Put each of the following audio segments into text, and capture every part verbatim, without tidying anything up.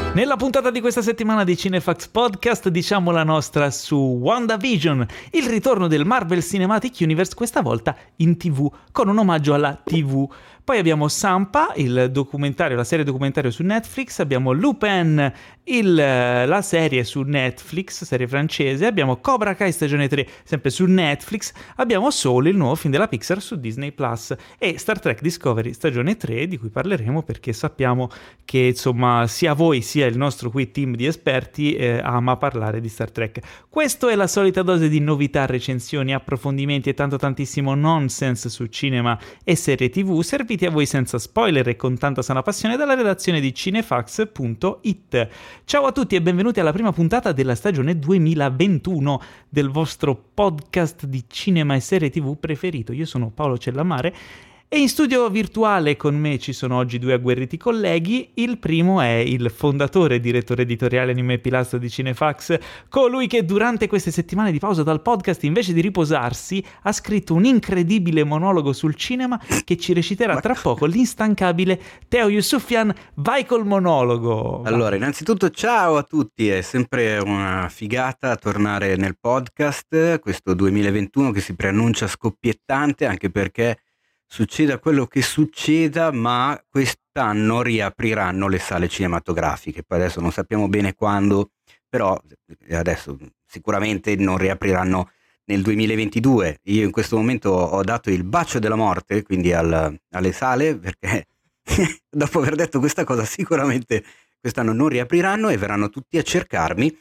Nella puntata di questa settimana di Cinefax Podcast diciamo la nostra su WandaVision, il ritorno del Marvel Cinematic Universe, questa volta in tivù, con un omaggio alla tivù. Poi abbiamo Sampa, il documentario, la serie documentario su Netflix, abbiamo Lupin, il, la serie su Netflix, serie francese, abbiamo Cobra Kai stagione tre, sempre su Netflix, abbiamo Soul, il nuovo film della Pixar su Disney Plus, e Star Trek Discovery stagione tre, di cui parleremo perché sappiamo che insomma sia voi sia il nostro qui team di esperti eh, ama parlare di Star Trek. Questo è la solita dose di novità, recensioni, approfondimenti e tanto tantissimo nonsense su cinema e serie tv, serviti a voi senza spoiler e con tanta sana passione dalla redazione di cinefax punto it. Ciao a tutti e benvenuti alla prima puntata della stagione duemilaventuno del vostro podcast di cinema e serie tv preferito. Io sono Paolo Cellamare e in studio virtuale con me ci sono oggi due agguerriti colleghi. Il primo è il fondatore e direttore editoriale Anime Pilastro di Cinefax, colui che durante queste settimane di pausa dal podcast, invece di riposarsi, ha scritto un incredibile monologo sul cinema che ci reciterà tra poco l'instancabile Teo Yusufian. Vai col monologo! Allora, innanzitutto ciao a tutti, è sempre una figata tornare nel podcast, questo duemilaventuno che si preannuncia scoppiettante, anche perché succeda quello che succeda, ma quest'anno riapriranno le sale cinematografiche. Poi adesso non sappiamo bene quando, però adesso sicuramente non riapriranno nel duemilaventidue. Io in questo momento ho dato il bacio della morte, quindi al, alle sale, perché dopo aver detto questa cosa sicuramente quest'anno non riapriranno e verranno tutti a cercarmi,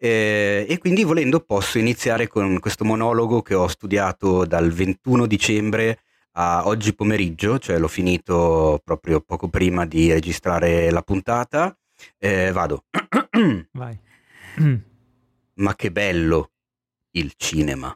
eh, e quindi volendo posso iniziare con questo monologo che ho studiato dal ventuno dicembre a oggi pomeriggio, cioè l'ho finito proprio poco prima di registrare la puntata. Eh, vado. Vai. Ma che bello il cinema.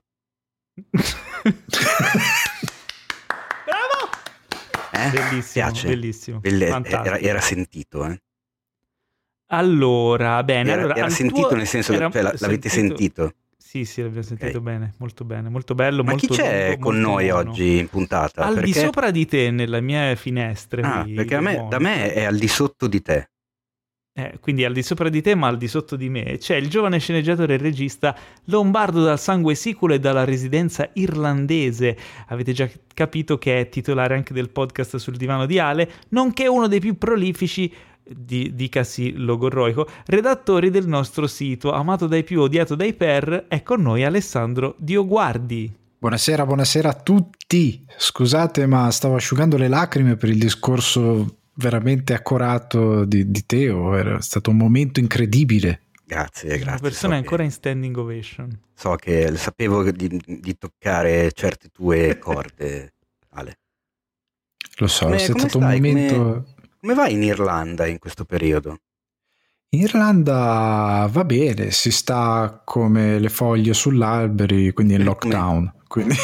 Bravo! Eh? Bellissimo, Piace? bellissimo. Belle- era, era sentito, eh? Allora, bene. Era, allora, era al sentito tuo... nel senso era che cioè, l'avete sentito... sentito? Sì, sì, l'abbiamo sentito Ok. bene, molto bene, molto bello, Ma molto chi c'è lungo, con molto noi mono. oggi in puntata? Al Perché... di sopra di te, nelle mie finestre. Ah, qui, perché a me, monitor. da me è al di sotto di te. Eh, quindi al di sopra di te, ma al di sotto di me, c'è il giovane sceneggiatore e regista lombardo dal sangue siculo e dalla residenza irlandese. Avete già capito che è titolare anche del podcast Sul divano di Ale, nonché uno dei più prolifici, di, dicasi logorroico, redattori del nostro sito, amato dai più, odiato dai per. È con noi Alessandro Dioguardi. Buonasera, buonasera a tutti. Scusate, ma stavo asciugando le lacrime per il discorso veramente accorato di, di Teo. Era stato un momento incredibile. Grazie, grazie. Una persona so è ancora che, in standing ovation. So che sapevo di, di toccare certe tue corde, Ale. Lo so, Come- è come stato un stai? momento... Come, come vai in Irlanda in questo periodo? In Irlanda va bene, si sta come le foglie sull'alberi, quindi in Come- lockdown. Quindi...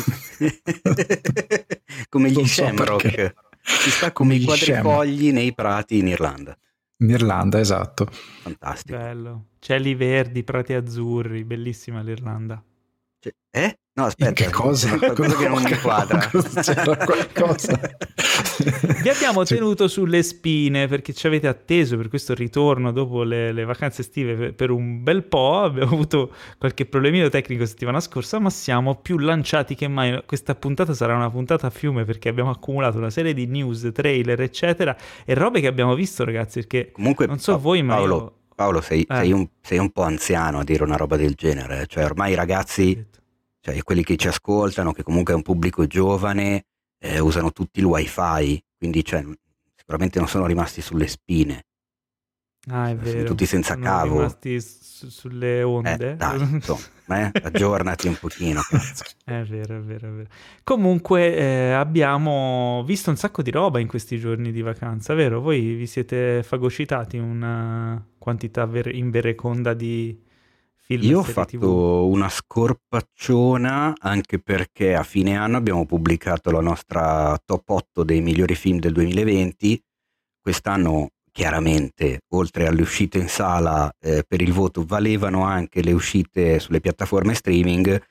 Come gli Non so shamrock. perché. Si sta come Come i gli quadrifogli nei prati in Irlanda. In Irlanda, esatto. Fantastico. Bello. Cieli verdi, prati azzurri, bellissima l'Irlanda. Cioè, eh? No, aspetta. In che cosa? C'è qualcosa che non mi quadra. C'era qualcosa. Vi abbiamo Cioè, tenuto sulle spine perché ci avete atteso per questo ritorno dopo le, le vacanze estive per, per un bel po'. Abbiamo avuto qualche problemino tecnico settimana scorsa, ma siamo più lanciati che mai. Questa puntata sarà una puntata a fiume perché abbiamo accumulato una serie di news, trailer, eccetera, e robe che abbiamo visto, ragazzi, perché Comunque, non so Pa- voi, ma Paolo, io... Paolo sei, Eh. sei, un, sei un po' anziano a dire una roba del genere. Cioè, ormai i ragazzi, cioè quelli che ci ascoltano, che comunque è un pubblico giovane, eh, usano tutti il wifi, quindi cioè, sicuramente non sono rimasti sulle spine. Ah, è Sono vero. tutti senza Sono cavo. rimasti su- sulle onde. Eh, dai, insomma, eh, aggiornati un pochino. cazzo. È vero, è vero, è vero. Comunque eh, abbiamo visto un sacco di roba in questi giorni di vacanza, vero? Voi vi siete fagocitati una quantità ver- invereconda di film e Io ho serie fatto tivù? una scorpacciona anche perché a fine anno abbiamo pubblicato la nostra top otto dei migliori film del duemilaventi. Quest'anno chiaramente, oltre alle uscite in sala, eh, per il voto valevano anche le uscite sulle piattaforme streaming,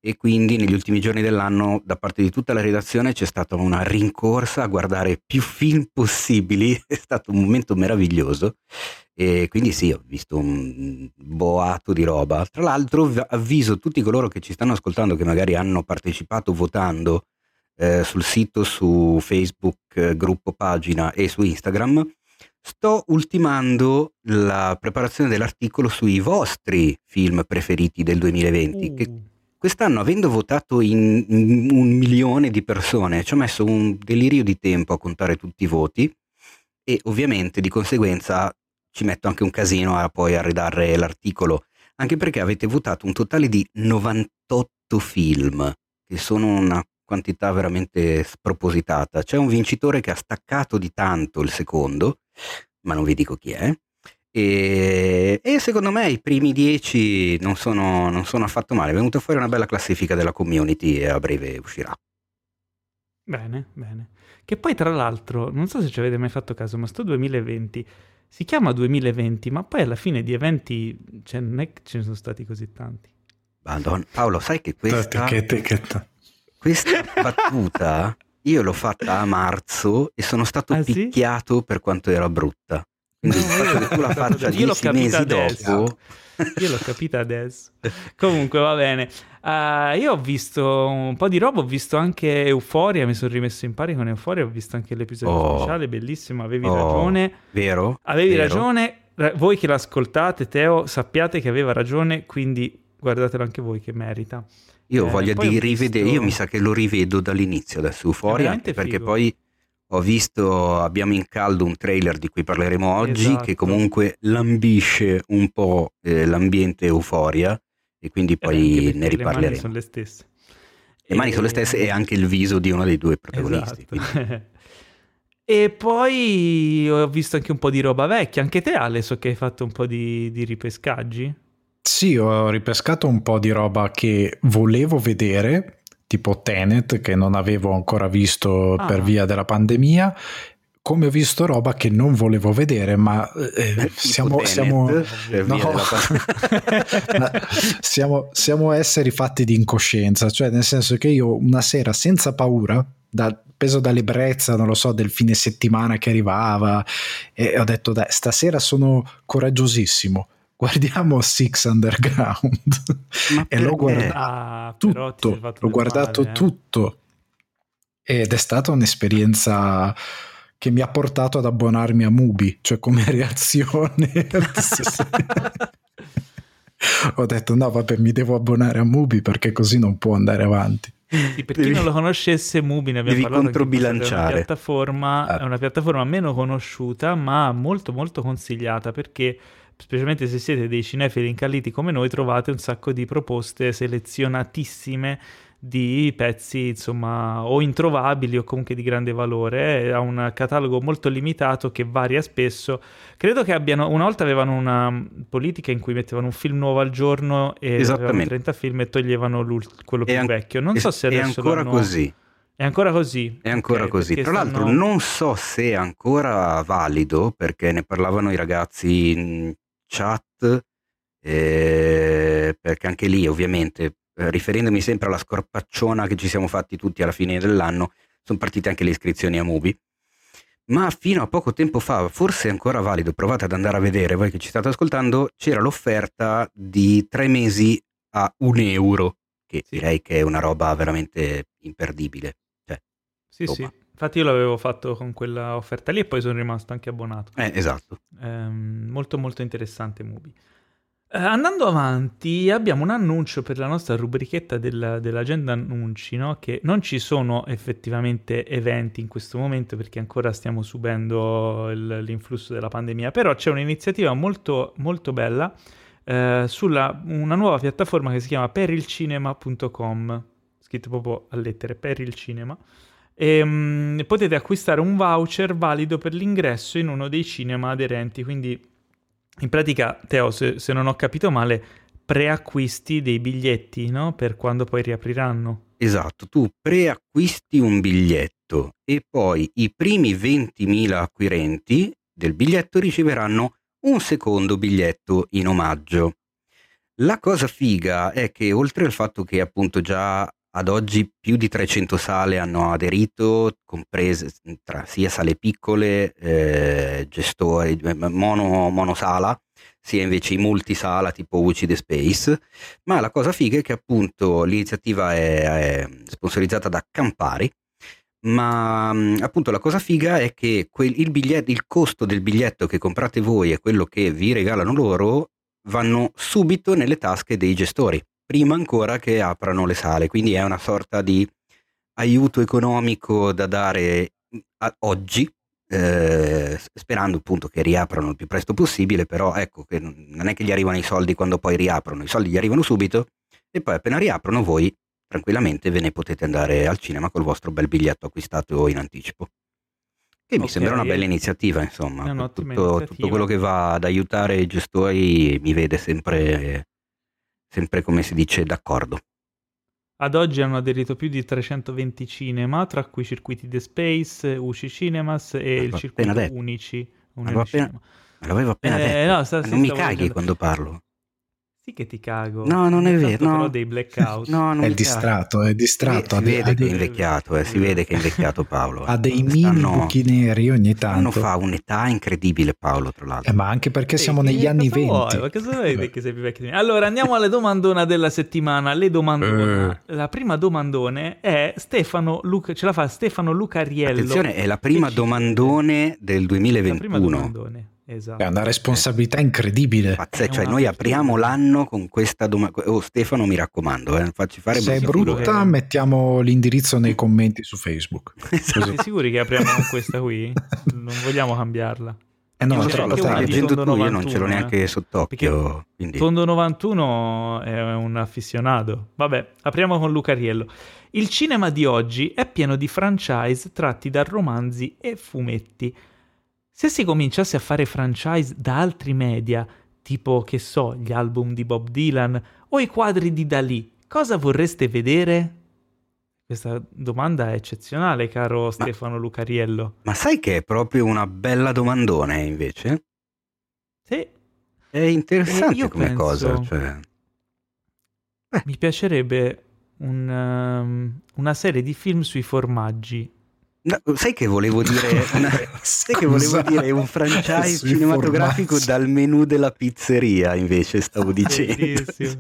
e quindi negli ultimi giorni dell'anno da parte di tutta la redazione c'è stata una rincorsa a guardare più film possibili, è stato un momento meraviglioso e quindi sì, ho visto un boato di roba. Tra l'altro avviso tutti coloro che ci stanno ascoltando che magari hanno partecipato votando eh, sul sito, su Facebook, eh, gruppo, pagina e su Instagram. Sto ultimando la preparazione dell'articolo sui vostri film preferiti del duemilaventi, Uh. che quest'anno, avendo votato in, in un milione di persone, ci ho messo un delirio di tempo a contare tutti i voti e ovviamente di conseguenza ci metto anche un casino a poi a redarre l'articolo, anche perché avete votato un totale di novantotto film, che sono una quantità veramente spropositata. C'è un vincitore che ha staccato di tanto il secondo, ma non vi dico chi è. E, e secondo me i primi dieci non sono, non sono affatto male. È venuta fuori una bella classifica della community e a breve uscirà. Bene, bene. Che poi tra l'altro, non so se ci avete mai fatto caso, ma sto duemilaventi si chiama duemilaventi, ma poi alla fine di eventi, cioè non è che ce ne sono stati così tanti. Madonna. Paolo, sai che questa, Che etichetta. questa battuta io l'ho fatta a marzo e sono stato Ah, sì? picchiato per quanto era brutta. Quindi il fatto che tu la faccia Io l'ho dieci capita mesi adesso. dopo. Io l'ho capita adesso. Comunque va bene. Uh, io ho visto un po' di roba, ho visto anche Euphoria, mi sono rimesso in pari con Euphoria, ho visto anche l'episodio Oh. speciale, bellissimo, avevi Oh, ragione. Vero? Avevi Vero? ragione, Ra- voi che l'ascoltate, Teo, sappiate che aveva ragione, quindi guardatelo anche voi che merita. Io ho Eh, voglia poi di ho rivedere, visto- io mi sa che lo rivedo dall'inizio adesso Euphoria, veramente anche perché figo. poi ho visto, abbiamo in caldo un trailer di cui parleremo oggi, Esatto. che comunque lambisce un po' eh, l'ambiente Euphoria e quindi Eh, anche poi perché ne le mani riparleremo. sono le stesse. Le mani sono le stesse e anche il viso di uno dei due protagonisti. Esatto. quindi- E poi ho visto anche un po' di roba vecchia. Anche te, Ale, so che hai fatto un po' di, di ripescaggi. Sì, ho ripescato un po' di roba che volevo vedere, tipo Tenet, che non avevo ancora visto Ah. per via della pandemia, come ho visto roba che non volevo vedere, ma eh, Tipo siamo, Tenet, siamo, per via no. della pandemia. siamo, siamo esseri fatti di incoscienza, cioè nel senso che io una sera senza paura, da, peso dall'ebbrezza, non lo so, del fine settimana che arrivava, e ho detto dai, stasera sono coraggiosissimo, guardiamo Six Underground. Ma E l'ho perché? guardato Ah, però ti sei tutto, fatto l'ho del guardato male, eh. tutto ed è stata un'esperienza che mi ha portato ad abbonarmi a Mubi, cioè come reazione. Ho detto no vabbè, mi devo abbonare a Mubi perché così non può andare avanti. Sì, per chi Devi- non lo conoscesse, Mubi, ne abbiamo devi parlato anche in passato, controbilanciare. È una piattaforma, Ah. è una piattaforma meno conosciuta, ma molto molto consigliata, perché specialmente se siete dei cinefili incalliti come noi, trovate un sacco di proposte selezionatissime di pezzi, insomma, o introvabili o comunque di grande valore. Ha un catalogo molto limitato che varia spesso. Credo che abbiano, una volta avevano una politica in cui mettevano un film nuovo al giorno e avevano Esattamente. trenta film e toglievano l'ult- quello È più an- vecchio. Non so se è adesso ancora l'hanno- così. È ancora così. È ancora Ok, così. perché Tra l'altro stanno- non so se è ancora valido perché ne parlavano i ragazzi in chat, eh, perché anche lì ovviamente, eh, riferendomi sempre alla scorpacciona che ci siamo fatti tutti alla fine dell'anno, sono partite anche le iscrizioni a Mubi. Ma fino a poco tempo fa, forse è ancora valido, provate ad andare a vedere, voi che ci state ascoltando, c'era l'offerta di tre mesi a un euro, che Sì. direi che è una roba veramente imperdibile. Cioè, Sì, sì. insomma. Infatti io l'avevo fatto con quella offerta lì e poi sono rimasto anche abbonato. Eh, esatto. Ehm, molto molto interessante Mubi. Eh, andando avanti abbiamo un annuncio per la nostra rubrichetta del- dell'agenda annunci, no? Che non ci sono effettivamente eventi in questo momento perché ancora stiamo subendo il- l'influsso della pandemia, però c'è un'iniziativa molto molto bella eh, sulla una nuova piattaforma che si chiama perilcinema punto com, scritto proprio a lettere, perilcinema. E, mm, potete acquistare un voucher valido per l'ingresso in uno dei cinema aderenti, quindi in pratica, Teo, se, se non ho capito male, preacquisti dei biglietti, no? Per quando poi riapriranno. Esatto, tu preacquisti un biglietto e poi i primi ventimila acquirenti del biglietto riceveranno un secondo biglietto in omaggio. La cosa figa è che oltre al fatto che appunto già ad oggi più di trecento sale hanno aderito, comprese tra sia sale piccole, eh, gestori, mono, monosala, sia invece i multisala tipo U C The Space, ma la cosa figa è che appunto l'iniziativa è, è sponsorizzata da Campari, ma appunto la cosa figa è che quel, il, biglietto, il costo del biglietto che comprate voi e quello che vi regalano loro vanno subito nelle tasche dei gestori, prima ancora che aprano le sale, quindi è una sorta di aiuto economico da dare a oggi, eh, sperando appunto che riaprano il più presto possibile, però ecco che non è che gli arrivano i soldi quando poi riaprono, i soldi gli arrivano subito e poi appena riaprono voi tranquillamente ve ne potete andare al cinema col vostro bel biglietto acquistato in anticipo. Che mi Ok, sembra una bella iniziativa, insomma. è un'ottima Tutto, iniziativa. tutto quello che va ad aiutare i gestori mi vede sempre, sempre come si dice, d'accordo. Ad oggi hanno aderito più di trecentoventi cinema, tra cui circuiti The Space, U C Cinemas e L'avevo il circuito appena detto. Unici. Me l'avevo appena, me l'avevo appena Eh, detto. no, sta- Ma sì, non mi stavo caghi leggendo. quando parlo. Sì che ti cago. No, non Ogni è tanto vero. però No. dei blackout. No, non È mi distratto, è caghi. distratto. Si, ha si de- vede ha che è dei- invecchiato, eh, si vede che è invecchiato Paolo. ha dei mini Quest'anno- buchi neri ogni quest'anno tanto. fa un'età incredibile Paolo, tra l'altro. Eh, ma anche perché Sì, siamo che- negli anni cosa vuoi? venti. Ma cosa vuoi che sei più vecchio di me? Allora, andiamo alle domandona della settimana. Le domandona. Eh. La prima domandone è Stefano Luca, ce la fa Stefano Lucariello. Attenzione, è la prima che ci domandone del chiede. La duemilaventuno. prima domandone, esatto. È una responsabilità incredibile. Pazzesco, È cioè una noi apriamo fortuna. l'anno con questa domanda. Oh Stefano, mi raccomando, eh, facci fare Se è brutta sicuro brutta, che- mettiamo l'indirizzo nei commenti su Facebook. Esatto. Così. Siete sicuri che apriamo con questa qui? Non vogliamo cambiarla. Eh no, Io è c'è Lo so, troppo lo anche stai una tardi. di leggendo Tondo tu, io non ce l'ho novantuno, neanche eh. sott'occhio. Quindi... Tondo novantuno è un affissionato. Vabbè, apriamo con Lucariello. Il cinema di oggi è pieno di franchise tratti da romanzi e fumetti. Se si cominciasse a fare franchise da altri media, tipo, che so, gli album di Bob Dylan o i quadri di Dalì, cosa vorreste vedere? Questa domanda è eccezionale, caro Stefano Lucariello. Ma sai che è proprio una bella domandone invece? Sì, È interessante Eh, io come penso- cosa. Cioè... mi piacerebbe un, um, una serie di film sui formaggi. No, sai che volevo dire? Una... sai che volevo Scusa. dire un franchise Sui cinematografico formaggi. dal menù della pizzeria, invece stavo dicendo. Bellissimo.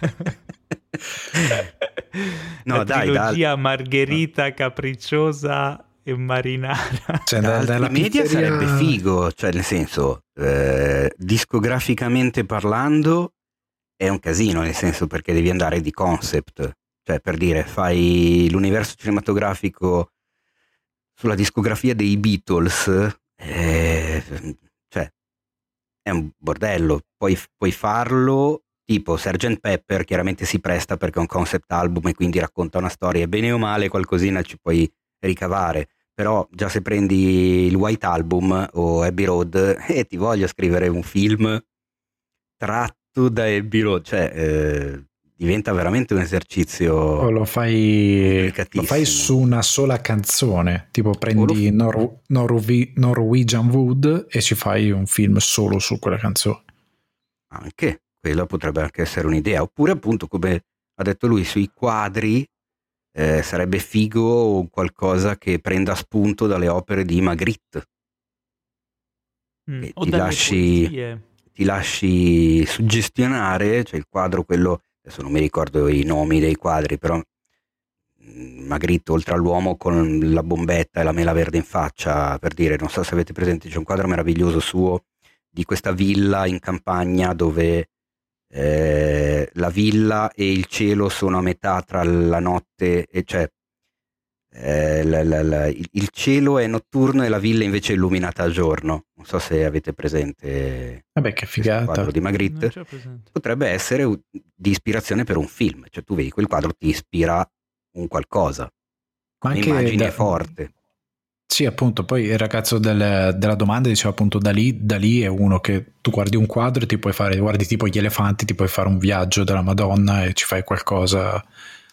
No, La dai, trilogia Margherita, Capricciosa e Marinara. Cioè, Da da- altri dalla media pizzeria- sarebbe figo, cioè nel senso, eh, discograficamente parlando è un casino, nel senso perché devi andare di concept, cioè per dire fai l'universo cinematografico sulla discografia dei Beatles, eh, cioè è un bordello, puoi, puoi farlo tipo sergeant Pepper, chiaramente si presta perché è un concept album e quindi racconta una storia, bene o male qualcosina ci puoi ricavare, però già se prendi il White Album o Abbey Road e eh, ti voglio scrivere un film tratto da Abbey Road, cioè eh, diventa veramente un esercizio O lo fai, lo complicatissimo. fai su una sola canzone, tipo prendi O lo- Nor- Norwe- Norwegian Wood e ci fai un film solo su quella canzone. Anche quella potrebbe anche essere un'idea, oppure appunto come ha detto lui sui quadri eh, sarebbe figo qualcosa che prenda spunto dalle opere di Magritte, Mm, E o ti dalle lasci- poesie. ti lasci suggestionare, cioè il quadro quello, adesso non mi ricordo i nomi dei quadri, però mm, Magritte oltre all'uomo con la bombetta e la mela verde in faccia, per dire, non so se avete presente, c'è un quadro meraviglioso suo di questa villa in campagna dove eh, la villa e il cielo sono a metà tra la notte e cioè eh, la- la- la- il, il cielo è notturno e la villa invece è illuminata a giorno. Non so se avete presente Vabbè, che questo figata. quadro di Magritte. Non c'ho presente. Potrebbe essere u- di ispirazione per un film, cioè tu vedi quel quadro ti ispira un qualcosa, Ma anche l'immagine da- è forte. Sì, appunto, poi il ragazzo del- della domanda diceva appunto Dalì, Dalì è uno che tu guardi un quadro e ti puoi fare, guardi tipo gli elefanti, ti puoi fare un viaggio della Madonna e ci fai qualcosa.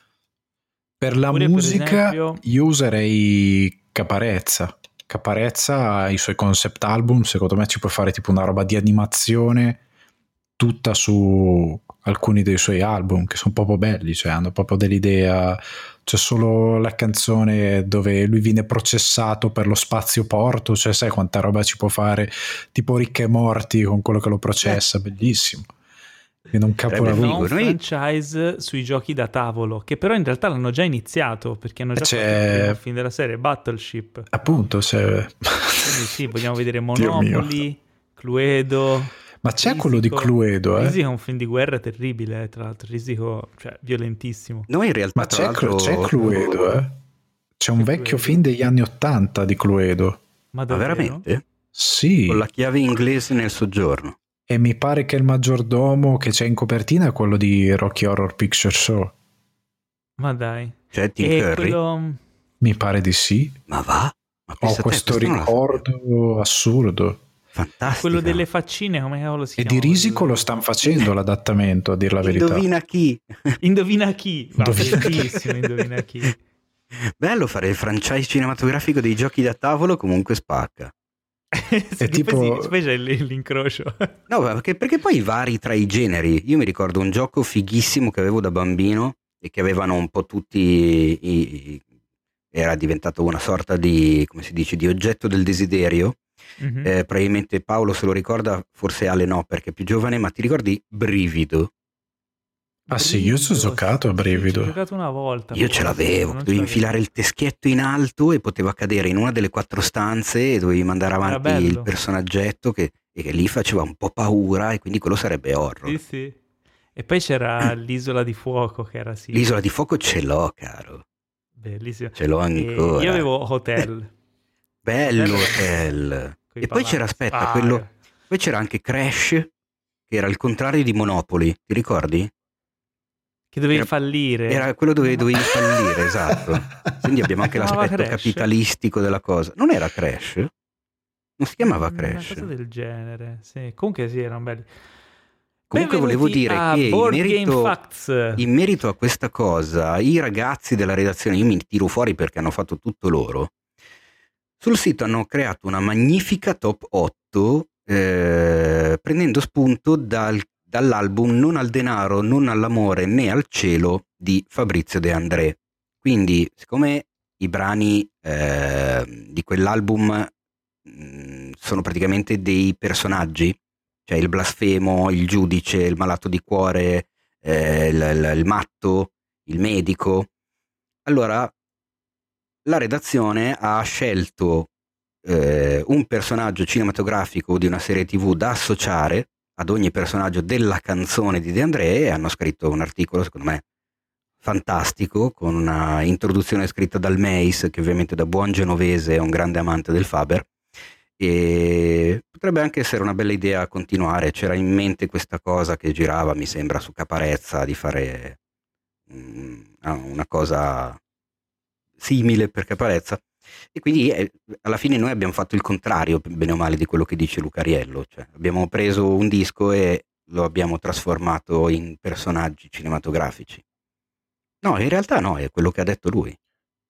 Per la Oppure, per musica esempio- io userei Caparezza. Caparezza ha i suoi concept album, secondo me ci puoi fare tipo una roba di animazione tutta su alcuni dei suoi album, che sono proprio belli, cioè hanno proprio dell'idea. C'è solo la canzone dove lui viene processato per lo spazio porto, cioè sai quanta roba ci può fare, tipo Ricche e Morti con quello che lo processa, bellissimo. Viene un capolavoro. Un franchise sui giochi da tavolo, che però in realtà l'hanno già iniziato, perché hanno già c'è... fatto il film della serie Battleship. Appunto, c'è... Quindi sì, vogliamo vedere Monopoly, Cluedo... Ma c'è Risico, quello di Cluedo, eh? Risico è un film di guerra terribile, tra l'altro, Risico, cioè, violentissimo. No, in realtà, Ma tra c'è, l'altro... c'è Cluedo, eh? C'è un c'è vecchio Cluedo. film degli anni Ottanta di Cluedo. Ma, Ma veramente? Sì. Con la chiave inglese nel soggiorno. E mi pare che il maggiordomo che c'è in copertina è quello di Rocky Horror Picture Show. Ma dai. Cioè Tim e Curry? Quello... Mi pare di sì. Ma va? Ma Ho questo te, ricordo assurdo. Fantastico. Quello delle faccine, come cavolo si e chiama? E di Risico lo stanno facendo l'adattamento, a dir la verità. Indovina chi? Indovina chi? No, Indovina bellissimo, indovina chi. Bello fare il franchise cinematografico dei giochi da tavolo, comunque spacca. È tipo... Poi c'è l'incrocio. No, perché, perché poi vari tra i generi. Io mi ricordo un gioco fighissimo che avevo da bambino e che avevano un po' tutti i, i, era diventato una sorta di, come si dice, di oggetto del desiderio. Mm-hmm. Eh, probabilmente Paolo se lo ricorda, forse Ale no perché è più giovane, ma ti ricordi Brivido? Ah Brivido, sì, io ci ho giocato a Brivido. Sì, ho giocato una volta. Io ce l'avevo, dovevi infilare il teschietto in alto e poteva cadere in una delle quattro stanze e dovevi mandare avanti il personaggetto che, e che lì faceva un po' paura e quindi quello sarebbe horror. Sì, sì. E poi c'era l'isola di fuoco che era sì. L'isola di fuoco ce l'ho, caro. Bellissimo. Ce l'ho ancora. E io avevo Hotel. Bello Hotel. E poi c'era, aspetta, ah, quello... Poi c'era anche Crash, che era il contrario di Monopoly, ti ricordi? Che dovevi era, fallire. Era quello dove dovevi fallire, esatto. Quindi abbiamo anche l'aspetto Crash. capitalistico della cosa. Non era Crash? Non si chiamava Crash? Una cosa del genere, sì. Comunque sì, erano belli. Comunque volevo dire che in merito, in merito a questa cosa, i ragazzi della redazione, io mi tiro fuori perché hanno fatto tutto loro, sul sito hanno creato una magnifica top otto eh, prendendo spunto dal, dall'album Non al denaro, non all'amore né al cielo di Fabrizio De André. Quindi siccome i brani eh, di quell'album mh, sono praticamente dei personaggi, cioè il blasfemo, il giudice, il malato di cuore, eh, il, il, il matto, il medico. Allora la redazione ha scelto eh, un personaggio cinematografico di una serie tivù da associare ad ogni personaggio della canzone di De André e hanno scritto un articolo, secondo me, fantastico, con una introduzione scritta dal Meis, che ovviamente da buon genovese è un grande amante del Faber. E potrebbe anche essere una bella idea continuare. C'era in mente questa cosa che girava, mi sembra, su Caparezza, di fare um, una cosa simile per Caparezza, e quindi eh, alla fine noi abbiamo fatto il contrario, bene o male, di quello che dice Lucariello, cioè abbiamo preso un disco e lo abbiamo trasformato in personaggi cinematografici. No, in realtà no, è quello che ha detto lui.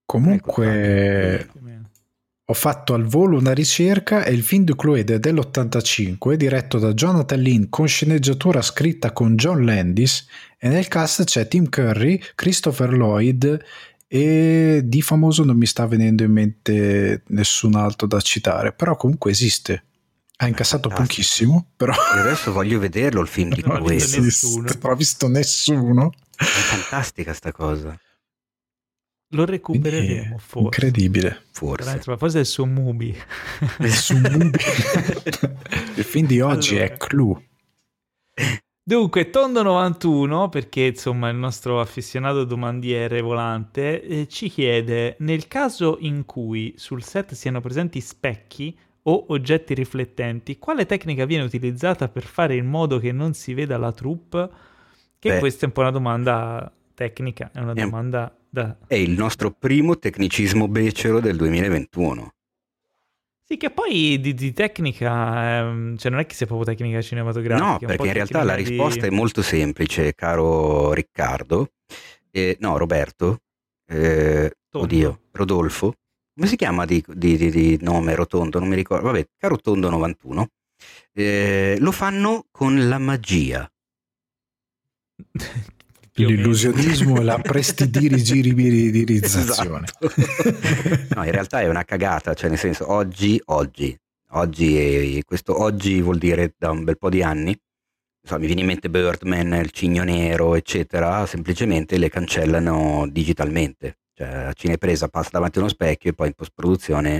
Comunque ho fatto al volo una ricerca e il film di Cluedo è dell'ottantacinque, diretto da Jonathan Lynn con sceneggiatura scritta con John Landis, e nel cast c'è Tim Curry, Christopher Lloyd e di famoso non mi sta venendo in mente nessun altro da citare, però comunque esiste. Ha incassato pochissimo, però e adesso voglio vederlo il film di non Cluedo. Non ho visto nessuno. È fantastica sta cosa. Lo recupereremo, forse. Incredibile. Forse. Forse è su Mubi. Su Mubi. Il film di oggi allora. È Clue. Dunque, Tondo novantuno, perché insomma il nostro affezionato domandiere volante eh, ci chiede: nel caso in cui sul set siano presenti specchi o oggetti riflettenti, quale tecnica viene utilizzata per fare in modo che non si veda la troupe? Che Beh, questa è un po' una domanda tecnica, è una è domanda da... È il nostro primo tecnicismo becero del duemilaventuno. Sì, che poi di, di tecnica, ehm, cioè non è che sia proprio tecnica cinematografica. No, perché in realtà la risposta di... è molto semplice, caro Riccardo, eh, no, Roberto, eh, oddio, Rodolfo, come si chiama di, di, di, di nome Rotondo? Non mi ricordo, vabbè, caro Tondo novantuno, Eh, lo fanno con la magia. L'illusionismo e la prestidigirigirizzazione. Esatto. No, in realtà è una cagata, cioè nel senso oggi, oggi, oggi e questo oggi vuol dire da un bel po' di anni, so, mi viene in mente Birdman, il Cigno Nero, eccetera, semplicemente le cancellano digitalmente, cioè la cinepresa passa davanti a uno specchio e poi in post-produzione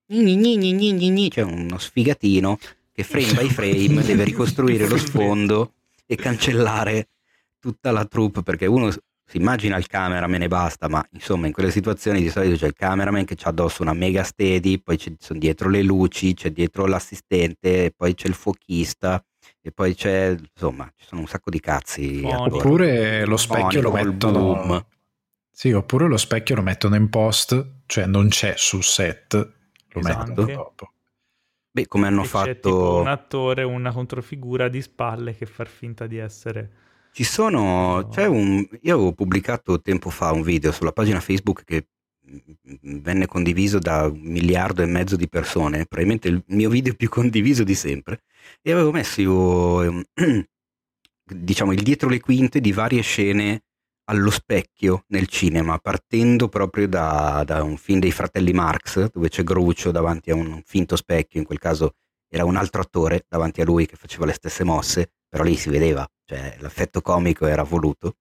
c'è uno sfigatino che frame by frame deve ricostruire lo sfondo e cancellare tutta la troupe, perché uno si immagina il cameraman e basta, ma insomma in quelle situazioni di solito c'è il cameraman che c'ha addosso una mega steady, poi ci sono dietro le luci, c'è dietro l'assistente, e poi c'è il fuochista e poi c'è, insomma, ci sono un sacco di cazzi. Oppure lo specchio lo mettono boom. Sì, oppure lo specchio lo mettono in post, cioè non c'è sul set, lo esatto. mettono dopo. Beh, come hanno e fatto c'è tipo un attore, una controfigura di spalle che fa finta di essere. Ci sono, no. C'è un, io avevo pubblicato tempo fa un video sulla pagina Facebook che venne condiviso da un miliardo e mezzo di persone, probabilmente il mio video più condiviso di sempre, e avevo messo io, diciamo, il dietro le quinte di varie scene allo specchio nel cinema, partendo proprio da, da un film dei fratelli Marx, dove c'è Groucho davanti a un finto specchio, in quel caso era un altro attore davanti a lui che faceva le stesse mosse, però lì si vedeva, cioè l'effetto comico era voluto.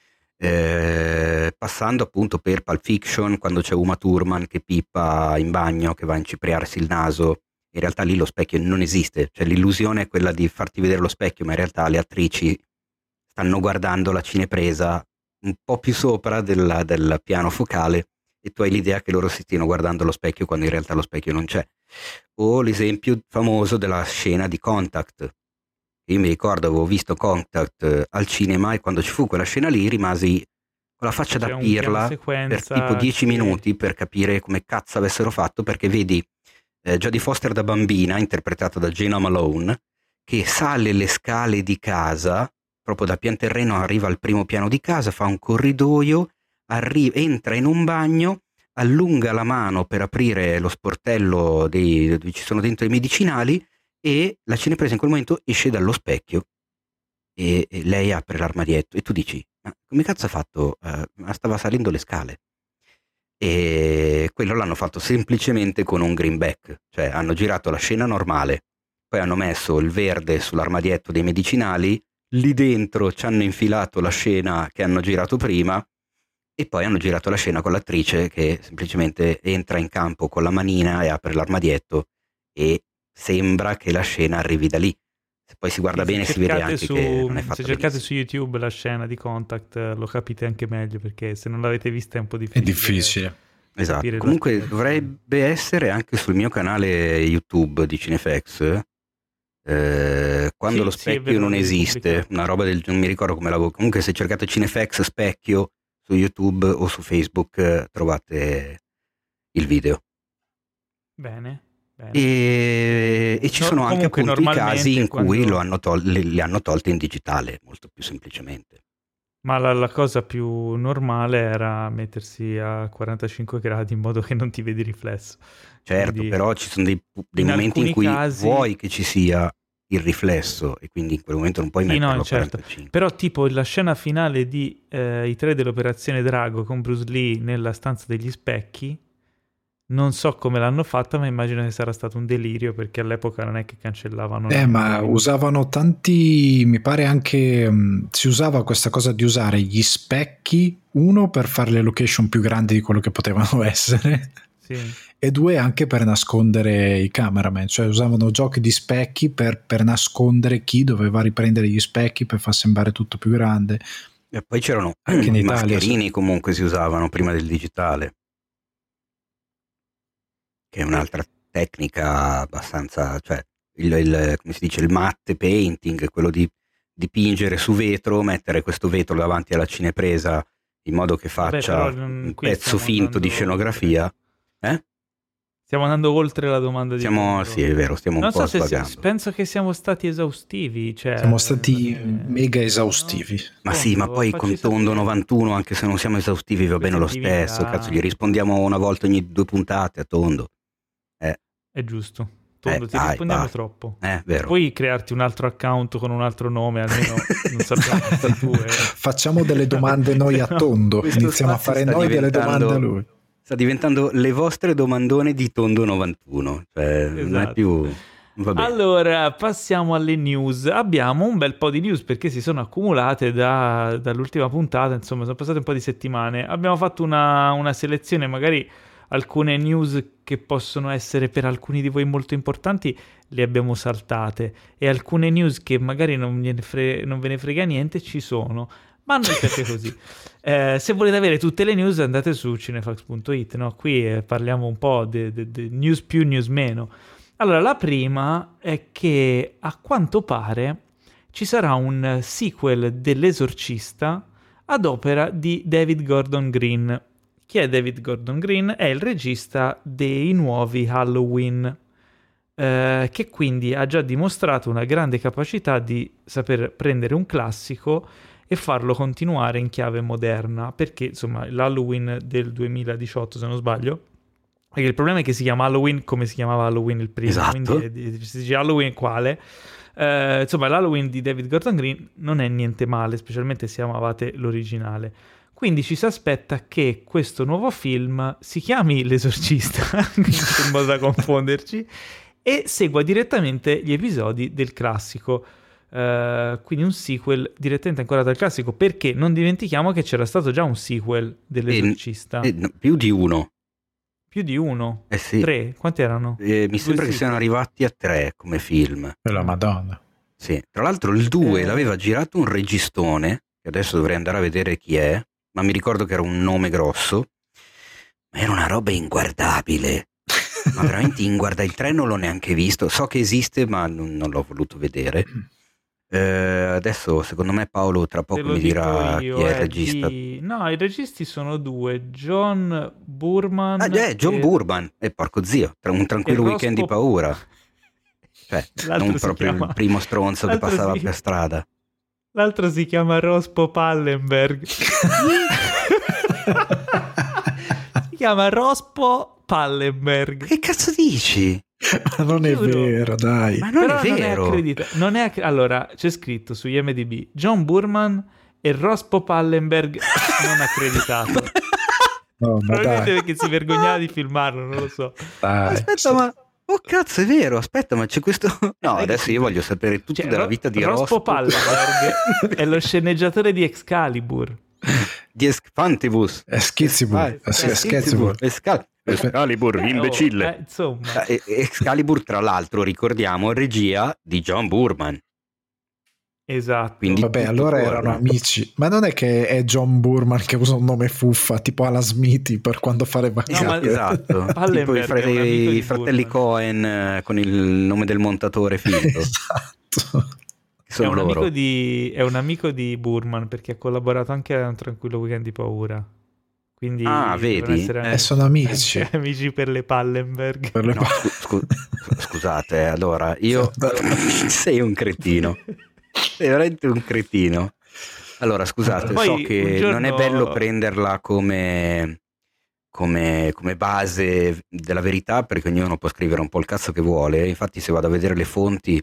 Eh, passando appunto per Pulp Fiction, quando c'è Uma Thurman che pippa in bagno, che va a incipriarsi il naso, in realtà lì lo specchio non esiste, cioè l'illusione è quella di farti vedere lo specchio, ma in realtà le attrici stanno guardando la cinepresa un po' più sopra del, del piano focale e tu hai l'idea che loro si stiano guardando lo specchio quando in realtà lo specchio non c'è. O l'esempio famoso della scena di Contact. Io mi ricordo, avevo visto Contact al cinema e quando ci fu quella scena lì rimasi con la faccia C'è da pirla per tipo dieci che... minuti per capire come cazzo avessero fatto, perché vedi eh, Jodie Foster da bambina, interpretata da Jena Malone, che sale le scale di casa, proprio da pian terreno arriva al primo piano di casa, fa un corridoio, arri- entra in un bagno, allunga la mano per aprire lo sportello dei, dove ci sono dentro i medicinali, e la cinepresa in quel momento esce dallo specchio e, e lei apre l'armadietto e tu dici, ma come cazzo ha fatto? Uh, stava salendo le scale. E quello l'hanno fatto semplicemente con un greenback, cioè hanno girato la scena normale, poi hanno messo il verde sull'armadietto dei medicinali, lì dentro ci hanno infilato la scena che hanno girato prima e poi hanno girato la scena con l'attrice che semplicemente entra in campo con la manina e apre l'armadietto e sembra che la scena arrivi da lì. Se poi si guarda sì, bene si vede anche su, che non è fatta se cercate benissimo. Su YouTube la scena di Contact lo capite anche meglio, perché se non l'avete vista è un po' difficile. È difficile. Esatto. Comunque dovrebbe essere anche sul mio canale YouTube di Cinefx. Eh, quando sì, lo specchio sì, non esiste, una roba del non mi ricordo come l'avevo. Comunque se cercate Cinefx specchio su YouTube o su Facebook trovate il video. Bene. Bene. E, e ci no, sono anche appunto i casi in quando... cui lo hanno tol- le, le hanno tolte in digitale molto più semplicemente. Ma la, la cosa più normale era mettersi a quarantacinque gradi in modo che non ti vedi riflesso. Certo, quindi, però ci sono dei, dei in momenti in cui casi... vuoi che ci sia il riflesso e quindi in quel momento non puoi sì, metterlo no, a certo. quarantacinque. Però tipo la scena finale di eh, I tre dell'Operazione Drago con Bruce Lee nella stanza degli specchi, non so come l'hanno fatta, ma immagino che sarà stato un delirio, perché all'epoca non è che cancellavano. Eh, ma usavano tanti, mi pare anche, um, si usava questa cosa di usare gli specchi, uno per fare le location più grandi di quello che potevano essere, sì. e due anche per nascondere i cameraman, cioè usavano giochi di specchi per, per nascondere chi doveva riprendere gli specchi per far sembrare tutto più grande. E poi c'erano anche i in Italia, mascherini sì. Comunque si usavano prima del digitale, che è un'altra tecnica abbastanza, cioè il, il come si dice, il matte painting, quello di dipingere su vetro, mettere questo vetro davanti alla cinepresa in modo che faccia Vabbè, un pezzo finto di scenografia. Eh? Stiamo andando oltre la domanda di siamo, tempo. Sì, è vero, stiamo non un po' so svagando. Se, penso che siamo stati esaustivi. Cioè, siamo stati eh, mega esaustivi. No? Ma sì, ma poi con Tondo novantuno, anche se non siamo esaustivi, va bene lo stesso. Cazzo, gli rispondiamo una volta ogni due puntate a Tondo. Eh. È giusto. Tondo, Eh, ti dai, rispondiamo basta. troppo. Eh, vero. Puoi crearti un altro account con un altro nome, almeno non sappiamo che sei tu. Eh. Facciamo delle domande noi a No, Tondo, questo iniziamo a spazio fare sta noi delle diventando- domande a lui. Sta diventando le vostre domandone di Tondo novantuno. Cioè, non è Esatto. più... Va bene. Allora, passiamo alle news. Abbiamo un bel po' di news perché si sono accumulate da- dall'ultima puntata, insomma, sono passate un po' di settimane. Abbiamo fatto una, una selezione, magari alcune news che possono essere per alcuni di voi molto importanti le abbiamo saltate e alcune news che magari non, gliene fre- non ve ne frega niente ci sono, ma a noi piace così. Eh, se volete avere tutte le news andate su cinefax punto it, no? Qui eh, parliamo un po' di news più, news meno. Allora, la prima è che a quanto pare ci sarà un sequel dell'Esorcista ad opera di David Gordon Green. Chi è David Gordon Green? È il regista dei nuovi Halloween, eh, che quindi ha già dimostrato una grande capacità di saper prendere un classico e farlo continuare in chiave moderna, perché insomma l'Halloween del duemiladiciotto, se non sbaglio, perché il problema è che si chiama Halloween come si chiamava Halloween il primo, Esatto. quindi è- è- si dice Halloween quale? Eh, insomma, l'Halloween di David Gordon Green non è niente male, specialmente se amavate l'originale. Quindi ci si aspetta che questo nuovo film si chiami L'Esorcista, in modo da confonderci, e segua direttamente gli episodi del classico. Eh, quindi un sequel direttamente ancorato al classico, perché non dimentichiamo che c'era stato già un sequel dell'Esorcista. Eh, no, più di uno. Più di uno. Eh sì. Tre? Quanti erano? Eh, mi sembra che sequel. siano arrivati a tre come film. Per la Madonna. Sì. Tra l'altro il due Eh. l'aveva girato un registone, che adesso dovrei andare a vedere chi è, ma mi ricordo che era un nome grosso. Ma era una roba inguardabile. Ma veramente inguardabile. Il tre non l'ho neanche visto. So che esiste, ma non, non l'ho voluto vedere. Eh, adesso secondo me Paolo tra Te poco lo mi dico dirà io, chi è il eh, regista. di- No, i registi sono due, John Burman Ah, eh, John e- Burman, e porco zio, tra un tranquillo e weekend di Rospo- paura. Cioè, L'altro non si proprio chiama- il primo stronzo che l'altro passava si- per strada. L'altro si chiama Rospo Pallenberg. Si chiama Rospo Pallenberg. Che cazzo dici? Ma non è Giuro. vero, dai. Ma non Però è vero. Non è accredita- non è acc- allora, c'è scritto su I M D B John Burman e Rospo Pallenberg non accreditato. No, ma Probabilmente dai, perché si vergognava di filmarlo, non lo so. dai. Aspetta, ma... Oh cazzo, è vero, aspetta, ma c'è questo... No, adesso io voglio sapere tutto Cioè, della Ro- vita di Rospo Rospo. Pallenberg è lo sceneggiatore di Excalibur. Di Escfantibus. È Schizzibur. Ah, È Schizzibur. Escal- Excalibur, Eh, oh, imbecille. eh, insomma, Eh, Excalibur, tra l'altro, ricordiamo, regia di John Burman. esatto. Quindi- Vabbè, tutto allora torna. erano amici. Ma non è che è John Burman che usa un nome fuffa, tipo alla Smithy per quando fare No, ma- vacanze. Esatto, Pallenberg tipo i, è un frate- amico di i fratelli Burman. Cohen eh, con il nome del montatore finto. Esatto. Che È sono un, loro. amico di, è un amico di Burman perché ha collaborato anche a Un tranquillo weekend di paura. Quindi Ah, devono vedi? essere Eh, amici- sono amici. amici per le Pallenberg. Per le No, scu- scu- scusate, allora io sei un cretino, sei veramente un cretino. Allora, scusate, Poi, so un che giorno- non è bello prenderla come, come, come base della verità, perché ognuno può scrivere un po' il cazzo che vuole. Infatti, se vado a vedere le fonti,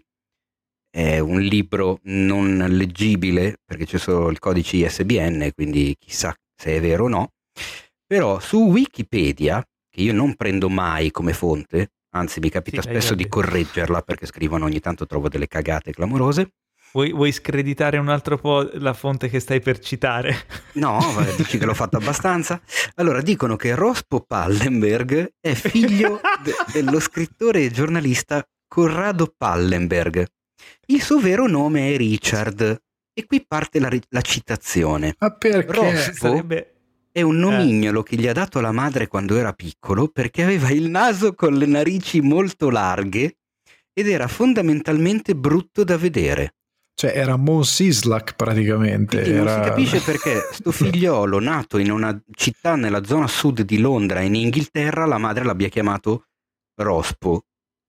è un libro non leggibile perché c'è solo il codice I S B N, quindi chissà se è vero o no. Però su Wikipedia, che io non prendo mai come fonte, anzi mi capita Sì, l'hai spesso già di detto. correggerla perché scrivono ogni tanto, trovo delle cagate clamorose. Vuoi, vuoi screditare un altro po' la fonte che stai per citare? No, va, dici che l'ho fatto abbastanza. Allora, dicono che Rospo Pallenberg è figlio de- dello scrittore e giornalista Corrado Pallenberg. Il suo vero nome è Richard. E qui parte la, ri- la citazione. Ma perché? Rospo Sarebbe... è un nomignolo che gli ha dato la madre quando era piccolo perché aveva il naso con le narici molto larghe ed era fondamentalmente brutto da vedere. Cioè, era Mos Islak praticamente. Quindi non era... si capisce perché sto figliolo nato in una città nella zona sud di Londra in Inghilterra la madre l'abbia chiamato Rospo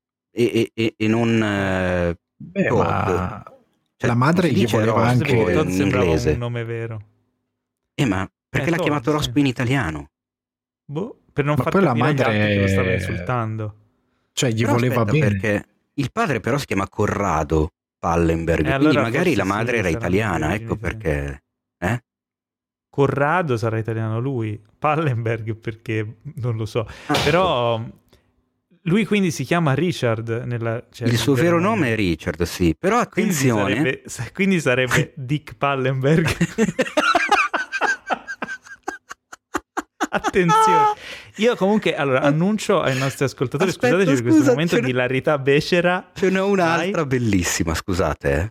e, e, e non eh, Beh, Todd. ma Cioè, la madre si gli dice voleva Rospo anche- Todd in sembrava inglese. un nome vero. Eh, ma perché Eh, l'ha Todd, chiamato sì. Rospo in italiano? Boh, per non Ma far poi la capire agli altri madre- che lo stava insultando. Cioè, gli Però voleva aspetta, bene. perché il padre però si chiama Corrado Pallenberg, E quindi allora magari forse la madre sì, era saranno italiana, di ecco origine perché... Eh? Corrado sarà italiano lui, Pallenberg perché non lo so, Ah, però lui quindi si chiama Richard nella, cioè, il suo vero nome è Richard, sì, però quindi si attenzione... sarebbe, quindi sarebbe Dick Pallenberg. Attenzione, io comunque allora annuncio ai nostri ascoltatori, Aspetta, scusateci per questo scusa, momento ce n'è- di hilarità becera. Ce n'è un'altra Vai, bellissima, scusate. eh.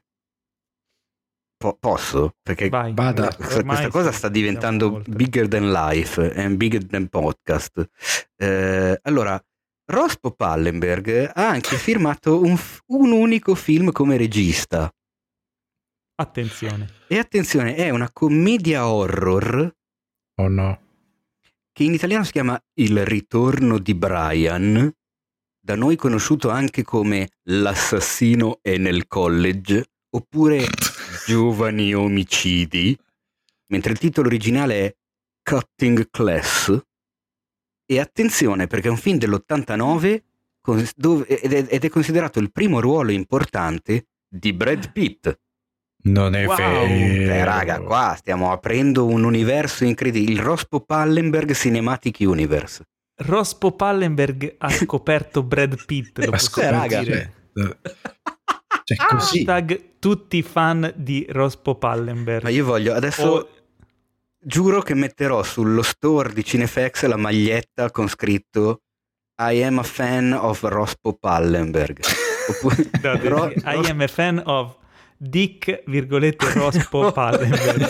Po- posso? Perché vai. Vada. questa, Ormai questa cosa sì, sta siamo diventando oltre. bigger than life and bigger than podcast. Eh, allora, Rospo Pallenberg ha anche firmato un, f- un unico film come regista. Attenzione. E attenzione, è una commedia horror Oh no. che in italiano si chiama Il ritorno di Brian, da noi conosciuto anche come L'assassino è nel college, oppure Giovani omicidi, mentre il titolo originale è Cutting Class. E attenzione, perché è un film dell'ottantanove con- dove- ed è, ed è considerato il primo ruolo importante di Brad Pitt. Non è Wow. vero. Eh, raga, qua stiamo aprendo un universo incredibile, il Rospo Pallenberg Cinematic Universe. Rospo Pallenberg ha scoperto Brad Pitt, lo Ma posso scusa, raga. dire. Cioè, cioè, così. Hashtag tutti fan di Rospo Pallenberg. Ma io voglio adesso... O- Giuro che metterò sullo store di Cinefx la maglietta con scritto I am a fan of Rospo Pallenberg. Oppure, no, Ro- I Ros- am a fan of Dick, virgolette, Rospo Pallenberg.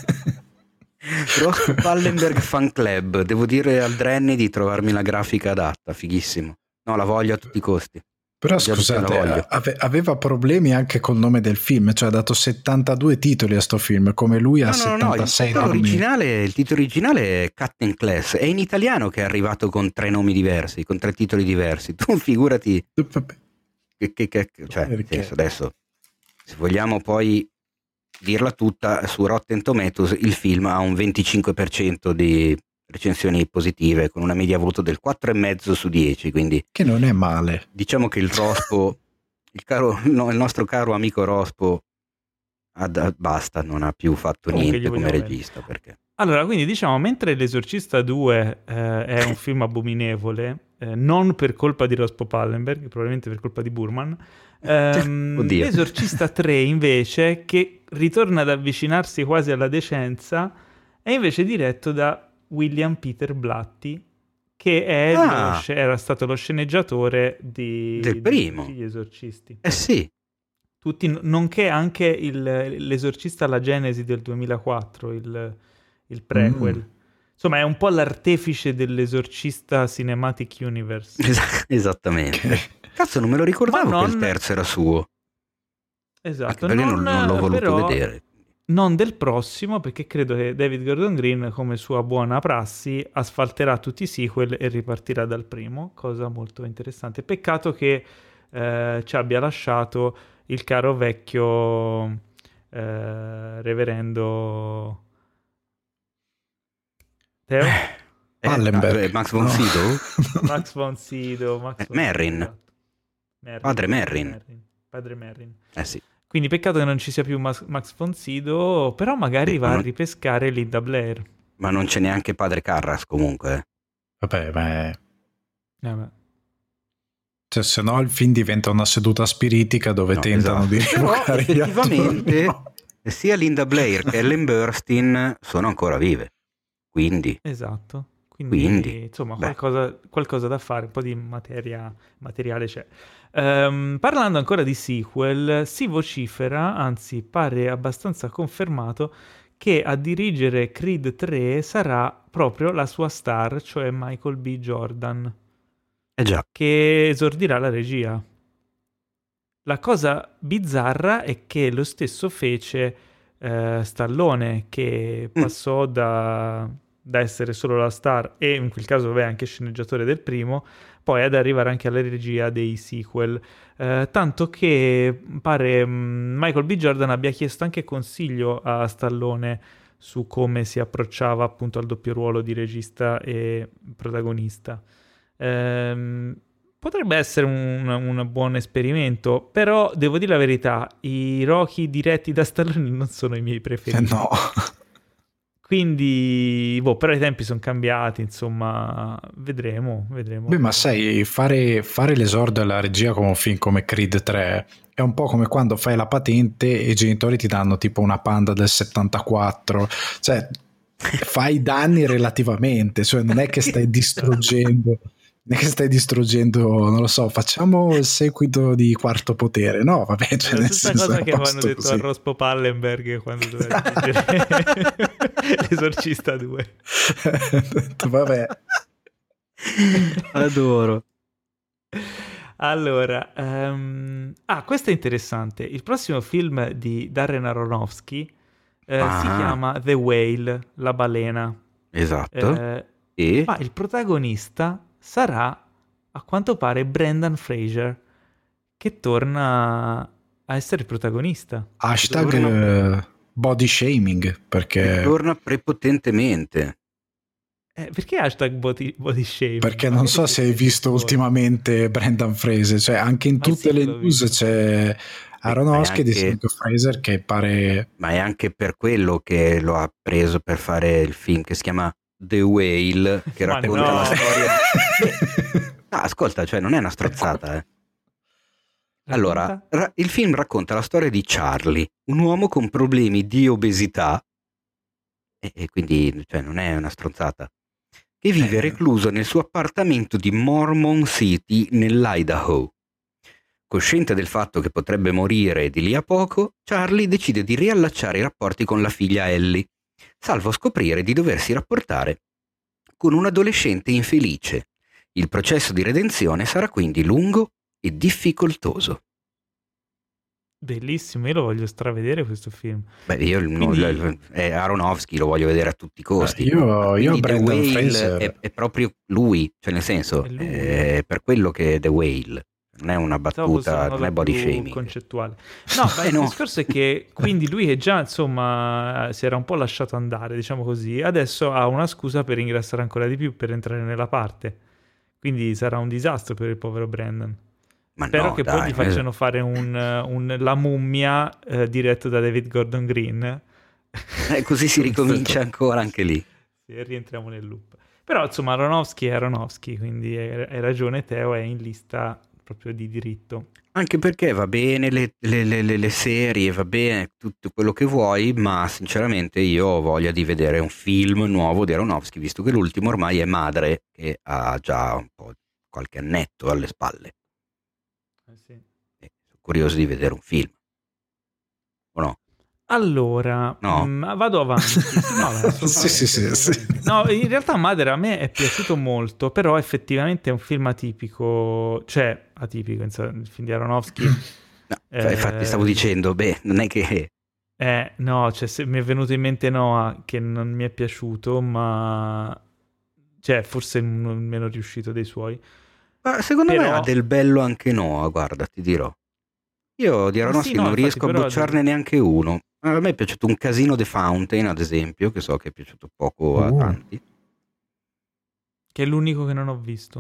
Rospo Pallenberg Fan Club. Devo dire al Drenny di trovarmi la grafica adatta, fighissimo. No, la voglio a tutti i costi. Però Già perché la scusate, voglio. ave- aveva problemi anche col nome del film, cioè ha dato settantadue titoli a sto film, come lui ha No, no, no, il settantasei titolo, nomi. originale, il titolo originale è Cut and Class. È in italiano che è arrivato con tre nomi diversi, con tre titoli diversi. Tu figurati che, che, che cioè, nel Perché? senso, adesso, se vogliamo poi dirla tutta, su Rotten Tomatoes il film ha un venticinque per cento di recensioni positive, con una media voto del quattro virgola cinque su dieci, quindi Che non è male. diciamo che il Rospo, il, caro, no, il nostro caro amico Rospo, ha da- basta, non ha più fatto Comunque niente gli come vogliamo bene. regista, perché... Allora, quindi diciamo, mentre L'Esorcista due eh, è un film abominevole, eh, non per colpa di Rospo Pallenberg, probabilmente per colpa di Burman, ehm, Oddio. L'Esorcista tre invece, che ritorna ad avvicinarsi quasi alla decenza, è invece diretto da William Peter Blatty, che è Ah. lo sce- era stato lo sceneggiatore di, Del primo. di tutti gli esorcisti. Eh sì, Tutti, nonché anche il, l'esorcista alla Genesi del duemilaquattro, il, il prequel. Mm. Insomma, è un po' l'artefice dell'esorcista Cinematic Universe. es- esattamente. Cazzo, non me lo ricordavo Ma che il non- terzo era suo. Anche Esatto, perché non, non l'ho voluto però, vedere. non del prossimo, perché credo che David Gordon Green, come sua buona prassi, asfalterà tutti i sequel e ripartirà dal primo, cosa molto interessante. Peccato che eh, ci abbia lasciato il caro vecchio eh, reverendo Teo? Eh, Pallenberg. eh, Max von Sydow? Max von Sydow, Max Eh, von Sydow, Merrin. esatto. Merrin, Padre Merrin. Padre Merrin. Eh sì. Quindi peccato che non ci sia più Mas- Max von Sydow, però magari Sì, va ma a non- ripescare Linda Blair. Ma non c'è neanche padre Carras comunque. eh. Vabbè, ma è... Eh, beh. Cioè, se no il film diventa una seduta spiritica dove No, tentano esatto. di Però rievocare gli effettivamente attori. sia Linda Blair che Ellen Burstyn sono ancora vive. Quindi, Esatto. Quindi, Quindi, insomma, beh. qualcosa, qualcosa da fare, un po' di materia, materiale c'è. Ehm, parlando ancora di sequel, si vocifera, anzi pare abbastanza confermato, che a dirigere Creed tre sarà proprio la sua star, cioè Michael B. Jordan, eh già, che esordirà la regia. La cosa bizzarra è che lo stesso fece eh, Stallone, che Mm. passò da, da essere solo la star e in quel caso vabbè, anche sceneggiatore del primo, poi ad arrivare anche alla regia dei sequel. Eh, tanto che pare mh, Michael B. Jordan abbia chiesto anche consiglio a Stallone su come si approcciava appunto al doppio ruolo di regista e protagonista. Ehm, potrebbe essere un, un buon esperimento, però devo dire la verità, i Rocky diretti da Stallone non sono i miei preferiti. Eh no. Quindi, boh, però i tempi sono cambiati, insomma, vedremo, vedremo. Beh, ma sai, fare, fare l'esordio alla regia come un film come Creed tre è un po' come quando fai la patente e i genitori ti danno tipo una Panda del settantaquattro, cioè fai danni relativamente, cioè non è che stai distruggendo, non è che stai distruggendo, non lo so, facciamo il seguito di Quarto Potere, no, vabbè, cioè è la nel stessa senso, cosa è che a avevano posto detto così. a Rospo Pallenberg quando doveva dirigere L'Esorcista due. Vabbè. Adoro. Allora, um, ah, questo è interessante. Il prossimo film di Darren Aronofsky eh, Ah. si chiama The Whale, la balena. Esatto. Eh, E ma il protagonista sarà, a quanto pare, Brendan Fraser, che torna a essere il protagonista. Hashtag Torna- eh, body shaming, e perché, torna prepotentemente. Eh, perché hashtag body, body shaming? perché non Magari so si se hai sente visto fuori. ultimamente Brendan Fraser, cioè anche in Ma tutte sì, le l'ho news visto. c'è Aronofsky anche- di fianco a Fraser che pare... Ma è anche per quello che lo ha preso per fare il film che si chiama The Whale, che Ma racconta no. la storia. Ah, ascolta, cioè non è una strozzata, eh. Allora, Racconta? ra- il film racconta la storia di Charlie, un uomo con problemi di obesità, e, e quindi cioè, non è una stronzata, che vive Eh. recluso nel suo appartamento di Mormon City nell'Idaho. Cosciente del fatto che potrebbe morire di lì a poco, Charlie decide di riallacciare i rapporti con la figlia Ellie, salvo scoprire di doversi rapportare con un adolescente infelice. Il processo di redenzione sarà quindi lungo e difficoltoso. Bellissimo, io lo voglio stravedere questo film. Beh, io il- Quindi- il- eh, Aronofsky lo voglio vedere a tutti i costi. Eh, io- Ma io quindi The Brendan Whale Fraser- è, è proprio lui, cioè nel senso, È lui. è per quello che è The Whale, non è una Pensavo fosse una battuta, cosa non è body più shaming. concettuale. No, ma Eh, il no. discorso è che quindi lui è già, insomma, si era un po' lasciato andare, diciamo così. Adesso ha una scusa per ingrassare ancora di più, per entrare nella parte. Quindi sarà un disastro per il povero Brandon. Ma Spero no, che dai, poi gli ma- facciano fare un, un La Mummia eh, diretto da David Gordon Green. eh, così si ricomincia ancora anche lì. Sì, rientriamo nel loop. Però, insomma, Aronofsky è Aronofsky, quindi hai hai ragione Teo, è in lista proprio di diritto. Anche perché va bene le, le- le- le- le serie, va bene tutto quello che vuoi, ma sinceramente io ho voglia di vedere un film nuovo di Aronofsky, visto che l'ultimo ormai è Madre, che ha già un po' qualche annetto alle spalle. Eh sì. E sono curioso di vedere un film. O no? Allora, No? mm, vado avanti. No, assolutamente, Sì, sì, sì, sì. assolutamente. No, in realtà Madre a me è piaciuto molto, però effettivamente è un film atipico, cioè atipico, insomma, il film di Aronofsky. No, cioè, Eh, infatti stavo dicendo, beh, non è che... Eh, no, cioè, se mi è venuto in mente Noah che non mi è piaciuto, ma cioè, forse non meno riuscito dei suoi. Ma secondo me Però- ha del bello anche Noah, guarda, ti dirò. Io di Ma Aronofsky sì, no, non infatti, riesco a però- bocciarne neanche uno. A me è piaciuto un casino The Fountain, ad esempio, che so che è piaciuto poco a Uh. tanti. Che è l'unico che non ho visto.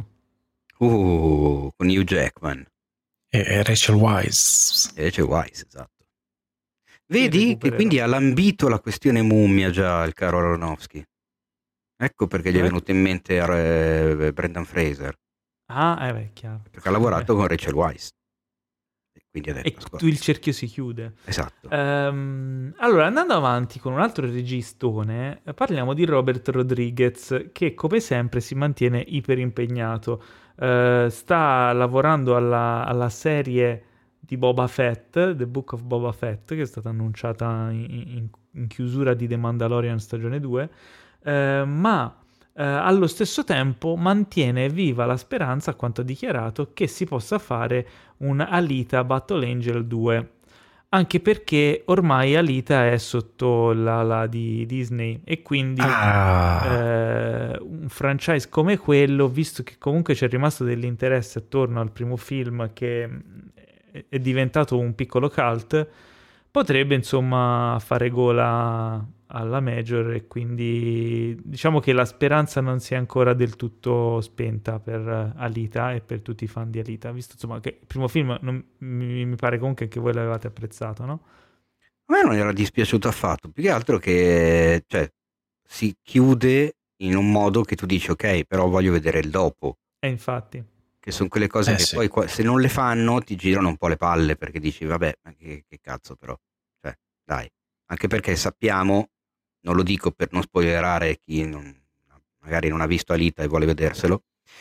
Uh, con Hugh Jackman. E, e Rachel Weisz. E c'è Wise, esatto. Vedi che recupererò. quindi ha lambito la questione mummia già il caro Aronofsky. Ecco perché gli è Cioè? venuto in mente eh, Brendan Fraser, Ah, eh beh, è chiaro. perché ha lavorato con Rachel Weisz. E quindi ha detto, E ascolta, tu il cerchio si chiude. esatto. Ehm, allora, andando avanti con un altro registone, eh, parliamo di Robert Rodriguez, che come sempre si mantiene iperimpegnato. Eh, sta lavorando alla, alla serie di Boba Fett, The Book of Boba Fett, che è stata annunciata in, in- in chiusura di The Mandalorian stagione due, eh, ma eh, allo stesso tempo mantiene viva la speranza, a quanto ha dichiarato, che si possa fare un Alita Battle Angel due, anche perché ormai Alita è sotto l'ala di Disney e quindi Ah, eh, un franchise come quello, visto che comunque c'è rimasto dell'interesse attorno al primo film che è- è diventato un piccolo cult, potrebbe insomma fare gola alla major, e quindi diciamo che la speranza non si è ancora del tutto spenta per Alita e per tutti i fan di Alita, visto insomma che il primo film non, mi, mi pare comunque che voi l'avevate apprezzato, no? A me non era dispiaciuto affatto, più che altro che cioè, si chiude in un modo che tu dici ok, però voglio vedere il dopo. E infatti. Che sono quelle cose Eh, che sì. poi se non le fanno ti girano un po' le palle, perché dici vabbè, ma che, che cazzo però, cioè dai, anche perché sappiamo, non lo dico per non spoilerare chi non, magari non ha visto Alita e vuole vederselo,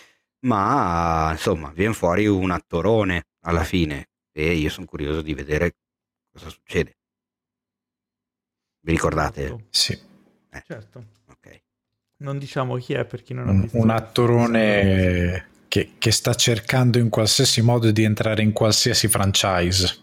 ma insomma viene fuori un attorone alla fine e io sono curioso di vedere cosa succede. Vi ricordate? Esatto. Sì. Eh, Certo. ok. Non diciamo chi è per chi non ha Un, visto. un attorone che, che sta cercando in qualsiasi modo di entrare in qualsiasi franchise.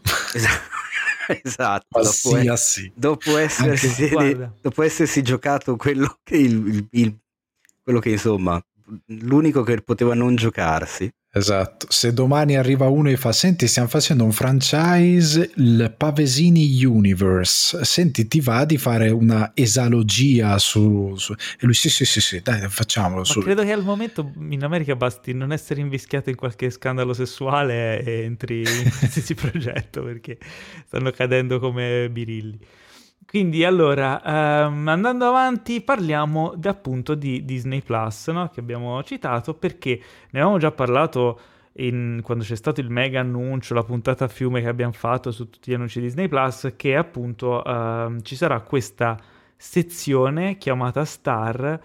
Esatto, Qualsiasi. dopo, dopo, essersi, Guarda. dopo essersi giocato quello che il, il, il quello che insomma l'unico che poteva non giocarsi. Esatto, se domani arriva uno e fa senti stiamo facendo un franchise, il Pavesini Universe, senti ti va di fare una esalogia su, su... e lui sì sì sì sì dai facciamolo. Ma su. credo che al momento in America basti non essere invischiato in qualche scandalo sessuale e entri in qualsiasi progetto, perché stanno cadendo come birilli. Quindi allora, ehm, andando avanti, parliamo di, appunto di Disney Plus, no? Che abbiamo citato, perché ne avevamo già parlato in, quando c'è stato il mega annuncio, la puntata a fiume che abbiamo fatto su tutti gli annunci Disney Plus, che appunto ehm, ci sarà questa sezione chiamata Star,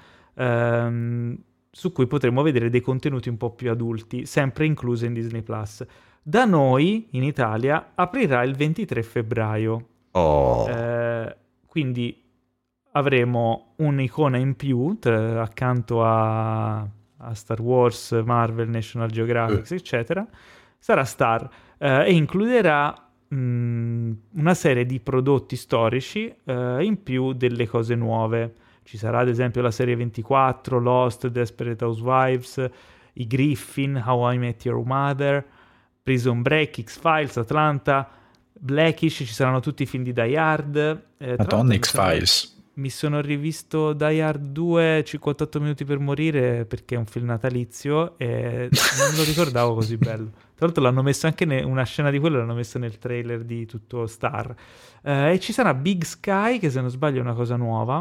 ehm, su cui potremo vedere dei contenuti un po' più adulti, sempre incluse in Disney Plus. Da noi, in Italia, aprirà il ventitré febbraio. Oh. Eh, quindi avremo un'icona in più tra, accanto a, a Star Wars, Marvel, National Geographic, uh. eccetera. Sarà Star eh, e includerà mh, una serie di prodotti storici eh, in più delle cose nuove. Ci sarà ad esempio la serie ventiquattro, Lost, Desperate Housewives, i Griffin, How I Met Your Mother, Prison Break, X-Files, Atlanta, Blackish, ci saranno tutti i film di Die Hard. Eh, Madonna, X-Files. Mi sono rivisto Die Hard due, cinquantotto minuti per morire, perché è un film natalizio e non lo ricordavo così bello. Tra l'altro l'hanno messo anche ne- una scena di quello, l'hanno messo nel trailer di tutto Star. Eh, e ci sarà Big Sky, che se non sbaglio è una cosa nuova,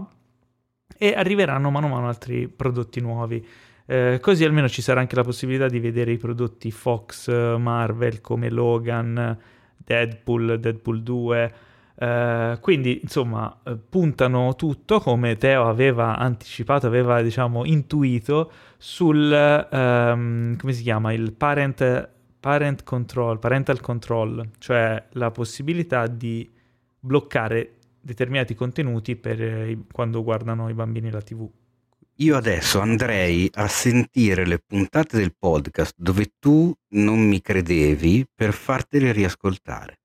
e arriveranno mano a mano altri prodotti nuovi. Eh, così almeno ci sarà anche la possibilità di vedere i prodotti Fox, Marvel, come Logan, Deadpool, Deadpool due, eh, quindi insomma eh, puntano tutto, come Teo aveva anticipato, aveva diciamo intuito, sul ehm, come si chiama, il parent, parent control, parental control, cioè la possibilità di bloccare determinati contenuti per eh, quando guardano i bambini la tivù. Io adesso andrei a sentire le puntate del podcast dove tu non mi credevi per fartele riascoltare.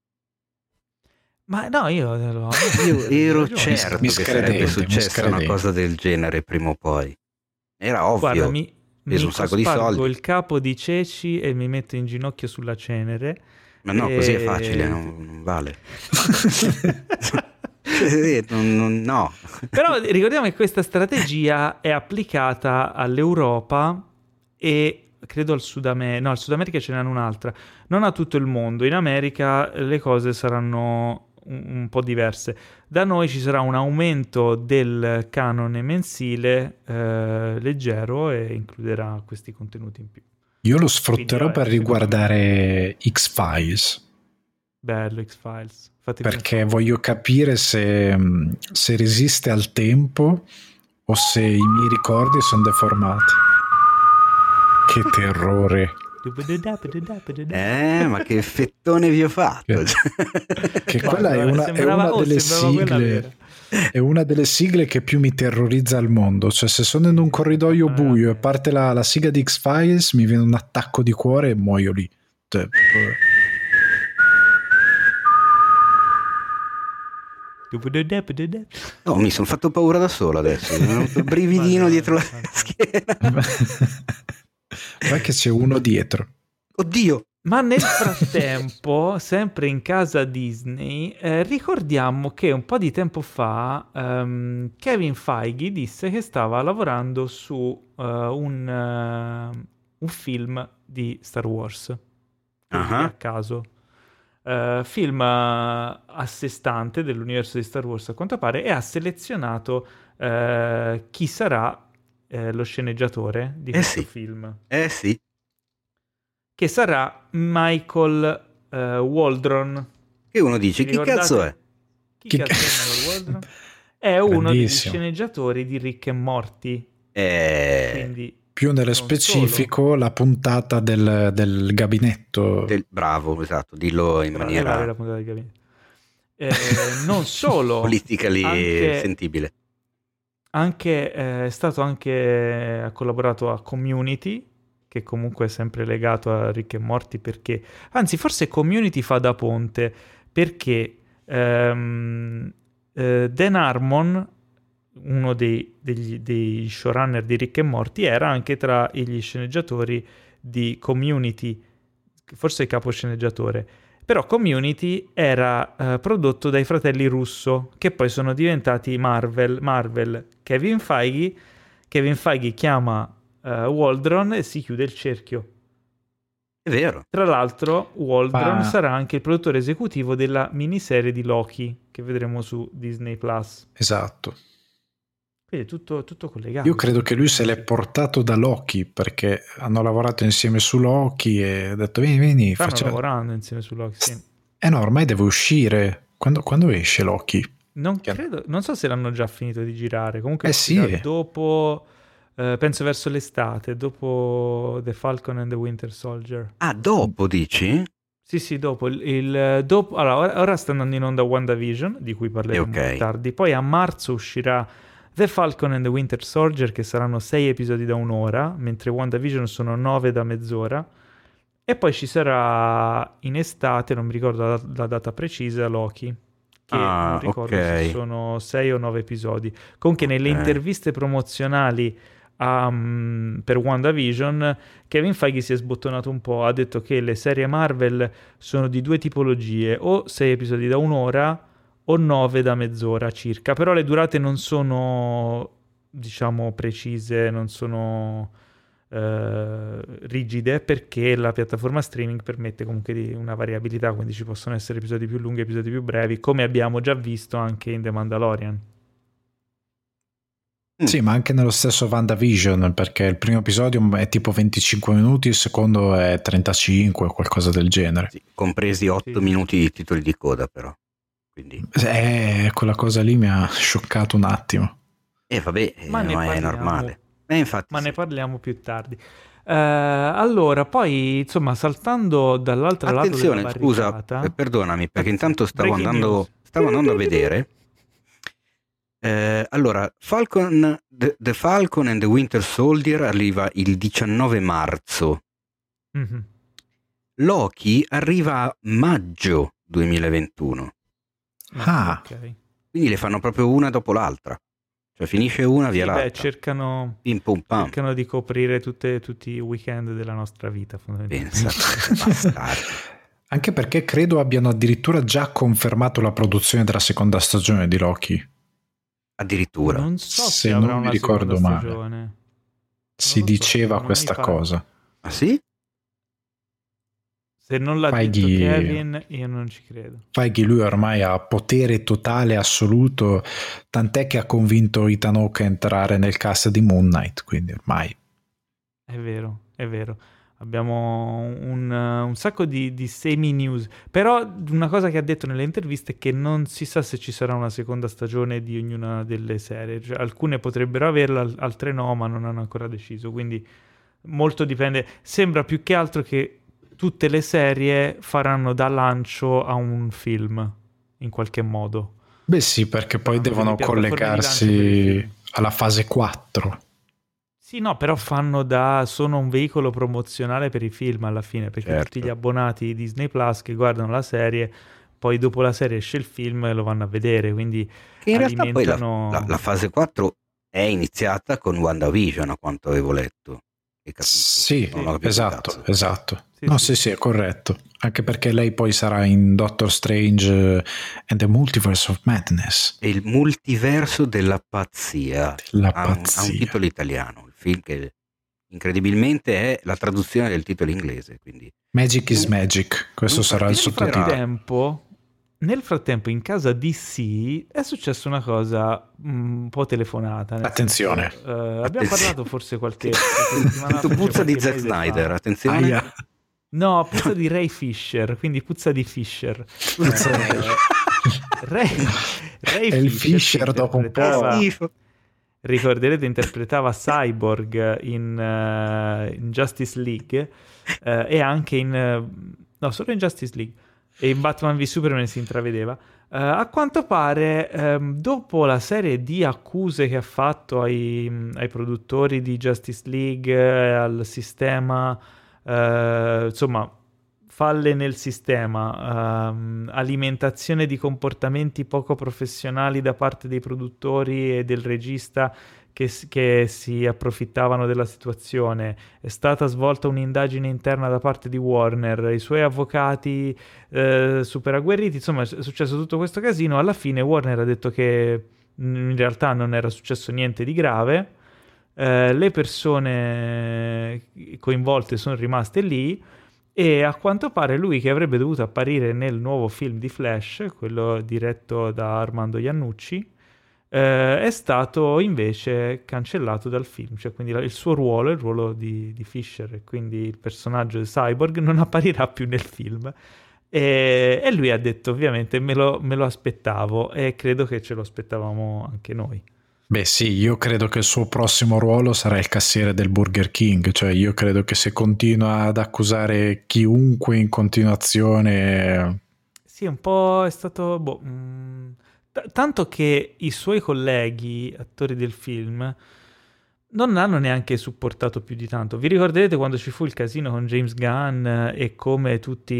Ma no, io, io, io ero certo mi che sarebbe successa una cosa del genere prima o poi. Era ovvio. Guarda, mi, peso mi un sacco di soldi. il capo di Ceci e mi metto in ginocchio sulla cenere. Ma no, e... così è facile, non, non vale. non, non, no. Però ricordiamo che questa strategia è applicata all'Europa e credo al Sud America, no, al Sud America ce n'è un'altra, non a tutto il mondo. In America le cose saranno un, un po' diverse. Da noi ci sarà un aumento del canone mensile eh, leggero e includerà questi contenuti in più. Io lo sfrutterò Quindi, per riguardare X-Files. Bello X-Files. Fate perché pensare. voglio capire se, se resiste al tempo o se i miei ricordi sono deformati. Che terrore. Eh, ma che effettone vi ho fatto. Che, che quella è una, sembrava, è una oh, delle sigle è una delle sigle che più mi terrorizza al mondo. Cioè, se sono in un corridoio buio e parte la, la sigla di X-Files, mi viene un attacco di cuore e muoio lì. Cioè, no, mi sono fatto paura da solo adesso. Mi è venuto il brividino dietro la schiena. Ma che c'è uno dietro. Oddio, Ma nel frattempo, sempre in casa Disney, eh, ricordiamo che un po' di tempo fa ehm, Kevin Feige disse che stava lavorando su eh, un, eh, un film di Star Wars, così Ah, a caso. Eh, film eh, a sé stante dell'universo di Star Wars a quanto pare, e ha selezionato eh, chi sarà eh, lo sceneggiatore di Eh questo sì, film, eh sì. che sarà Michael eh, Waldron. Che uno dice, Vi chi cazzo è? ricordate? Chi Chi- cazzo è Michael Waldron? È uno degli Grandissimo. sceneggiatori di Rick e Morty, Eh, quindi Più nello non specifico la puntata del, del gabinetto. del- bravo, esatto, dillo in solo, tra- maniera la puntata del gabinetto. Eh, non solo, politically anche, sentibile. anche eh, è stato anche, ha collaborato a Community, che comunque è sempre legato a Rick e Morty, perché, anzi forse Community fa da ponte, perché ehm, eh, Dan Harmon, uno dei, degli, dei showrunner di Rick e Morty, era anche tra gli sceneggiatori di Community, forse il caposceneggiatore. Però Community era eh, prodotto dai fratelli Russo, che poi sono diventati Marvel. Marvel. Kevin Feige, Kevin Feige chiama uh, Waldron e si chiude il cerchio. È vero. Tra l'altro, Waldron Ma- sarà anche il produttore esecutivo della miniserie di Loki, che vedremo su Disney Plus. Esatto. Quindi è tutto, tutto collegato. Io credo che lui se l'è portato da Loki, perché hanno lavorato insieme su Loki e ha detto vieni, vieni, Stanno facciamo... lavorando insieme su Loki, sì. Eh no, ormai deve uscire. Quando, quando esce Loki? Non Che- credo, non so se l'hanno già finito di girare. Comunque Eh uscirà sì. dopo, eh, penso verso l'estate, dopo The Falcon and the Winter Soldier. Ah, dopo dici? Sì, sì, dopo. Il, il- dopo allora, ora, ora sta andando in onda WandaVision, di cui parleremo Eh, ok. più tardi. Poi a marzo uscirà The Falcon and the Winter Soldier, che saranno sei episodi da un'ora, mentre WandaVision sono nove da mezz'ora. E poi ci sarà in estate, non mi ricordo la, la data precisa, Loki, che Ah, non ricordo ok. se sono sei o nove episodi. Comunque nelle Ok. interviste promozionali a, mm, per WandaVision, Kevin Feige si è sbottonato un po', ha detto che le serie Marvel sono di due tipologie, o sei episodi da un'ora o nove da mezz'ora circa, però le durate non sono, diciamo, precise, non sono eh, rigide, perché la piattaforma streaming permette comunque di una variabilità, quindi ci possono essere episodi più lunghi, episodi più brevi, come abbiamo già visto anche in The Mandalorian. Mm. Sì, ma anche nello stesso WandaVision, perché il primo episodio è tipo venticinque minuti, il secondo è trentacinque, qualcosa del genere. Sì, compresi otto Sì. minuti di titoli di coda, però. Quindi, Eh, quella cosa lì mi ha scioccato un attimo. eh, vabbè, eh, Ma ne no, è parliamo. normale. Eh, infatti, Ma sì. ne parliamo più tardi. Eh, allora, poi, insomma, saltando dall'altro Attenzione, lato della scusa, barricata... eh, perdonami, perché intanto stavo Breaking andando, news. stavo andando a vedere. Eh, allora, Falcon, the, the Falcon and the Winter Soldier arriva il diciannove marzo. Mhm. Loki arriva a maggio duemilaventuno. Ah. ok. Quindi le fanno proprio una dopo l'altra. Cioè finisce una, Sì, via beh, l'altra. cercano, Pim pum pam. cercano di coprire tutte- tutti i weekend della nostra vita, fondamentalmente. Pensa, bastardi. Anche perché credo abbiano addirittura già confermato la produzione della seconda stagione di Loki. Addirittura. Non so Se se non avrà mi una ricordo seconda male. stagione. Si Non lo so, diceva non mi questa pare. cosa. Ah sì? Se non l'ha Feige- detto Kevin, io non ci credo. Feige lui ormai ha potere totale assoluto, tant'è che ha convinto Ethan Hawke a entrare nel cast di Moon Knight, quindi ormai È vero, è vero. Abbiamo un, uh, un sacco di, di semi-news. Però una cosa che ha detto nelle interviste è che non si sa se ci sarà una seconda stagione di ognuna delle serie. Cioè, alcune potrebbero averla, al- altre no, ma non hanno ancora deciso. Quindi molto dipende. Sembra più che altro che tutte le serie faranno da lancio a un film, in qualche modo. beh sì, perché poi Hanno devono delle piattaforme di collegarsi lancio per i film. alla fase quattro. Sì, no, però fanno da... sono un veicolo promozionale per i film alla fine, perché Certo. tutti gli abbonati Disney Plus che guardano la serie, poi dopo la serie esce il film e lo vanno a vedere, quindi Che in realtà poi la, alimentano... la- la fase quattro è iniziata con WandaVision, a quanto avevo letto. e capito. Sì, Non ho capito esatto, cazzo. esatto. Sì, no, sì. sì, sì, è corretto. Anche perché lei poi sarà in Doctor Strange and the Multiverse of Madness. È il multiverso della pazzia. La ha, un, ha un pazzia. titolo italiano, il film che incredibilmente è la traduzione del titolo inglese, quindi Magic is Non- Magic, questo non sarà il Nel parteciperà. sottotitolo. frattempo, nel frattempo in casa D C è successa una cosa un po' telefonata. nel Attenzione. senso, eh, abbiamo Attenzione. parlato forse qualche, qualche settimana Sento forse puzza di qualche Zack mese Snyder, fa. attenzione. Aia. No, puzza di Ray Fisher, quindi puzza di Fisher. Puzza di- Eh, Ray, Ray È il Fisher, Fisher che dopo un po'. interpretava- Schifo. ricorderete, interpretava Cyborg in, eh, in Justice League eh, e anche in eh, no, solo in Justice League e in Batman v Superman si intravedeva. Eh, a quanto pare ehm, dopo la serie di accuse che ha fatto ai, ai produttori di Justice League, eh, al sistema, eh, insomma falle nel sistema, ehm, alimentazione di comportamenti poco professionali da parte dei produttori e del regista che, s- che si approfittavano della situazione. È stata svolta un'indagine interna da parte di Warner, i suoi avvocati eh, super agguerriti, insomma è successo tutto questo casino. Alla fine Warner ha detto che mm, in realtà non era successo niente di grave. Eh, le persone coinvolte sono rimaste lì e a quanto pare lui, che avrebbe dovuto apparire nel nuovo film di Flash, quello diretto da Armando Iannucci, eh, è stato invece cancellato dal film, cioè quindi la- il suo ruolo, il ruolo di, di Fisher, e quindi il personaggio di Cyborg, non apparirà più nel film. E, e lui ha detto ovviamente me lo, me lo aspettavo, e credo che ce lo aspettavamo anche noi. Beh sì, io credo che il suo prossimo ruolo sarà il cassiere del Burger King, cioè io credo che se continua ad accusare chiunque in continuazione... Sì, un po' è stato... boh, mm, t- tanto che i suoi colleghi, attori del film, non l'hanno neanche supportato più di tanto. Vi ricorderete quando ci fu il casino con James Gunn eh, e come tutti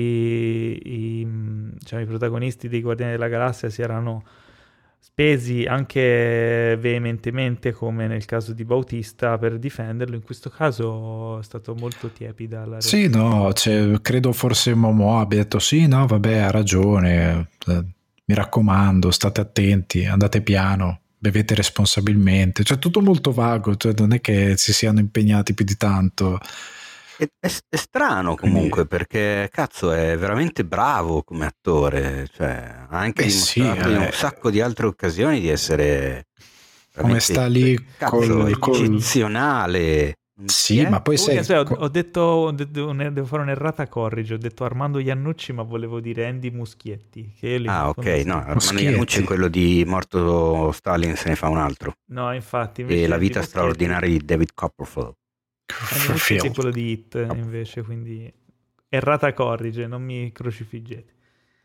i, mm, diciamo, i protagonisti dei Guardiani della Galassia si erano spesi anche veementemente, come nel caso di Bautista, per difenderlo. In questo caso è stato molto tiepida la Sì, no, cioè, credo forse Momo abbia detto sì, no, vabbè, ha ragione, eh, mi raccomando, state attenti, andate piano, bevete responsabilmente, cioè tutto molto vago, cioè non è che si siano impegnati più di tanto. È, è- è strano comunque perché cazzo è veramente bravo come attore, cioè ha anche Beh, sì, dimostrato in eh. un sacco di altre occasioni di essere Come veramente, sta lì cazzo, col, col... eccezionale. Sì, Eh? ma poi Comunque, sai... aspetta, ho, ho detto, ho detto un- devo fare un'errata corrige, ho detto Armando Iannucci, ma volevo dire Andy Muschietti, che io li Ah, ok, confondo no, sempre. Armando Muschietti. Iannucci è quello di Morto Stalin se ne fa un altro. No, infatti, invece E La Andy vita Muschietti- straordinaria di David Copperfield. Andy Muschietti è quello di Hit, invece, quindi errata corrige, non mi crocifiggete.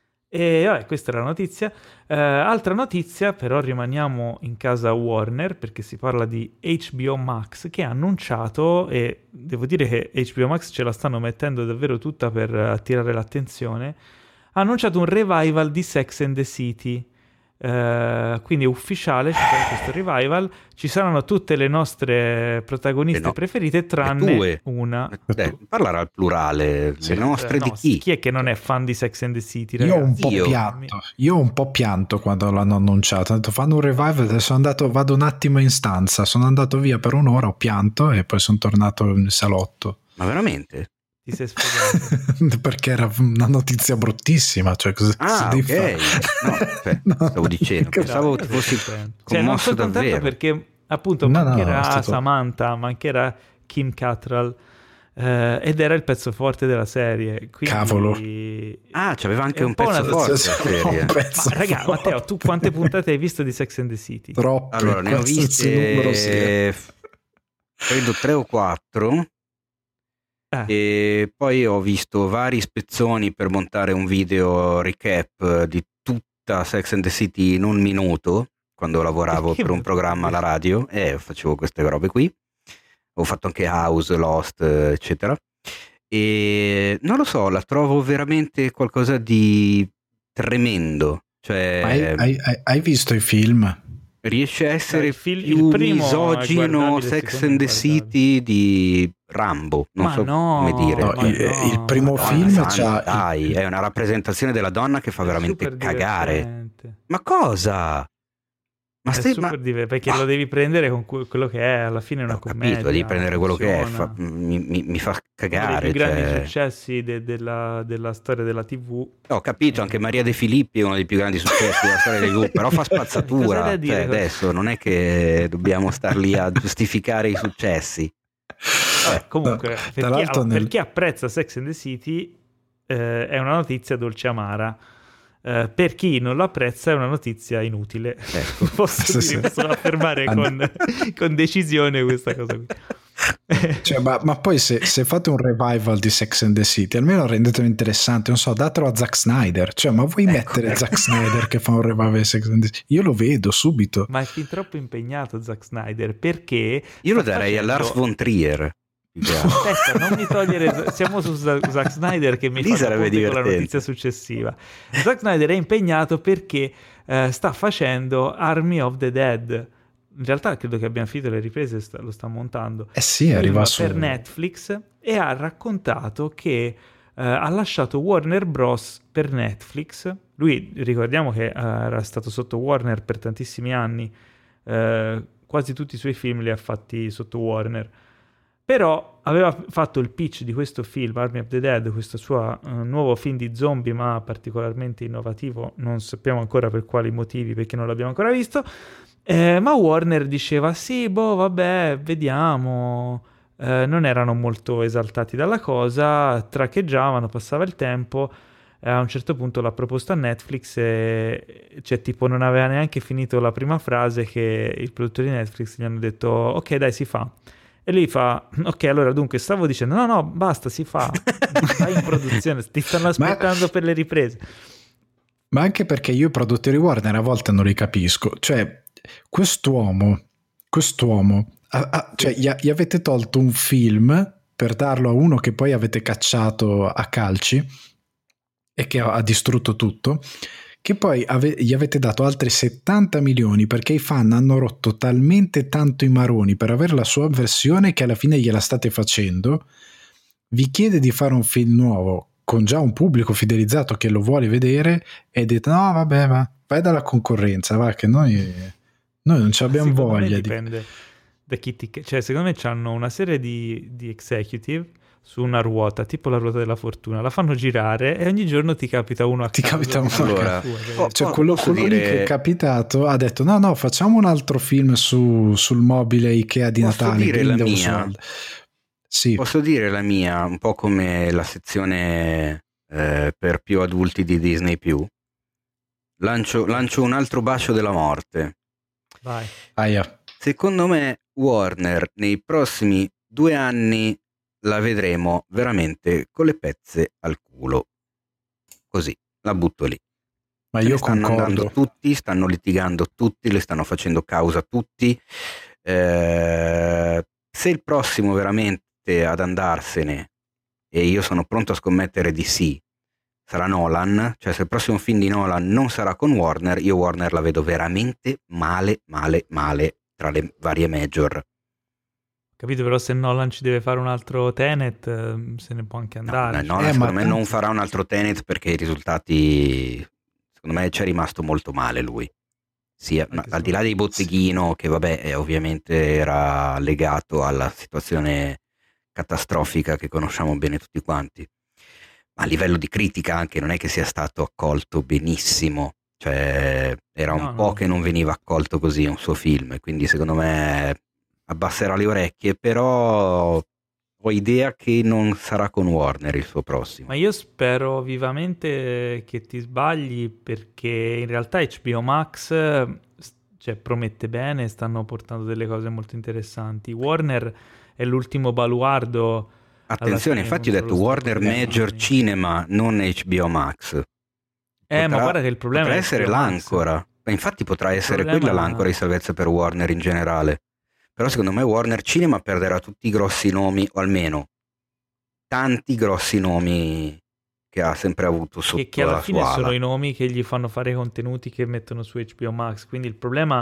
E vabbè, questa era la notizia. Eh, altra notizia, però rimaniamo in casa Warner, perché si parla di H B O Max, che ha annunciato, e devo dire che H B O Max ce la stanno mettendo davvero tutta per attirare l'attenzione, ha annunciato un revival di Sex and the City. Eh, quindi è ufficiale, ci sarà questo revival, ci saranno tutte le nostre protagoniste Eh no, preferite le tranne tue. una. Eh, parlare al plurale, Sì. le nostre Eh, no, di chi? chi è che non è fan di Sex and the City, Io ho un ragazzi? po' Io. pianto, io ho un po' pianto quando l'hanno annunciato. Ho detto fanno un revival, adesso sono andato, vado un attimo in stanza, sono andato via per un'ora, ho pianto e poi sono tornato nel salotto. Ma veramente? Ti sei sfogato. Perché era una notizia bruttissima, cioè cosa Ah, si ok. deve fare? No, cioè, No, stavo dicendo, che- pensavo Io che sono fossi contento. Cioè, non commosso sono contento davvero. perché appunto No, no, mancherà è stato- Samantha, mancherà Kim Cattrall, eh, ed era il pezzo forte della serie. Quindi... Cavolo. Ah, c'aveva anche È un un po' pezzo una forte la sensazione- serie. un pezzo Ma raga, forte. Matteo, tu quante puntate hai visto di Sex and the City? Troppe, Allora, ne ho qualsiasi numero sia. viste f- credo tre o quattro Eh, e poi ho visto vari spezzoni per montare un video recap di tutta Sex and the City in un minuto, quando lavoravo Perché per un non- programma alla radio e facevo queste robe qui. Ho fatto anche House, Lost, eccetera. E non lo so, la trovo veramente qualcosa di tremendo. Cioè, Hai, hai- hai- hai visto i film? Riesce a essere Dai, il fil- più il primo è misogino guardabile, Sex secondo and me the guardabile. City di Rambo, non Ma so no, come dire. No, ma il, no, il primo ma film Madonna c'ha santa, dai, è una rappresentazione della donna che fa è veramente super cagare. divertente. Ma cosa? Ma È stai, super ma, divertente perché ma- lo devi prendere con que- quello che è, alla fine è una ho commedia. capito, devi prendere quello che è, fa- funziona. mi, mi- mi fa Uno dei cagare. più grandi Cioè. successi de- della, della storia della tivù. Ho capito, anche Maria De Filippi è uno dei più grandi successi della storia dei tivù, però fa Cosa hai spazzatura. da dire? Cioè, adesso non è che dobbiamo star lì a giustificare i successi. Vabbè, comunque, No, per, tra chi, l'altro allora, per nel- chi apprezza Sex and the City eh, è una notizia dolce amara. Eh, per chi non lo apprezza è una notizia inutile. Ecco. Posso, Sì, dire, sì. posso affermare And- con, con decisione questa cosa qui. Cioè, ma, ma poi se, se fate un revival di Sex and the City, almeno rendetelo interessante, non so, datelo a Zack Snyder. Cioè, ma vuoi Ecco. mettere Zack Snyder che fa un revival di Sex and the City? Io lo vedo subito. Ma è fin troppo impegnato Zack Snyder perché Io lo sta darei facendo- a Lars von Trier. più che altro. Aspetta, non mi togliere. Siamo su Zack Zack Snyder che mi Lì fa sarebbe ponte con la divertente. notizia successiva. Zack Snyder è impegnato perché eh, sta facendo Army of the Dead. In realtà credo che abbiamo finito le riprese, sta- lo sta montando. Eh sì, arriva su... Per Netflix e ha raccontato che eh, ha lasciato Warner Bros. Per Netflix. Lui, ricordiamo che eh, era stato sotto Warner per tantissimi anni, eh, quasi tutti i suoi film li ha fatti sotto Warner. Però aveva fatto il pitch di questo film, Army of the Dead, questo suo uh, nuovo film di zombie, ma particolarmente innovativo, non sappiamo ancora per quali motivi, perché non l'abbiamo ancora visto, eh, ma Warner diceva, sì, boh, vabbè, vediamo, eh, non erano molto esaltati dalla cosa, traccheggiavano, passava il tempo, eh, a un certo punto l'ha proposto a Netflix e, cioè, tipo, non aveva neanche finito la prima frase che i produttori di Netflix gli hanno detto, ok, dai, si fa. E lui fa, ok, allora dunque stavo dicendo, no, no, basta, si fa, vai in produzione, ti stanno aspettando Ma... per le riprese. Ma anche perché io i produttori Warner a volte non li capisco. Cioè, quest'uomo, quest'uomo, ha, ha, cioè, gli, gli avete tolto un film per darlo a uno che poi avete cacciato a calci e che ha, ha distrutto tutto, che poi ave- gli avete dato altri settanta milioni perché i fan hanno rotto talmente tanto i maroni per avere la sua versione che alla fine gliela state facendo, vi chiede di fare un film nuovo con già un pubblico fidelizzato che lo vuole vedere e dite no vabbè ma vai dalla concorrenza, va che noi, noi non ci abbiamo Secondo voglia me di... dipende da chi ti... Cioè, secondo me hanno una serie di, di executive su una ruota, tipo la ruota della fortuna, la fanno girare e ogni giorno ti capita uno a Ti caso. capita uno Allora, a Tua, oh, cioè oh, quello, posso quello lì dire- che è capitato ha detto no no facciamo un altro film su, sul mobile Ikea di Posso Natale, dire la Grindelwald. mia? Sì, Posso dire la mia, un po' come la sezione eh, per più adulti di Disney più. Lancio, lancio un altro bacio della morte. Vai. aia. Secondo me Warner nei prossimi due anni la vedremo veramente con le pezze al culo. Così, la butto lì. Ma Se ne io stanno andando concordo. tutti, stanno litigando tutti, le stanno facendo causa tutti. Eh, se il prossimo veramente ad andarsene, e io sono pronto a scommettere di sì, sarà Nolan, cioè se il prossimo film di Nolan non sarà con Warner, io Warner la vedo veramente male, male, male tra le varie major. Capito, però se Nolan ci deve fare un altro Tenet, eh, se ne può anche No, andare. no, Nolan Eh, secondo ma me tanti- non farà un altro Tenet perché i risultati, secondo me, ci è rimasto molto male lui. Sì, ma Anche al di secondo là dei botteghino, che vabbè, eh, ovviamente era legato alla situazione catastrofica che conosciamo bene tutti quanti, ma a livello di critica anche non è che sia stato accolto benissimo, cioè era un No, po' no. che non veniva accolto così un suo film, e quindi secondo me abbasserà le orecchie, però ho idea che non sarà con Warner il suo prossimo. Ma io spero vivamente che ti sbagli, perché in realtà H B O Max eh, s- cioè, promette bene, stanno portando delle cose molto interessanti. Warner è l'ultimo baluardo. Attenzione, alla fine, infatti ho non detto solo Warner sta Major programmi. Cinema, non H B O Max. Eh, Potrà- ma guarda che il problema potrà è essere H B O Max. l'ancora. Ma infatti potrà essere problema- quella l'ancora di salvezza per Warner in generale. Però secondo me Warner Cinema perderà tutti i grossi nomi, o almeno tanti grossi nomi che ha sempre avuto sotto Che, che alla la fine sua sono ala. i nomi che gli fanno fare i contenuti che mettono su H B O Max. Quindi il problema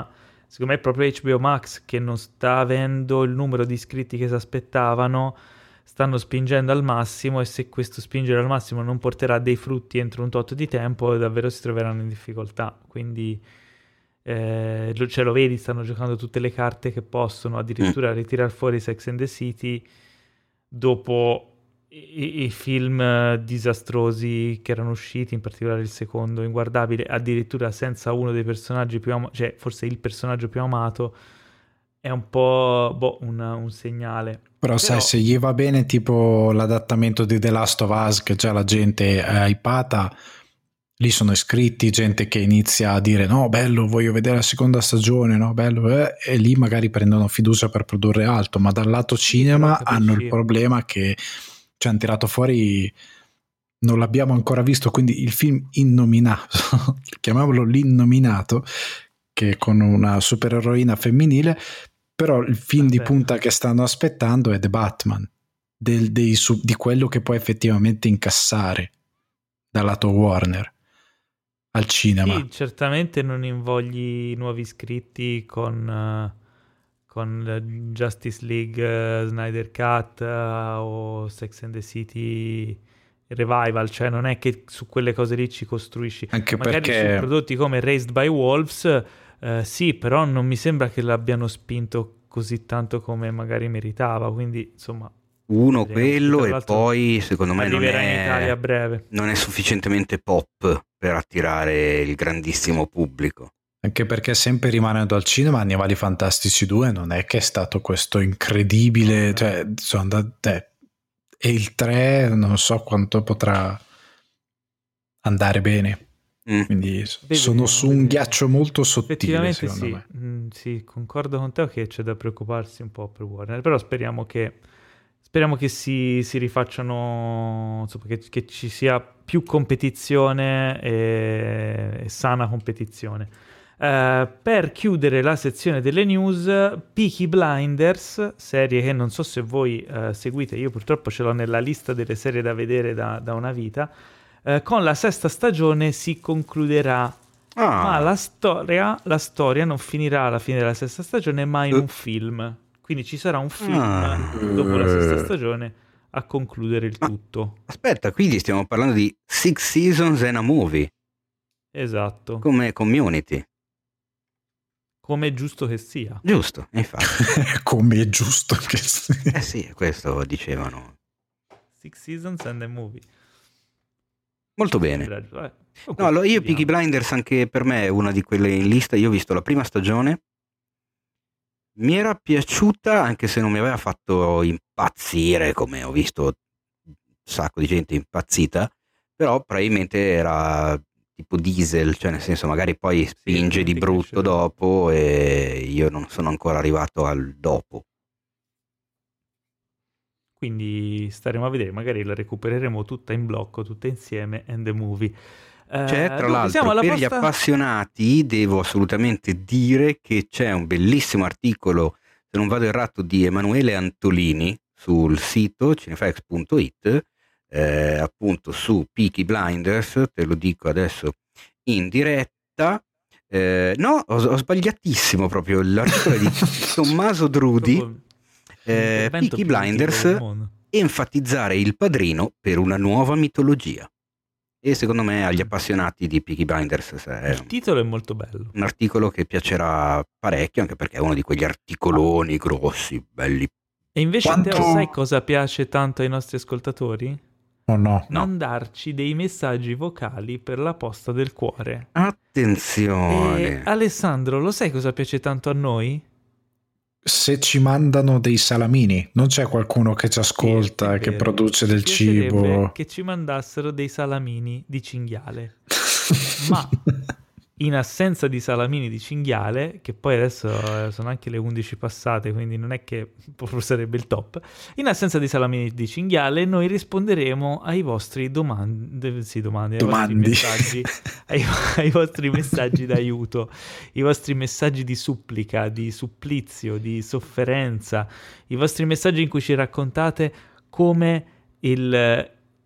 secondo me è proprio H B O Max che non sta avendo il numero di iscritti che si aspettavano, stanno spingendo al massimo, e se questo spingere al massimo non porterà dei frutti entro un tot di tempo, davvero si troveranno in difficoltà. Quindi eh, lo, cioè, lo vedi, stanno giocando tutte le carte che possono, addirittura mm. ritirare fuori Sex and the City dopo i, i film eh, disastrosi che erano usciti, in particolare il secondo, Inguardabile, addirittura senza uno dei personaggi più amati, cioè forse il personaggio più amato. È un po' boh, un, un segnale. Però, Però sai, se gli va bene tipo l'adattamento di The Last of Us, che già la gente è hypata, lì sono iscritti gente che inizia a dire no, bello, voglio vedere la seconda stagione, no, bello, eh, e lì magari prendono fiducia per produrre altro, ma dal lato cinema hanno il problema che ci hanno tirato fuori, non l'abbiamo ancora visto, quindi il film innominato, chiamiamolo l'innominato, che con una supereroina femminile, però il film Aspetta. di punta che stanno aspettando è The Batman, del, dei, su, di quello che può effettivamente incassare dal lato Warner al cinema. Sì, certamente non invogli nuovi iscritti con, uh, con Justice League, uh, Snyder Cut uh, o Sex and the City Revival, cioè non è che su quelle cose lì ci costruisci. Anche magari perché su prodotti come Raised by Wolves Uh, sì, però non mi sembra che l'abbiano spinto così tanto come magari meritava, quindi insomma uno quello, e poi secondo me non arriverà è, in Italia a breve. non è sufficientemente pop per attirare il grandissimo pubblico, anche perché, sempre rimanendo al cinema, Animali Fantastici due non è che è stato questo incredibile, no. cioè sono andate, e il tre non so quanto potrà andare bene. Mm. Quindi vedremo, sono su vedremo. un ghiaccio molto sottile, secondo sì. me. Mm, sì, concordo con te che c'è da preoccuparsi un po' per Warner, però speriamo che speriamo che si, si rifacciano, insomma, che, che ci sia più competizione e, e sana competizione. Uh, per chiudere la sezione delle news, Peaky Blinders, serie che non so se voi uh, seguite, io purtroppo ce l'ho nella lista delle serie da vedere da, da una vita. Uh, con la sesta stagione si concluderà, ah. ma la storia, la storia non finirà alla fine della sesta stagione, ma in uh. un film. Quindi ci sarà un film ah. dopo la sesta stagione a concludere il ma tutto. Aspetta, quindi stiamo parlando di Six Seasons and a Movie. Esatto. Come Community. Come è giusto che sia. Giusto, infatti. Come è giusto che sia. Eh sì, questo dicevano. Six Seasons and a Movie. Molto bene. Eh, no, allora io Peaky Blinders anche per me è una di quelle in lista. Io ho visto la prima stagione, mi era piaciuta anche se non mi aveva fatto impazzire, come ho visto un sacco di gente impazzita, però probabilmente era tipo Diesel, cioè nel senso magari poi spinge sì, di brutto dopo, e io non sono ancora arrivato al dopo. Quindi staremo a vedere, magari la recupereremo tutta in blocco, tutta insieme, and the movie. C'è tra uh, l'altro per posta... gli appassionati devo assolutamente dire che c'è un bellissimo articolo, se non vado errato, di Emanuele Antolini sul sito cinefax punto it, eh, appunto su Peaky Blinders, te lo dico adesso in diretta. Eh, no, ho, ho sbagliatissimo proprio, l'articolo è di Tommaso Drudi. Eh, Peaky Blinders, enfatizzare il padrino per una nuova mitologia. E secondo me agli appassionati di Peaky Blinders è il titolo è molto bello, un articolo che piacerà parecchio, anche perché è uno di quegli articoloni grossi, belli. E invece Quanto... Teo, sai cosa piace tanto ai nostri ascoltatori? Oh no, non no. darci dei messaggi vocali per la posta del cuore. Attenzione. E Alessandro, lo sai cosa piace tanto a noi? Se ci mandano dei salamini, non c'è qualcuno che ci ascolta, sì, che produce del cibo. Che ci mandassero dei salamini di cinghiale. Ma in assenza di salamini di cinghiale, che poi adesso sono anche le undici passate, quindi non è che proprio sarebbe il top, in assenza di salamini di cinghiale noi risponderemo ai vostri domande, sì, domande, ai vostri messaggi, ai, ai vostri messaggi d'aiuto, i vostri messaggi di supplica, di supplizio, di sofferenza, i vostri messaggi in cui ci raccontate come il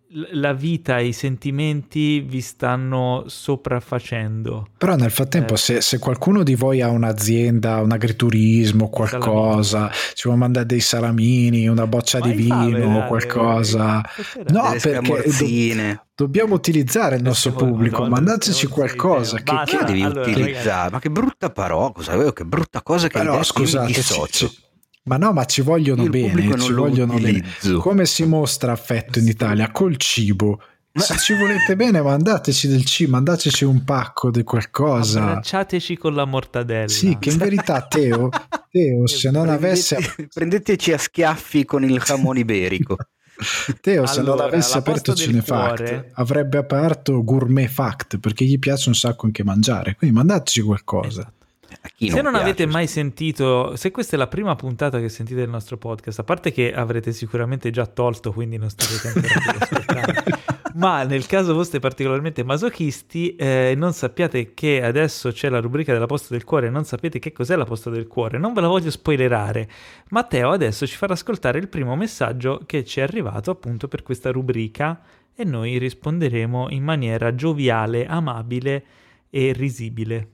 la vita e i sentimenti vi stanno sopraffacendo. Però nel frattempo, eh. se, se qualcuno di voi ha un'azienda, un agriturismo, qualcosa, salamini. Ci vuole mandare dei salamini, una boccia Mai di vino, qualcosa. No, perché do, dobbiamo utilizzare il nostro pubblico, Madonna, mandateci qualcosa. Che, che che devi allora, utilizzare? Ragazzi. Ma che brutta parola, cosa, che brutta cosa che Però, hai detto, scusate, ci, ma no, ma ci vogliono Io bene, ci vogliono bene. Come si mostra affetto in Italia? Col cibo. Se ci volete bene, mandateci del cibo, mandateci un pacco di qualcosa. Abbracciateci con la mortadella. Sì, che in verità Teo, Teo se non avesse prendeteci a schiaffi con il jamone iberico. Teo, se allora, non avesse aperto Cinefact, cuore... avrebbe aperto Gourmet Fact, perché gli piace un sacco anche mangiare. Quindi mandateci qualcosa. Esatto. Non se non piace, avete mai sentito, se questa è la prima puntata che sentite del nostro podcast, a parte che avrete sicuramente già tolto, quindi non starete ancora ad ascoltare, ma nel caso foste particolarmente masochisti, eh, non sappiate che adesso c'è la rubrica della posta del cuore, non sapete che cos'è la posta del cuore, non ve la voglio spoilerare. Matteo adesso ci farà ascoltare il primo messaggio che ci è arrivato appunto per questa rubrica e noi risponderemo in maniera gioviale, amabile e risibile.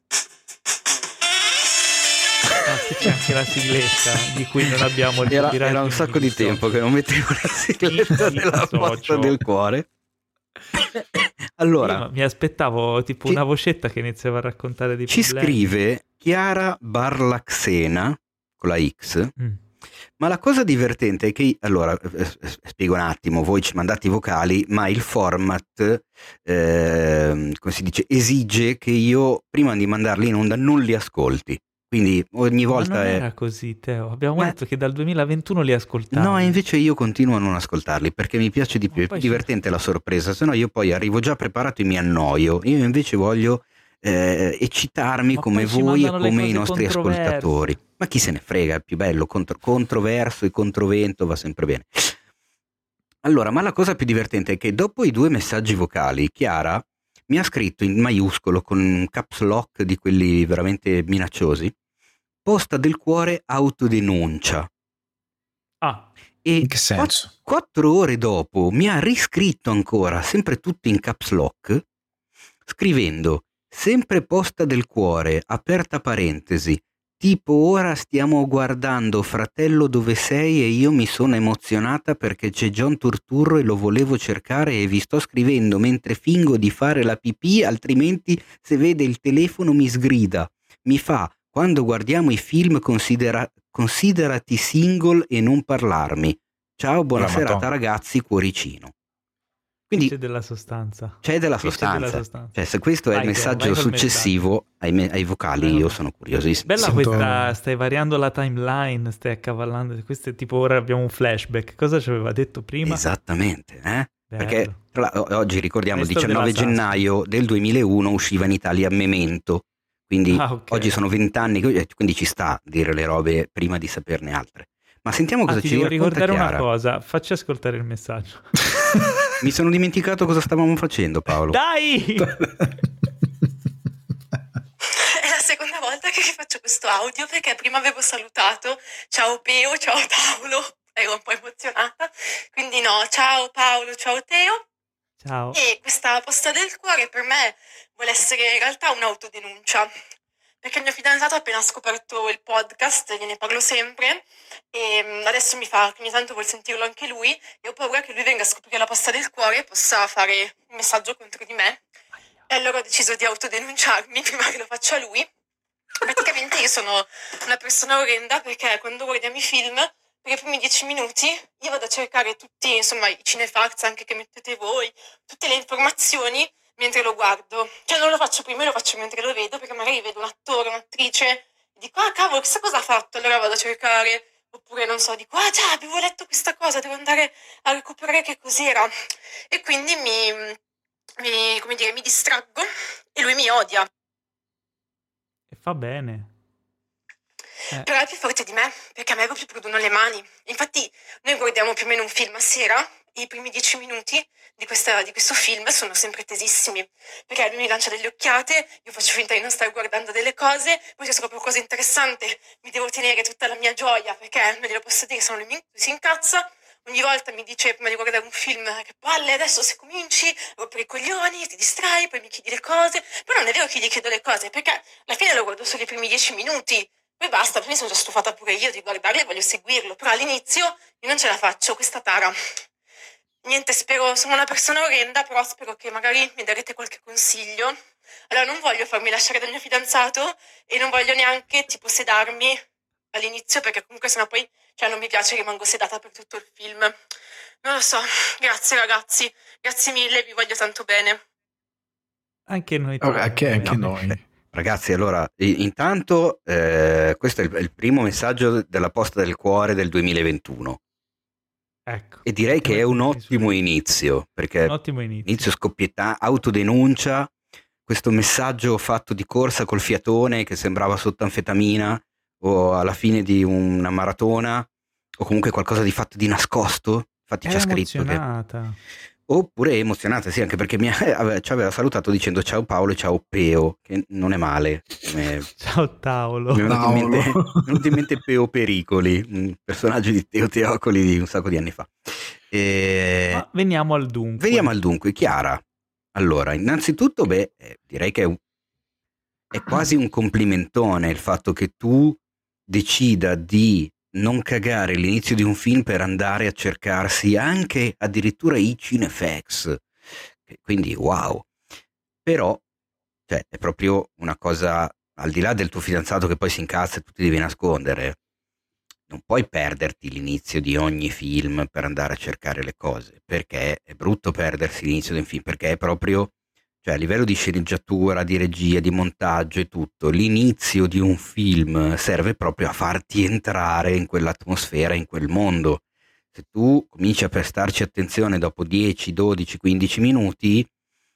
C'è anche la sigletta di cui non abbiamo il era, era un sacco di tempo che non mettevo la sigletta della posta del cuore. Allora, io mi aspettavo tipo una vocetta che iniziava a raccontare di ci problemi. scrive Chiara Barlaxena con la X. Mm. Ma la cosa divertente è che, allora, eh, spiego un attimo, voi ci mandate i vocali, ma il format, eh, come si dice, esige che io prima di mandarli in onda non li ascolti. Quindi ogni volta Ma non è... era così, Teo. Abbiamo Ma... detto che dal duemilaventuno li ascoltavi. No, invece io continuo a non ascoltarli perché mi piace di più. È più divertente la sorpresa. Se no io poi arrivo già preparato e mi annoio. Io invece voglio eh, eccitarmi Ma come voi e come i nostri ascoltatori. Ma chi se ne frega, è più bello. Contro, controverso e controvento va sempre bene. Allora, ma la cosa più divertente è che dopo i due messaggi vocali, Chiara mi ha scritto in maiuscolo con un caps lock di quelli veramente minacciosi: posta del cuore autodenuncia. Ah, e in che senso? Quatt- quattro ore dopo mi ha riscritto ancora, sempre tutto in caps lock, scrivendo: sempre posta del cuore, aperta parentesi, tipo ora stiamo guardando Fratello dove sei e io mi sono emozionata perché c'è John Turturro e lo volevo cercare e vi sto scrivendo mentre fingo di fare la pipì, altrimenti se vede il telefono mi sgrida. Mi fa: quando guardiamo i film considera- considerati single e non parlarmi. Ciao, buona serata ragazzi, cuoricino. Quindi c'è della sostanza. C'è della sostanza. C'è della sostanza. Cioè, se questo vai, è il messaggio successivo ai, me- ai vocali, vai, io sono curiosissimo. Bella Sento... questa, stai variando la timeline, stai accavallando. Questo è tipo ora abbiamo un flashback. Cosa ci aveva detto prima? Esattamente, eh? Perché tra, oggi ricordiamo il diciannove gennaio del duemilauno usciva in Italia Memento. Quindi ah, okay. Oggi sono vent'anni, quindi ci sta a dire le robe prima di saperne altre. Ma sentiamo cosa ah, ti ci devo racconta ricordare Chiara. una cosa, facci ascoltare il messaggio. Mi sono dimenticato cosa stavamo facendo, Paolo. Dai! È la seconda volta che vi faccio questo audio perché prima avevo salutato ciao Peo, ciao Paolo, ero un po' emozionata, quindi no, ciao Paolo, ciao Teo. Ciao. E questa posta del cuore per me vuole essere in realtà un'autodenuncia, perché il mio fidanzato ha appena scoperto il podcast, gliene parlo sempre, e adesso mi fa che ogni tanto vuol sentirlo anche lui, e ho paura che lui venga a scoprire la posta del cuore e possa fare un messaggio contro di me. E allora ho deciso di autodenunciarmi prima che lo faccia lui. Praticamente io sono una persona orrenda perché quando guardiamo i film, per i primi dieci minuti io vado a cercare tutti, insomma, i cinefacts anche che mettete voi, tutte le informazioni mentre lo guardo. Cioè non lo faccio prima, lo faccio mentre lo vedo, perché magari vedo un attore, un'attrice, e dico, ah cavolo, chissà cosa ha fatto, allora vado a cercare, oppure non so, dico, ah già, avevo letto questa cosa, devo andare a recuperare che cos'era. E quindi mi, mi come dire, mi distraggo e lui mi odia. E fa bene. Eh. Però è più forte di me, perché a me proprio prudono le mani. Infatti noi guardiamo più o meno un film a sera e i primi dieci minuti di, questa, di questo film sono sempre tesissimi, perché lui mi lancia delle occhiate, io faccio finta di non stare guardando delle cose, poi se scopro qualcosa interessante mi devo tenere tutta la mia gioia, perché non glielo posso dire, se no lui mi, si incazza, ogni volta mi dice prima di guardare un film che palle, adesso se cominci rompere i coglioni, ti distrai, poi mi chiedi le cose, però non è vero che gli chiedo le cose, perché alla fine lo guardo solo i primi dieci minuti, poi basta, poi mi sono già stufata pure io di guardarlo e voglio seguirlo, però all'inizio io non ce la faccio, questa tara. Niente, spero, sono una persona orrenda, però spero che magari mi darete qualche consiglio. Allora, non voglio farmi lasciare dal mio fidanzato e non voglio neanche, tipo, sedarmi all'inizio, perché comunque sennò poi, cioè, non mi piace, rimango sedata per tutto il film. Non lo so, grazie ragazzi, grazie mille, vi voglio tanto bene. Anche noi. Oh, anche, anche No, noi. eh, Ragazzi, allora, i- intanto, eh, questo è il, è il primo messaggio della posta del cuore del duemilaventuno. Ecco. E direi che è un Metterci su- ottimo inizio, perché Un ottimo inizio. inizio scoppiettante, autodenuncia, questo messaggio fatto di corsa col fiatone che sembrava sotto anfetamina o alla fine di una maratona o comunque qualcosa di fatto di nascosto. Infatti c'è Era scritto che... emozionata. Oppure emozionata, sì, anche perché mi ave- ci aveva salutato dicendo ciao Paolo e ciao Peo, che non è male. Come... Ciao tavolo. Mi è venuto in mente, Paolo. mi è venuto in mente Peo Pericoli, un personaggio di Teo Teocoli di un sacco di anni fa. E... Ma veniamo al dunque. Veniamo al dunque, Chiara. Allora, innanzitutto, beh, eh, direi che è, un- è quasi un complimentone il fatto che tu decida di non cagare l'inizio di un film per andare a cercarsi anche addirittura i Cinefx. Che- Quindi, wow. Però, cioè, è proprio una cosa, al di là del tuo fidanzato che poi si incazza e tu ti devi nascondere, non puoi perderti l'inizio di ogni film per andare a cercare le cose, perché è brutto perdersi l'inizio di un film, perché è proprio, cioè a livello di sceneggiatura, di regia, di montaggio e tutto, l'inizio di un film serve proprio a farti entrare in quell'atmosfera, in quel mondo. Se tu cominci a prestarci attenzione dopo dieci, dodici, quindici minuti,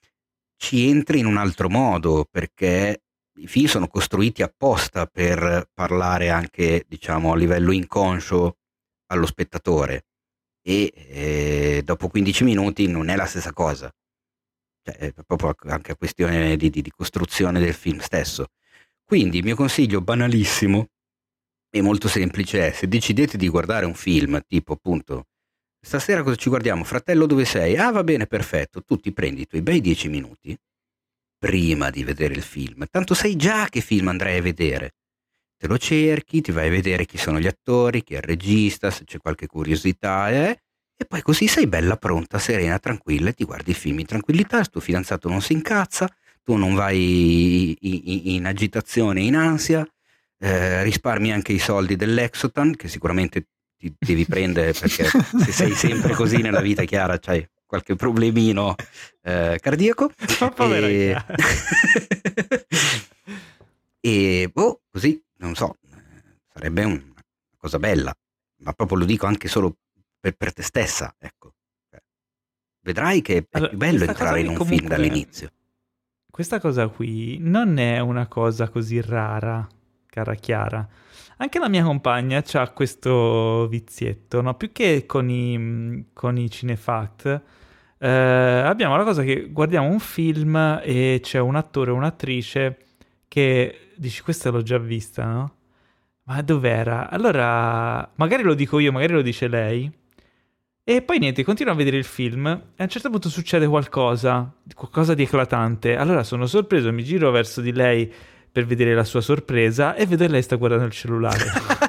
ci entri in un altro modo, perché i film sono costruiti apposta per parlare anche, diciamo, a livello inconscio allo spettatore e eh, dopo quindici minuti non è la stessa cosa. Cioè, è proprio anche a questione di, di- di costruzione del film stesso. Quindi il mio consiglio banalissimo e molto semplice è: se decidete di guardare un film tipo appunto stasera cosa ci guardiamo? Fratello, dove sei? Ah, va bene, perfetto. Tu ti prendi i tuoi bei dieci minuti prima di vedere il film, tanto sai già che film andrai a vedere, te lo cerchi, ti vai a vedere chi sono gli attori, chi è il regista, se c'è qualche curiosità, eh? E poi così sei bella pronta, serena, tranquilla e ti guardi il film in tranquillità, il tuo fidanzato non si incazza, tu non vai in, in agitazione, in ansia, eh, risparmi anche i soldi dell'Exotan che sicuramente ti devi prendere, perché se sei sempre così nella vita, Chiara, c'hai qualche problemino eh, cardiaco. Ma povera e... Chiara. e boh, così, non so, eh, sarebbe un- una cosa bella, ma proprio lo dico anche solo per, per te stessa, ecco. Cioè, vedrai che è Allora, più bello questa cosa entrare in qui un film comunque- dall'inizio. Questa cosa qui non è una cosa così rara, cara Chiara. Anche la mia compagna ha questo vizietto, no? Più che con i, con i Cinefact, eh, abbiamo la cosa che guardiamo un film e c'è un attore o un'attrice che dici questa l'ho già vista, no? Ma dov'era? Allora, magari lo dico io, magari lo dice lei. E poi niente, continuo a vedere il film e a un certo punto succede qualcosa, qualcosa di eclatante. Allora sono sorpreso, mi giro verso di lei per vedere la sua sorpresa e vedo che lei sta guardando il cellulare.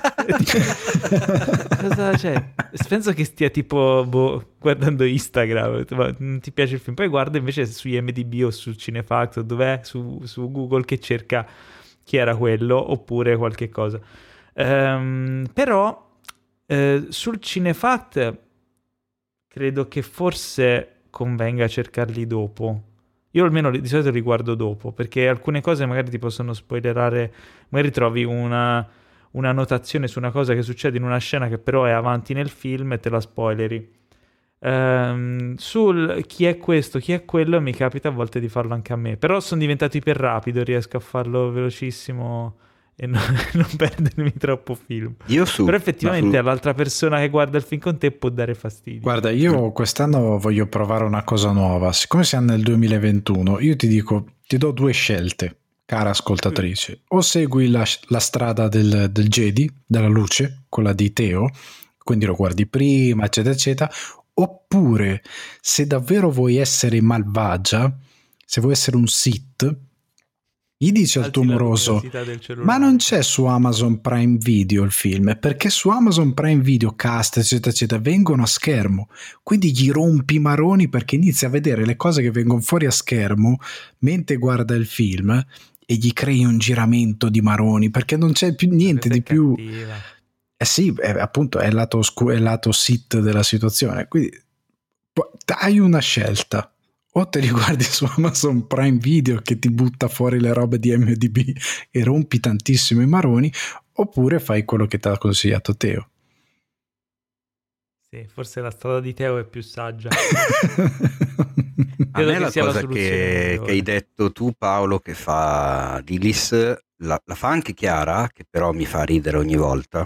Cosa c'è? Penso che stia tipo boh, guardando Instagram, ma non ti piace il film? Poi guarda invece su I M D B o su Cinefact o dov'è, su, su Google, che cerca chi era quello oppure qualche cosa. Ehm, però eh, sul Cinefact credo che forse convenga cercarli dopo. Io almeno di solito li guardo dopo, perché alcune cose magari ti possono spoilerare, magari trovi una, una notazione su una cosa che succede in una scena che però è avanti nel film e te la spoileri. Ehm, sul chi è questo, chi è quello, mi capita a volte di farlo anche a me, però sono diventato iper rapido, riesco a farlo velocissimo e non, non perdermi troppo film. Io su, Però effettivamente ma su- all'altra persona che guarda il film con te può dare fastidio. Guarda, io quest'anno voglio provare una cosa nuova. Siccome siamo nel duemilaventuno, io ti dico, ti do due scelte, cara ascoltatrice. O segui la, la strada del, del Jedi, della luce, quella di Teo, quindi lo guardi prima, eccetera, eccetera. Oppure, se davvero vuoi essere malvagia, se vuoi essere un Sith, gli dici al tuo moroso: ma non c'è su Amazon Prime Video il film? Perché su Amazon Prime Video cast eccetera eccetera vengono a schermo, quindi gli rompi i maroni perché inizia a vedere le cose che vengono fuori a schermo mentre guarda il film e gli crei un giramento di maroni perché non c'è più niente di più cattiva. Eh sì, è, appunto è il lato, oscu- è il lato sit della situazione, quindi hai una scelta: o te li guardi su Amazon Prime Video che ti butta fuori le robe di M D B e rompi tantissimo i maroni, oppure fai quello che ti ha consigliato Teo. Sì, forse la strada di Teo è più saggia. A me la cosa la che, che hai detto tu, Paolo, che fa Lilis, la, la fa anche Chiara, che però mi fa ridere ogni volta,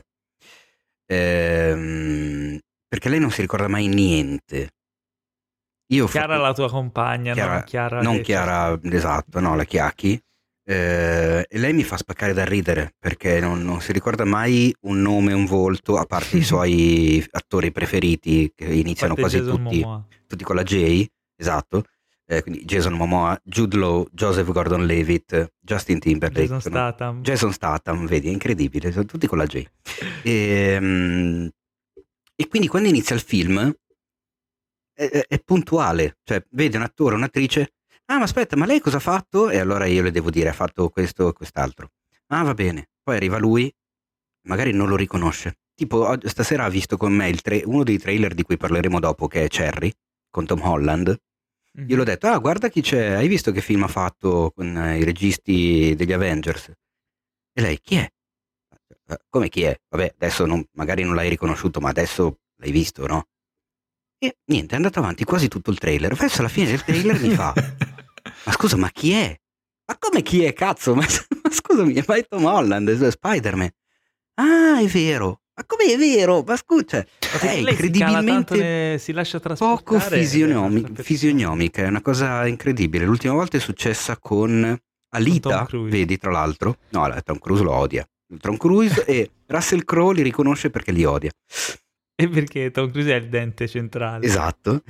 ehm, perché lei non si ricorda mai niente. Io Chiara fa... la tua compagna, Chiara, non Chiara, non Chiara esatto, no, la Chiacchi, eh, e lei mi fa spaccare da ridere perché non, non si ricorda mai un nome, un volto, a parte i suoi attori preferiti che iniziano quasi Jason tutti, Momoa. tutti con la J, esatto, eh, quindi Jason Momoa, Jude Law, Joseph Gordon-Levitt, Justin Timberlake, Jason Statham. Jason Statham, vedi, è incredibile, sono tutti con la J. E, um, e quindi quando inizia il film è, è, è puntuale, cioè vede un attore, un'attrice, ah ma aspetta, ma lei cosa ha fatto? E allora io le devo dire, ha fatto questo e quest'altro. Ah va bene, poi arriva lui, magari non lo riconosce. Tipo stasera ha visto con me il tra- uno dei trailer di cui parleremo dopo, che è Cherry, con Tom Holland. Mm-hmm. Io l'ho detto, ah guarda chi c'è, hai visto che film ha fatto con eh, i registi degli Avengers? E lei, chi è? Come chi è? Vabbè, adesso non, magari non l'hai riconosciuto, ma adesso l'hai visto, no? E niente, è andato avanti quasi tutto il trailer. Verso la fine del trailer mi fa, ma scusa, ma chi è? Ma come chi è, cazzo? Ma, ma scusami, ma è Tom Holland, è Spider-Man. Ah, è vero. Ma come è vero? Ma scusa, è incredibilmente si, ne, si lascia poco fisionomi- fisionomica, è una cosa incredibile. L'ultima volta è successa con Alita, con vedi, tra l'altro. No, Tom Cruise lo odia. Tom Cruise e Russell Crowe li riconosce perché li odia. E perché Tom Cruise è il dente centrale. Esatto.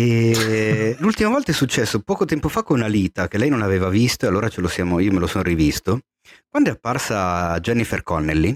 E l'ultima volta è successo poco tempo fa con Alita, che lei non aveva visto, e allora ce lo siamo, io me lo sono rivisto. Quando è apparsa Jennifer Connelly,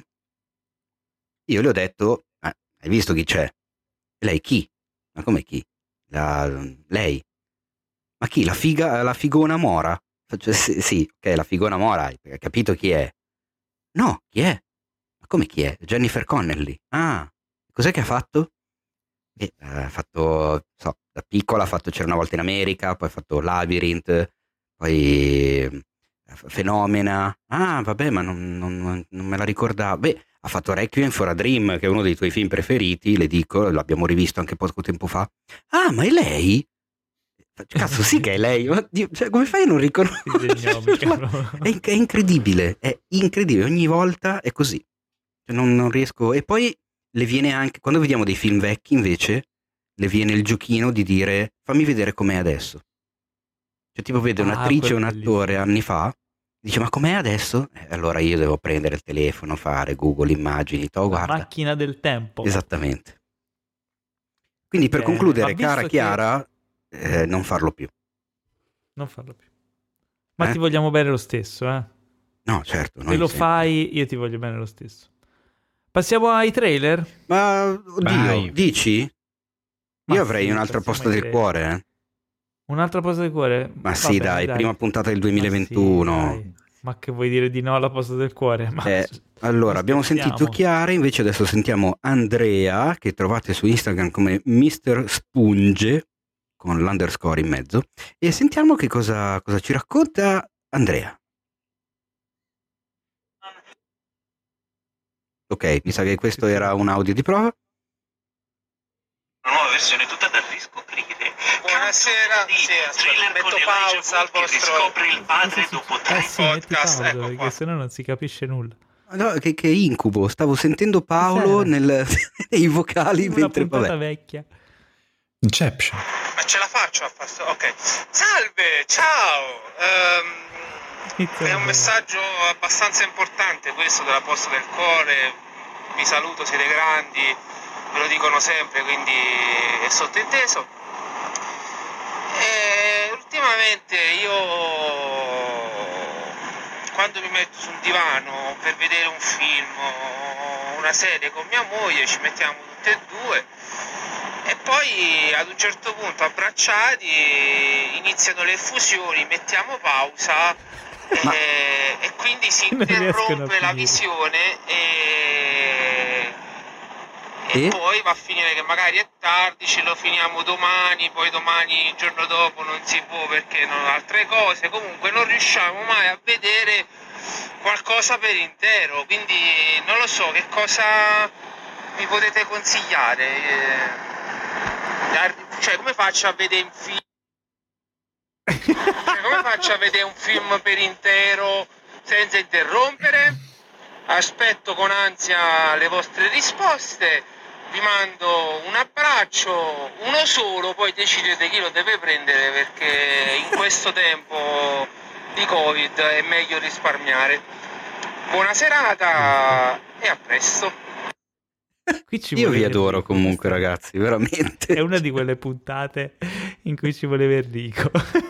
io le ho detto, eh, hai visto chi c'è? E lei chi? Ma come chi? La, lei? Ma chi? La figa, la figona mora? Faccio, sì, sì, ok, la figona mora, hai capito chi è? No, chi è? Ma come chi è? Jennifer Connelly. Ah, cos'è che ha fatto? E, eh, ha fatto, so, da piccola ha fatto C'era una volta in America, poi ha fatto Labyrinth, poi eh, Fenomena. Ah, vabbè, ma non, non, non me la ricordavo. Beh, ha fatto Requiem for a Dream, che è uno dei tuoi film preferiti, le dico, l'abbiamo rivisto anche poco tempo fa. Ah, ma è lei? Cazzo, sì che è lei. Ma, Dio, cioè, come fai a non riconoscere? è, è incredibile, è incredibile. Ogni volta è così. Cioè, non, non riesco. E poi le viene anche, quando vediamo dei film vecchi, invece, le viene il giochino di dire fammi vedere com'è adesso. Cioè, tipo, vede un'attrice o ah, un attore anni fa, dice ma com'è adesso? E allora io devo prendere il telefono, fare Google Immagini, to, guarda. Macchina del tempo. Esattamente. Quindi per Bene, concludere, cara Chiara, che... eh, non farlo più. Non farlo più. Ma eh? ti vogliamo bene lo stesso, eh? No, certo. Se lo sempre. fai, io ti voglio bene lo stesso. Passiamo ai trailer? Ma, oddio, Vai. dici? Ma io avrei sì, un'altra posta del trailer. cuore, eh? Un'altra posta del cuore? Ma Va sì, bene, dai, dai, prima puntata del duemilaventuno. Ma, sì, Ma che vuoi dire di no alla posta del cuore? Ma... Eh, allora, abbiamo sentito Chiara, invece adesso sentiamo Andrea, che trovate su Instagram come mister Spunge, con l'underscore in mezzo, e sentiamo che cosa, cosa ci racconta Andrea. Ok, mi sa che questo era un audio di prova. Una nuova versione tutta da riscoprire. Buonasera, sì, aspetta, metto pausa al vostro riscopre il padre dopo tre eh sì, podcast. Pausa, ecco perché sennò non si capisce nulla. No, che, che incubo, stavo sentendo Paolo nel, nei vocali una mentre puntata vecchia. Inception. Ma ce la faccio a far... Ok. Salve, ciao. Um... È un messaggio abbastanza importante questo della posta del cuore. Vi saluto, siete grandi. me lo dicono sempre, quindi è sottointeso. E ultimamente io, quando mi metto su un divano per vedere un film o una serie con mia moglie, ci mettiamo tutte e due e poi ad un certo punto abbracciati iniziano le effusioni, mettiamo pausa e, e quindi si interrompe la visione e, e, e poi va a finire che magari è tardi, ce lo finiamo domani, poi domani il giorno dopo non si può perché non altre cose, comunque non riusciamo mai a vedere qualcosa per intero, quindi non lo so che cosa mi potete consigliare, cioè come faccio a vedere un film cioè, come faccio a vedere un film per intero senza interrompere? Aspetto con ansia le vostre risposte, vi mando un abbraccio, uno solo, poi decidete chi lo deve prendere perché in questo tempo di Covid è meglio risparmiare. Buona serata e a presto. Qui ci Io vi voleva adoro Enrico, comunque questa ragazzi, veramente. è una di quelle puntate in cui ci voleva Enrico.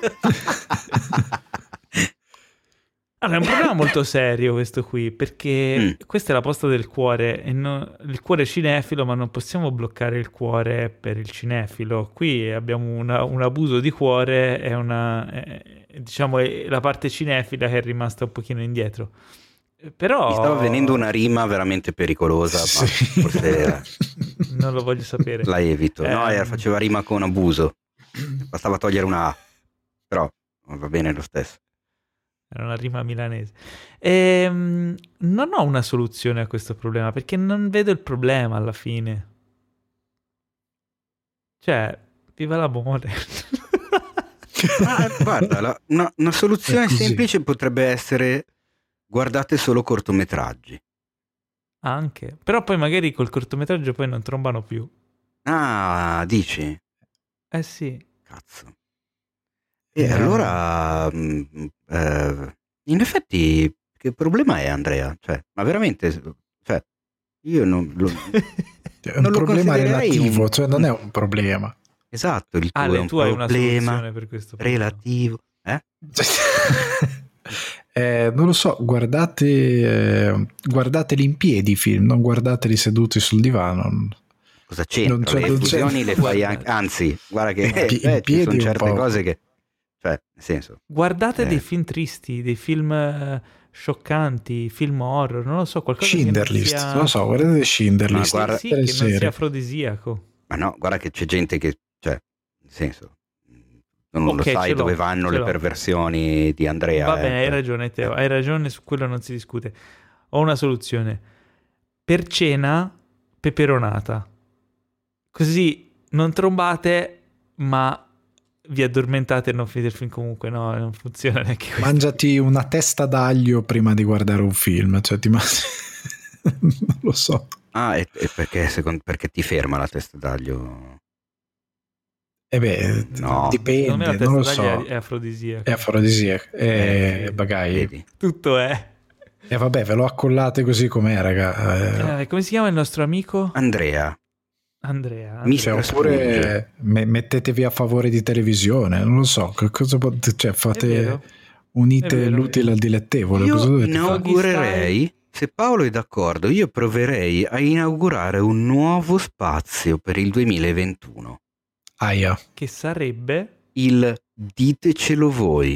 Allora, è un problema molto serio questo qui, perché Mm. questa è la posta del cuore, e no- il cuore cinefilo, ma non possiamo bloccare il cuore per il cinefilo. Qui abbiamo una- un abuso di cuore e una, eh, diciamo, è la parte cinefila che è rimasta un pochino indietro. Eh, Però Mi stava venendo una rima veramente pericolosa, ma Sì. forse era- non lo voglio sapere. la evito. No, Ehm. era- faceva rima con abuso. Bastava togliere una A. Però va bene lo stesso. Era una rima milanese. Ehm, non ho una soluzione a questo problema, perché non vedo il problema alla fine. Cioè, viva l'amore. Ma guarda, la- una, una soluzione È così. semplice potrebbe essere: guardate solo cortometraggi. Anche. Però poi magari col cortometraggio poi non trombano più. Ah, dici? Eh sì. Cazzo. E Eh. allora, mh, eh, in effetti, che problema è Andrea? Cioè, ma veramente, cioè, io non lo... È un Non lo problema considererei relativo, un- cioè non è un problema. Esatto, il tuo è Ale, un tu hai una problema soluzione per questo problema. relativo. Eh? Eh, non lo so, guardate, eh, guardateli in piedi i film, non guardateli seduti sul divano. Cosa c'entra? Non c'è- le non c'è- fusioni le fai Guarda. anche... Anzi, guarda che In pi- eh, in ci piedi sono un certe po'. cose che... Cioè, nel senso... Guardate Eh. dei film tristi, dei film eh, scioccanti, film horror, non lo so, qualcosa Schindler che non List, sia... non lo so, guardate Schindler Ma List. Sì, guarda- sì, tutte che le non sia serie. afrodisiaco. Ma no, guarda che c'è gente che... Cioè, nel senso... Non Ok, lo sai ce l'ho, dove vanno ce le l'ho. perversioni di Andrea. Va eh. bene, hai ragione Teo, hai ragione, su quello non si discute. Ho una soluzione. Per cena, peperonata. Così non trombate, ma vi addormentate e non finite il film comunque. No, non funziona neanche questo. Mangiati una testa d'aglio prima di guardare un film, cioè ti mangi... non lo so. Ah, e, e perché, secondo, perché ti ferma la testa d'aglio? E beh, No. dipende, Secondo me la non lo testa d'aglio so. è afrodisiaca. È afrodisiaca. E Eh, magari... vedi. Tutto è. E vabbè, ve lo accollate così com'è, raga. Eh, Eh, come si chiama il nostro amico? Andrea, Andrea. Mi- cioè, Mister oppure me- mettetevi a favore di televisione, non lo so, che cosa pot- cioè, È fate, vero. unite È vero. l'utile al dilettevole. cosa io dovete fare? inaugurerei, se Paolo è d'accordo, io proverei a inaugurare un nuovo spazio per il duemilaventuno. Aia. Che sarebbe... Il ditecelo voi.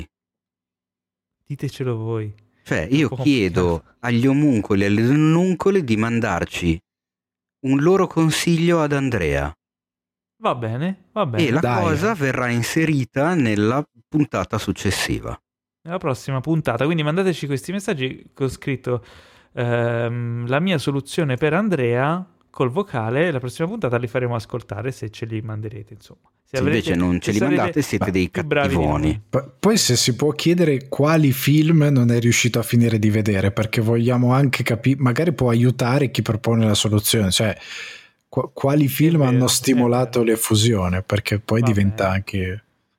Ditecelo voi. Cioè, io Troppo chiedo complicato. agli omuncoli e alle omuncole di mandarci un loro consiglio ad Andrea. Va bene, va bene. E la Dai. cosa verrà inserita nella puntata successiva. Nella prossima puntata. Quindi mandateci questi messaggi con scritto ehm, la mia soluzione per Andrea col vocale. La prossima puntata li faremo ascoltare se ce li manderete, insomma. Se invece non ce li sarete mandate siete Ma dei più bravi di cattivoni. noi. P- poi se si può chiedere quali film non è riuscito a finire di vedere, perché vogliamo anche capire, magari può aiutare chi propone la soluzione, cioè qu- quali film vero, hanno è stimolato vero. l'effusione, perché poi Va diventa bene. anche...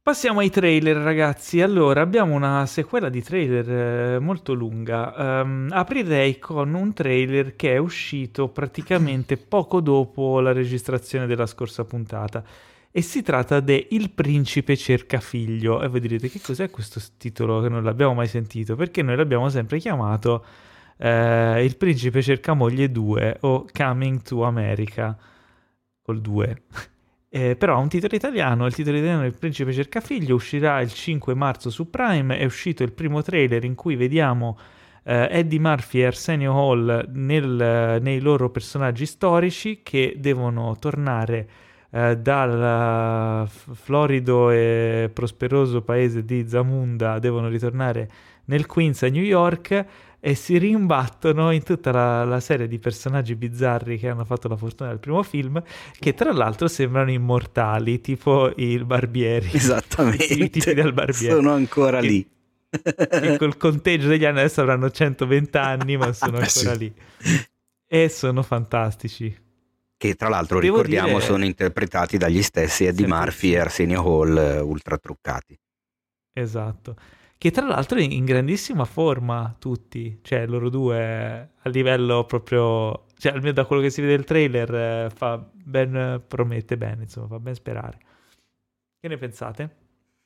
Passiamo ai trailer, ragazzi. Allora, abbiamo una sequela di trailer eh, molto lunga. Um, aprirei con un trailer che è uscito praticamente poco dopo la registrazione della scorsa puntata. E si tratta de Il principe cerca figlio. E voi direte, che cos'è questo titolo che non l'abbiamo mai sentito? Perché noi l'abbiamo sempre chiamato eh, Il principe cerca moglie due o Coming to America col due. Eh, però ha un titolo italiano, il titolo italiano è Il principe cerca figlio, uscirà il cinque marzo su Prime. È uscito il primo trailer in cui vediamo eh, Eddie Murphy e Arsenio Hall nel, nei loro personaggi storici che devono tornare eh, dal florido e prosperoso paese di Zamunda, devono ritornare nel Queens a New York e si rimbattono in tutta la, la serie di personaggi bizzarri che hanno fatto la fortuna del primo film, che tra l'altro sembrano immortali, tipo il Barbieri. Esattamente, i tipi del Barbieri. Sono ancora che, lì. Che col conteggio degli anni adesso avranno centoventi anni, ma sono ancora sì. lì. E sono fantastici. Che tra l'altro, Devo ricordiamo, dire... sono interpretati dagli stessi Eddie Sempre Murphy sì. e Arsenio Hall, ultra truccati. Esatto. Che tra l'altro in, in grandissima forma tutti, cioè loro due a livello proprio, cioè almeno da quello che si vede nel trailer eh, fa ben, promette bene, insomma, fa ben sperare. Che ne pensate?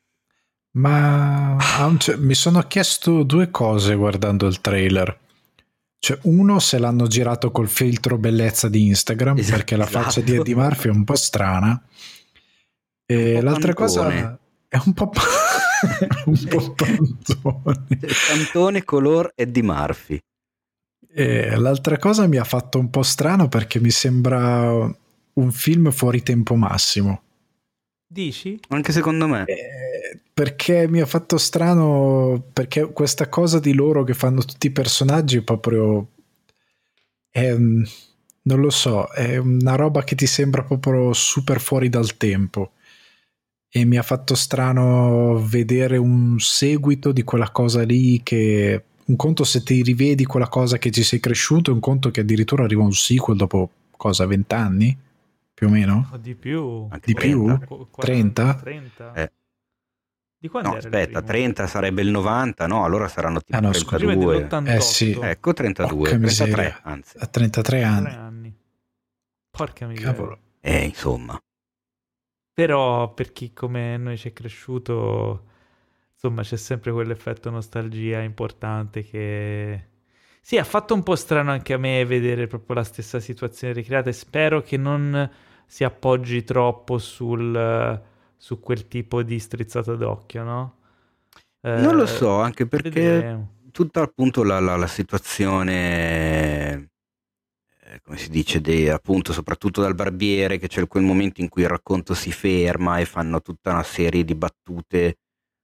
Ma a un cer- mi sono chiesto due cose guardando il trailer. Cioè, uno, se l'hanno girato col filtro bellezza di Instagram, Esatto, perché la esatto. faccia di Eddie Murphy è un po' strana. E Un po' l'altra pantone. cosa è un po' un po' pantone. Cantone color Eddie Murphy. E l'altra cosa mi ha fatto un po' strano perché mi sembra un film fuori tempo massimo. Dici? Anche secondo me. Eh, perché mi ha fatto strano, perché questa cosa di loro che fanno tutti i personaggi proprio è, non lo so, è una roba che ti sembra proprio super fuori dal tempo, e mi ha fatto strano vedere un seguito di quella cosa lì, che un conto se ti rivedi quella cosa che ci sei cresciuto, un conto che addirittura arriva un sequel dopo cosa, vent'anni più o meno? O di più? Anche Di trenta. più? Qu- trenta? trenta? Eh. Di quando No, era il aspetta, primo? trenta sarebbe il novanta, no, allora saranno tipo Ah, no, scusa. Il primo è trentadue. dell'ottantotto. Eh sì. Ecco, trentadue, Porca trentatré, miseria. anzi. A trentatré Tre anni. anni. Porca miseria. Cavolo. Eh, insomma. Però per chi come noi ci è cresciuto, insomma, c'è sempre quell'effetto nostalgia importante che... Sì, ha fatto un po' strano anche a me vedere proprio la stessa situazione ricreata, e spero che non si appoggi troppo sul, su quel tipo di strizzata d'occhio, no? Eh, Non lo so, anche perché vedremo. tutta appunto la, la, la situazione, eh, come si dice, de, appunto soprattutto dal barbiere, che c'è quel momento in cui il racconto si ferma e fanno tutta una serie di battute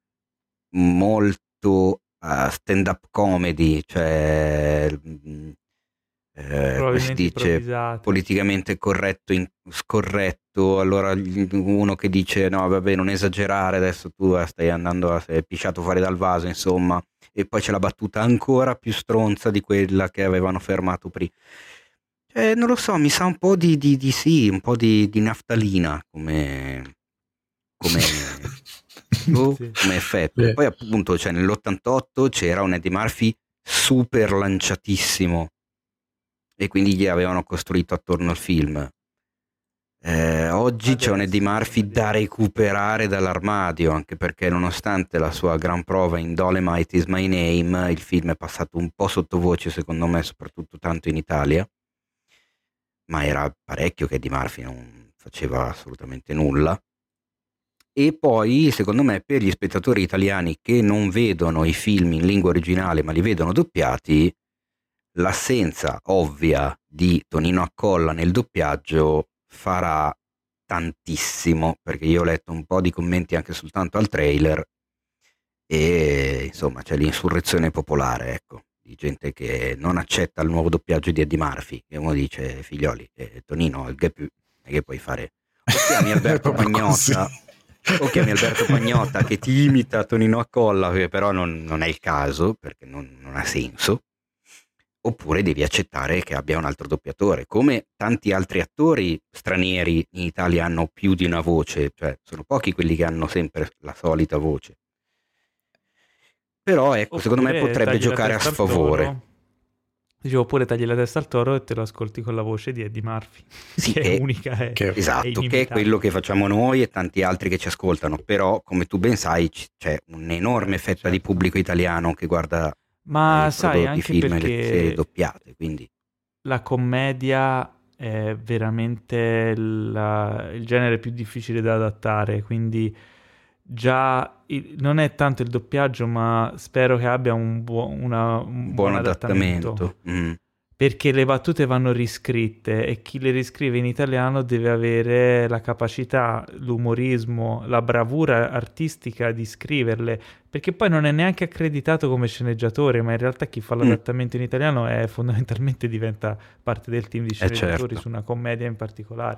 molto uh, stand-up comedy, cioè mm, eh, come si Probabilmente dice, improvvisate. politicamente corretto, in, scorretto. Allora gli- uno che dice no vabbè, non esagerare, adesso tu eh, stai andando a sei pisciato fuori dal vaso, insomma, e poi c'è la battuta ancora più stronza di quella che avevano fermato prima. Cioè, non lo so, mi sa un po' di, di, di sì, un po' di, di naftalina come, come, boh, Sì. come effetto. Beh. E poi appunto, cioè, nell'ottantotto c'era un Eddie Murphy super lanciatissimo e quindi gli avevano costruito attorno al film. Eh, oggi c'è un Adesso, Eddie Murphy vediamo. da recuperare dall'armadio, anche perché nonostante la sua gran prova in Dolomite Is My Name, il film è passato un po' sottovoce secondo me, soprattutto tanto in Italia, ma era parecchio che Eddie Murphy non faceva assolutamente nulla. E poi secondo me per gli spettatori italiani che non vedono i film in lingua originale ma li vedono doppiati, l'assenza ovvia di Tonino Accolla nel doppiaggio farà tantissimo, perché io ho letto un po' di commenti anche soltanto al trailer e insomma c'è l'insurrezione popolare, ecco, di gente che non accetta il nuovo doppiaggio di Eddie Murphy, e uno dice figlioli, eh, Tonino, il gap è che puoi fare, o chiami Alberto Pagnotta o chiami Alberto Pagnotta che ti imita Tonino Accolla, che però non, non è il caso, perché non, non ha senso. oppure devi accettare che abbia un altro doppiatore, come tanti altri attori stranieri in Italia hanno più di una voce, cioè sono pochi quelli che hanno sempre la solita voce. Però ecco, secondo me Oppure potrebbe tagli la giocare a testa al sfavore. toro. Dicevo, oppure tagli la testa al toro e te lo ascolti con la voce di Eddie Murphy, Sì, che, che- è unica e che- è Esatto, che è inimitabile. quello che facciamo noi e tanti altri che ci ascoltano, però come tu ben sai c- c'è un'enorme Certo, fetta di certo. pubblico italiano che guarda Ma i sai, prodotti anche film e le perché serie doppiate, quindi la commedia è veramente la- il genere più difficile da adattare, quindi già il- non è tanto il doppiaggio, ma spero che abbia un, buo- una- un un buon buon adattamento. adattamento. Mm. Perché le battute vanno riscritte e chi le riscrive in italiano deve avere la capacità, l'umorismo, la bravura artistica di scriverle, perché poi non è neanche accreditato come sceneggiatore, ma in realtà chi fa Mm. l'adattamento in italiano è fondamentalmente diventa parte del team di sceneggiatori certo. su una commedia in particolare.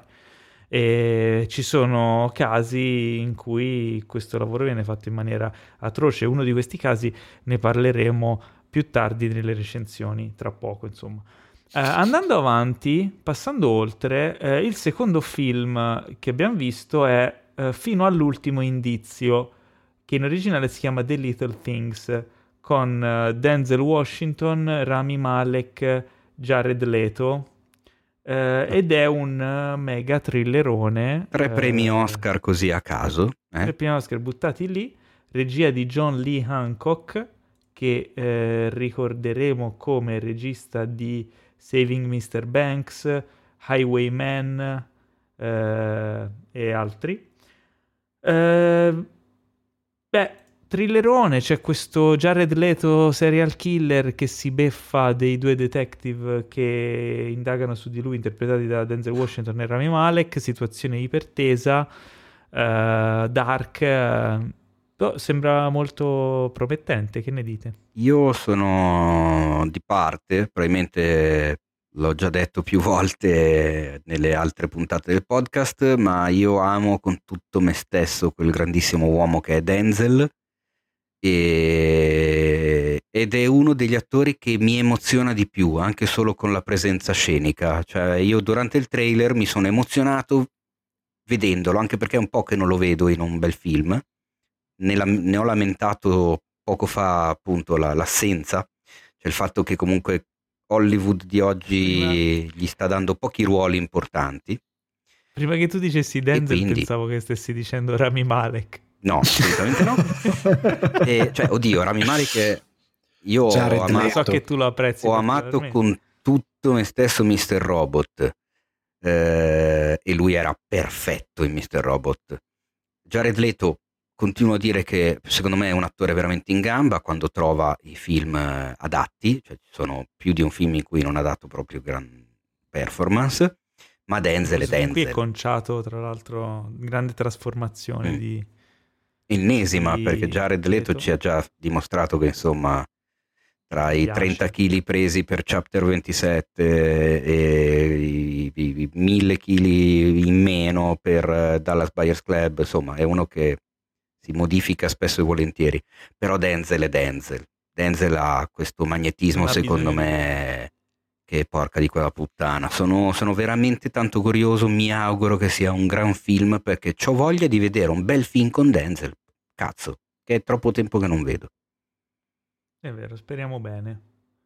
E ci sono casi in cui questo lavoro viene fatto in maniera atroce. Uno di questi casi ne parleremo più tardi nelle recensioni, tra poco, insomma. Eh, andando avanti, passando oltre, eh, il secondo film che abbiamo visto è eh, Fino all'ultimo indizio, che in originale si chiama The Little Things, con eh, Denzel Washington, Rami Malek, Jared Leto, eh, ed è un eh, mega thrillerone. Tre premi eh, Oscar così a caso. eh? Tre premi Oscar buttati lì, regia di John Lee Hancock, che eh, ricorderemo come regista di Saving mister Banks, Highwayman eh, e altri. Eh, beh, thrillerone, c'è questo Jared Leto serial killer che si beffa dei due detective che indagano su di lui, interpretati da Denzel Washington e Rami Malek, situazione ipertesa, eh, dark, eh, però sembra molto promettente, che ne dite? Io sono di parte, probabilmente l'ho già detto più volte nelle altre puntate del podcast, ma io amo con tutto me stesso quel grandissimo uomo che è Denzel e- ed è uno degli attori che mi emoziona di più, anche solo con la presenza scenica. Cioè, io durante il trailer mi sono emozionato vedendolo, anche perché è un po' che non lo vedo in un bel film. Ne, la- ne ho lamentato poco fa appunto la- l'assenza, cioè il fatto che comunque Hollywood di oggi gli sta dando pochi ruoli importanti. Prima che tu dicessi Denzel quindi- pensavo che stessi dicendo Rami Malek. No, assolutamente no. E, cioè, oddio, Rami Malek, io ho Jared amato, Ma so che tu lo apprezzi ho amato particolarmente. con tutto me stesso mister Robot, eh, e lui era perfetto in mister Robot. Jared Leto, continuo a dire che secondo me è un attore veramente in gamba quando trova i film eh, adatti, cioè ci sono più di un film in cui non ha dato proprio gran performance, ma Denzel è Questo film qui è Denzel. conciato, tra l'altro, grande trasformazione Mm. di... Ennesima, di perché Jared Leto Leto. ci ha già dimostrato che insomma tra i Piace. trenta chili presi per Chapter ventisette e i, i, i mille chili in meno per eh, Dallas Buyers Club, insomma è uno che si modifica spesso e volentieri, però Denzel è Denzel. Denzel ha questo magnetismo, Non ha secondo bisogno di- me, che porca di quella puttana. Sono, sono veramente tanto curioso, mi auguro che sia un gran film perché ho voglia di vedere un bel film con Denzel, cazzo, che è troppo tempo che non vedo. È vero, speriamo bene.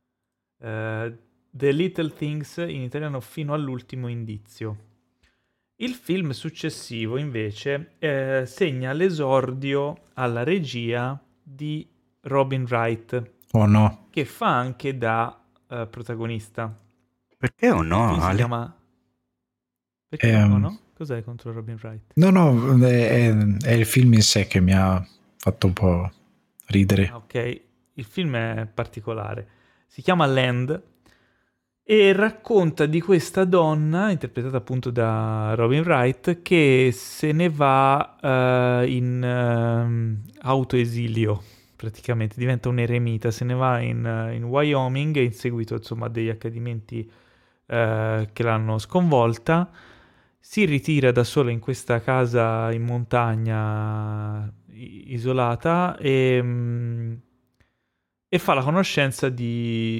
Eh, The Little Things, in italiano Fino all'ultimo indizio. Il film successivo, invece, eh, segna l'esordio alla regia di Robin Wright, Oh no. che fa anche da eh, protagonista. Perché o Il no, film si Ale? chiama... Perché Ehm. no, no? Cos'è contro Robin Wright? No, no, è, è il film in sé che mi ha fatto un po' ridere. Ah, ok, il film è particolare. Si chiama Land e racconta di questa donna, interpretata appunto da Robin Wright, che se ne va eh, in ehm, autoesilio, praticamente, diventa un eremita, se ne va in, eh, in Wyoming in seguito insomma a degli accadimenti eh, che l'hanno sconvolta. Si ritira da sola in questa casa in montagna i- isolata e, mm, e fa la conoscenza di,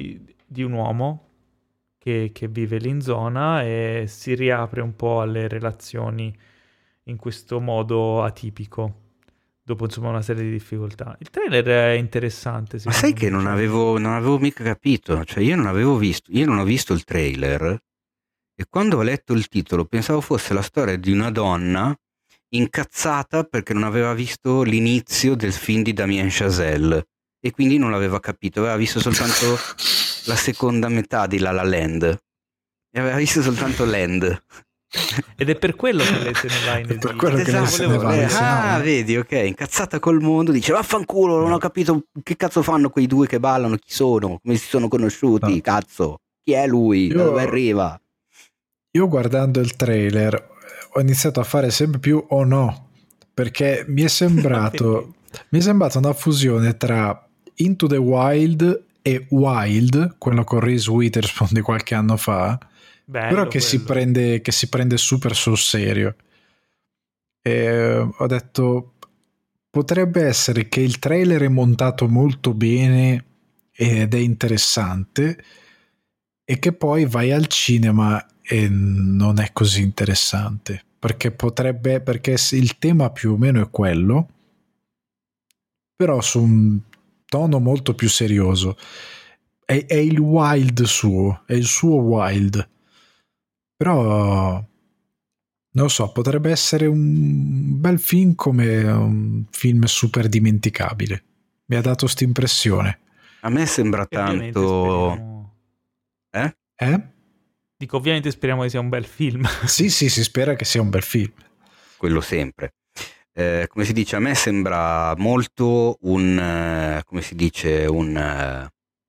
di un uomo che, che vive lì in zona e si riapre un po' alle relazioni in questo modo atipico, dopo insomma una serie di difficoltà. Il trailer è interessante. Ma sai che me, non cioè... avevo, non avevo mica capito, cioè io non avevo visto, io non ho visto il trailer e quando ho letto il titolo pensavo fosse la storia di una donna incazzata perché non aveva visto l'inizio del film di Damien Chazelle e quindi non l'aveva capito, aveva visto soltanto la seconda metà di La La Land e aveva visto soltanto Land. Ed è per quello che lei se ne va in È per quello che lei se ne va, lei- se no, ah, no. vedi, ok, incazzata col mondo, dice vaffanculo, non ho capito che cazzo fanno quei due che ballano, chi sono, come si sono conosciuti, No. cazzo, chi è lui, da Io- dove arriva? Io guardando il trailer ho iniziato a fare sempre più o no, perché mi è sembrato mi è sembrata una fusione tra Into the Wild e Wild, quello con Reese Witherspoon di qualche anno fa, Bello però che si, quello. prende, che si prende super sul serio. E ho detto potrebbe essere che il trailer è montato molto bene ed è interessante e che poi vai al cinema e non è così interessante, perché potrebbe, perché se il tema più o meno è quello, però su un tono molto più serioso. È, è il Wild suo, è il suo Wild, però non lo so, potrebbe essere un bel film come un film super dimenticabile. Mi ha dato sta impressione. A me sembra E ovviamente tanto... speriamo... Eh? Eh? Dico, ovviamente speriamo che sia un bel film. Sì, sì, si spera che sia un bel film. Quello sempre. Eh, come si dice, a me sembra molto un... eh, come si dice, un... eh,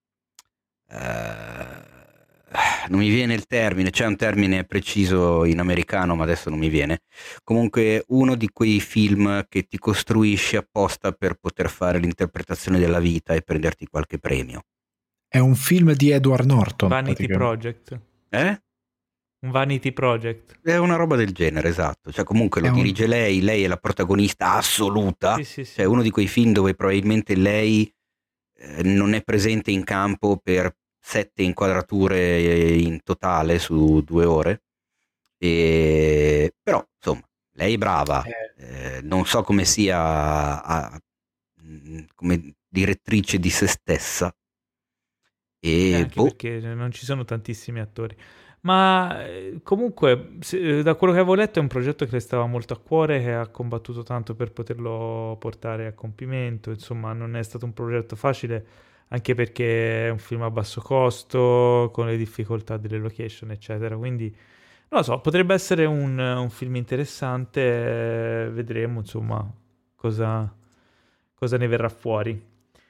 eh, non mi viene il termine, c'è un termine preciso in americano ma adesso non mi viene, comunque uno di quei film che ti costruisci apposta per poter fare l'interpretazione della vita e prenderti qualche premio. È un film di Edward Norton. Vanity Project. Eh? Un Vanity Project. È una roba del genere, esatto, cioè comunque lo È un- dirige lei, lei è la protagonista assoluta, Sì, sì, sì. cioè uno di quei film dove probabilmente lei eh, non è presente in campo per sette inquadrature in totale su due ore, e... però insomma lei è brava, eh, non so come sia a- mh, come direttrice di se stessa e Eh, anche boh, perché non ci sono tantissimi attori. Ma eh, comunque, se- eh, da quello che avevo letto, è un progetto che le stava molto a cuore, che ha combattuto tanto per poterlo portare a compimento. Insomma, non è stato un progetto facile, anche perché è un film a basso costo, con le difficoltà delle location, eccetera. Quindi, non lo so, potrebbe essere un, un film interessante. eh, Vedremo, insomma, cosa, cosa ne verrà fuori.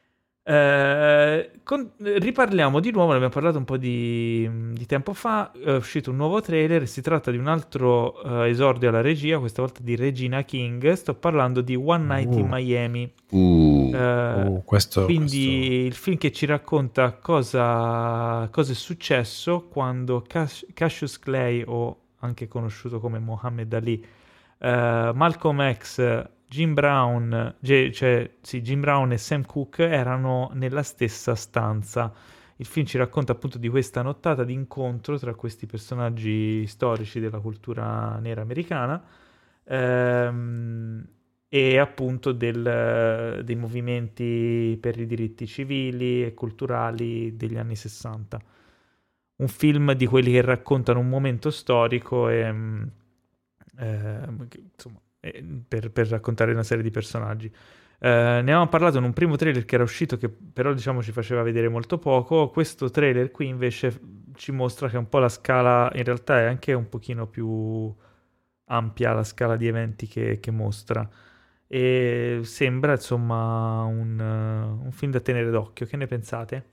Eh, con- riparliamo di nuovo, ne abbiamo parlato un po' di, di tempo fa, è uscito un nuovo trailer, si tratta di un altro eh, esordio alla regia, questa volta di Regina King, sto parlando di One Night in Uh. Miami. uh, Eh, Oh, questo, quindi questo- il film che ci racconta cosa, cosa è successo quando Cass- Cassius Clay, o anche conosciuto come Muhammad Ali, eh, Malcolm X, Jim Brown, Ge- cioè sì, Jim Brown e Sam Cooke erano nella stessa stanza. Il film ci racconta appunto di questa nottata di incontro tra questi personaggi storici della cultura nera americana, ehm, e appunto del- dei movimenti per i diritti civili e culturali degli anni sessanta. Un film di quelli che raccontano un momento storico e, mm, ehm, che, insomma, eh, per, per raccontare una serie di personaggi. Eh, ne avevamo parlato in un primo trailer che era uscito, che però diciamo ci faceva vedere molto poco. Questo trailer qui invece ci mostra che un po' la scala, in realtà è anche un pochino più ampia la scala di eventi che, che mostra, e sembra insomma un, uh, un film da tenere d'occhio. Che ne pensate?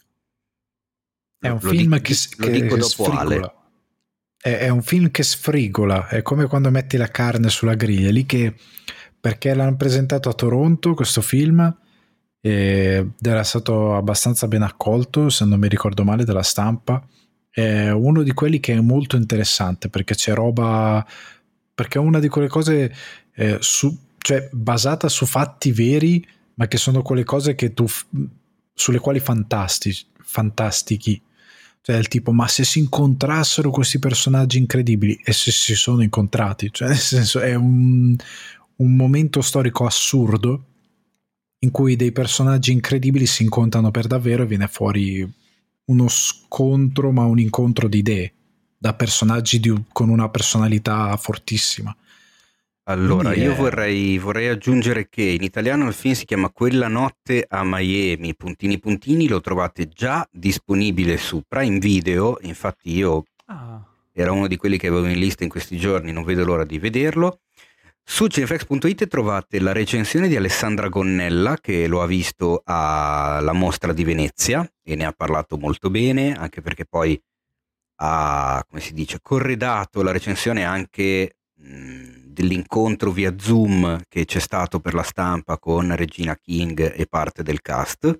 È un lo film dico- che, s- lo che dico dopo sfrigola. Ale. È, è un film che sfrigola, è come quando metti la carne sulla griglia, lì che, perché l'hanno presentato a Toronto questo film ed era stato abbastanza ben accolto, se non mi ricordo male, dalla stampa. È uno di quelli che è molto interessante perché c'è roba, perché è una di quelle cose eh, su, cioè basata su fatti veri, ma che sono quelle cose che tu f- sulle quali fantastici, fantastichi Cioè il tipo, ma se si incontrassero questi personaggi incredibili, e se si sono incontrati, cioè nel senso è un, un momento storico assurdo in cui dei personaggi incredibili si incontrano per davvero e viene fuori uno scontro, ma un incontro di idee da personaggi di, con una personalità fortissima. Allora, Quindi io è- vorrei, vorrei aggiungere che in italiano il film si chiama Quella notte a Miami, puntini puntini, lo trovate già disponibile su Prime Video, infatti io Ah, era uno di quelli che avevo in lista in questi giorni, non vedo l'ora di vederlo. Su cinefx punto it trovate la recensione di Alessandra Gonnella, che lo ha visto alla Mostra di Venezia e ne ha parlato molto bene, anche perché poi ha, come si dice, corredato la recensione anche mh, dell'incontro via Zoom che c'è stato per la stampa con Regina King e parte del cast.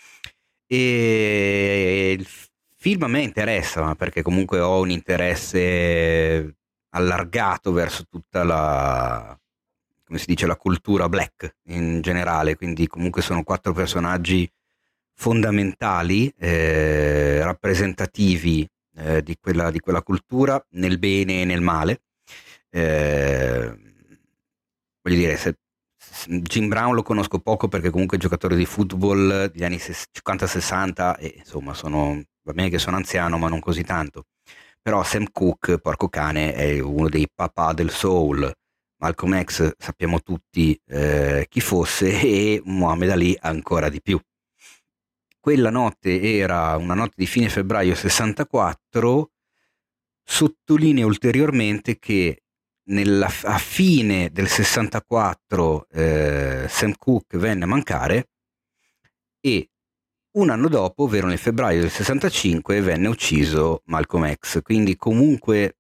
E il film a me interessa perché comunque ho un interesse allargato verso tutta la, come si dice, la cultura black in generale, quindi comunque sono quattro personaggi fondamentali, eh, rappresentativi eh, di, quella, di quella cultura nel bene e nel male. Eh, voglio dire, se, Jim Brown lo conosco poco perché comunque è giocatore di football degli anni cinquanta sessanta e insomma sono, va bene che sono anziano ma non così tanto, però Sam Cooke, porco cane, è uno dei papà del soul. Malcolm X sappiamo tutti eh, chi fosse e Muhammad Ali ancora di più. Quella notte era una notte di fine febbraio sessantaquattro, sottolinea ulteriormente che nella, a fine del sessantaquattro eh, Sam Cooke venne a mancare e un anno dopo, ovvero nel febbraio del sessantacinque, venne ucciso Malcolm X, quindi comunque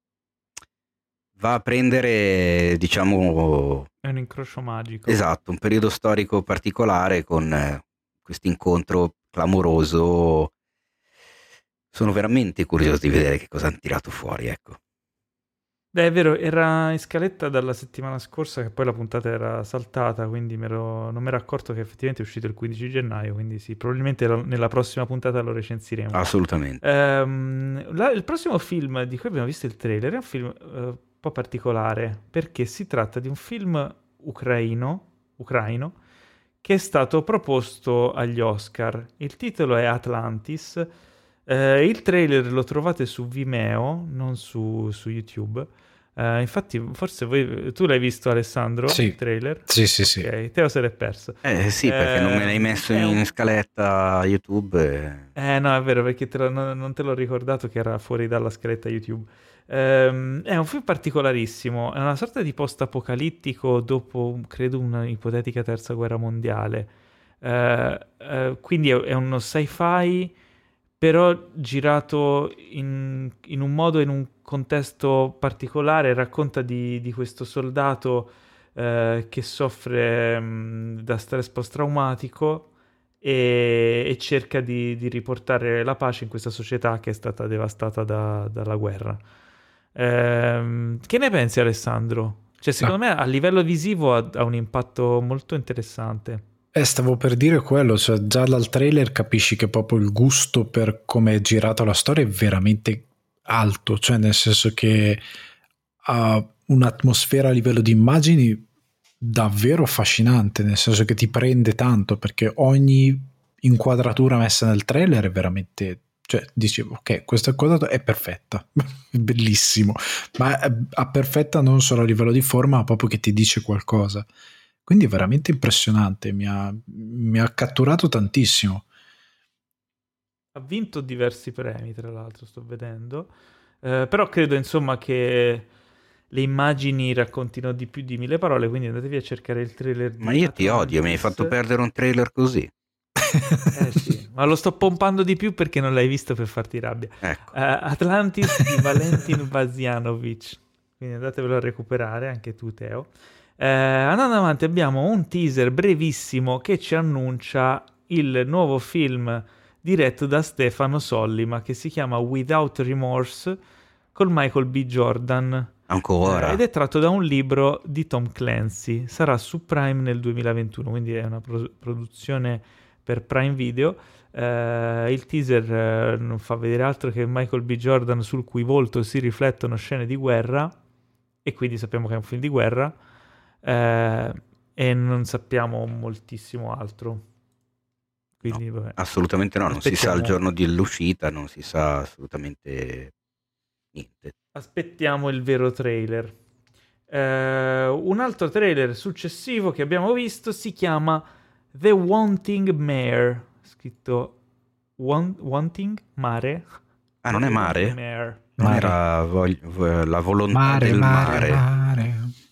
va a prendere, diciamo, è un incrocio magico. esatto, un periodo storico particolare con eh, questo incontro clamoroso. Sono veramente curioso di vedere che cosa hanno tirato fuori, ecco. Beh, è vero, era in scaletta dalla settimana scorsa che poi la puntata era saltata, quindi me lo- non mi ero accorto che effettivamente è uscito il quindici gennaio, quindi sì, probabilmente la- nella prossima puntata lo recensiremo. Assolutamente. Ehm, la- il prossimo film di cui abbiamo visto il trailer è un film eh, un po' particolare, perché si tratta di un film ucraino, ucraino che è stato proposto agli Oscar. Il titolo è Atlantis. Eh, il trailer lo trovate su Vimeo, non su, su YouTube. Eh, infatti, forse voi, tu l'hai visto, Alessandro, Sì. il trailer? Sì, sì, sì. Ok, Teo se l'è perso. Eh sì, perché non me l'hai Ehm, messo è in un- scaletta YouTube. e- Eh no, è vero, perché te lo- non, non te l'ho ricordato che era fuori dalla scaletta YouTube. Ehm, è un film particolarissimo, è una sorta di post-apocalittico dopo, credo, una ipotetica terza guerra mondiale. Eh, eh, quindi è, è uno sci-fi, però girato in, in un modo, in un contesto particolare, racconta di, di questo soldato eh, che soffre mh, da stress post-traumatico e, e cerca di, di riportare la pace in questa società che è stata devastata da- dalla guerra. Ehm, che ne pensi, Alessandro? Cioè, secondo me a livello visivo ha, ha un impatto molto interessante. Eh, stavo per dire quello, cioè già dal trailer capisci che proprio il gusto per come è girata la storia è veramente alto, cioè nel senso che ha un'atmosfera a livello di immagini davvero affascinante, nel senso che ti prende tanto perché ogni inquadratura messa nel trailer è veramente, cioè dici ok, questa cosa è perfetta, è bellissimo, ma è, è perfetta non solo a livello di forma ma proprio che ti dice qualcosa. Quindi è veramente impressionante, mi ha, mi ha catturato tantissimo. Ha vinto diversi premi, tra l'altro, sto vedendo. Eh, però credo, insomma, che le immagini raccontino di più di mille parole, quindi andatevi a cercare il trailer di Ma io ti odio, mi hai Atlantis. fatto perdere un trailer così. Eh sì, ma lo sto pompando di più perché non l'hai visto per farti rabbia. Ecco. Eh, Atlantis di Valentin Vazianovic, quindi andatevelo a recuperare, anche tu Teo. Eh, andando avanti abbiamo un teaser brevissimo che ci annuncia il nuovo film diretto da Stefano Sollima che si chiama Without Remorse con Michael B. Jordan. Ancora. Eh, ed è tratto da un libro di Tom Clancy. Sarà su Prime nel duemilaventuno, quindi è una pro- produzione per Prime Video. Uh, il teaser uh, non fa vedere altro che Michael B. Jordan sul cui volto si riflettono scene di guerra, e quindi sappiamo che è un film di guerra, uh, e non sappiamo moltissimo altro. Quindi, no, vabbè. Assolutamente no, non si sa il giorno dell'uscita, non si sa assolutamente niente. Aspettiamo il vero trailer. Uh, un altro trailer successivo che abbiamo visto si chiama The Wanting Mare, scritto want, Wanting Mare. Ah, non è mare? Mare. Non Mare. era vog- la volontà Mare, del mare, mare. mare.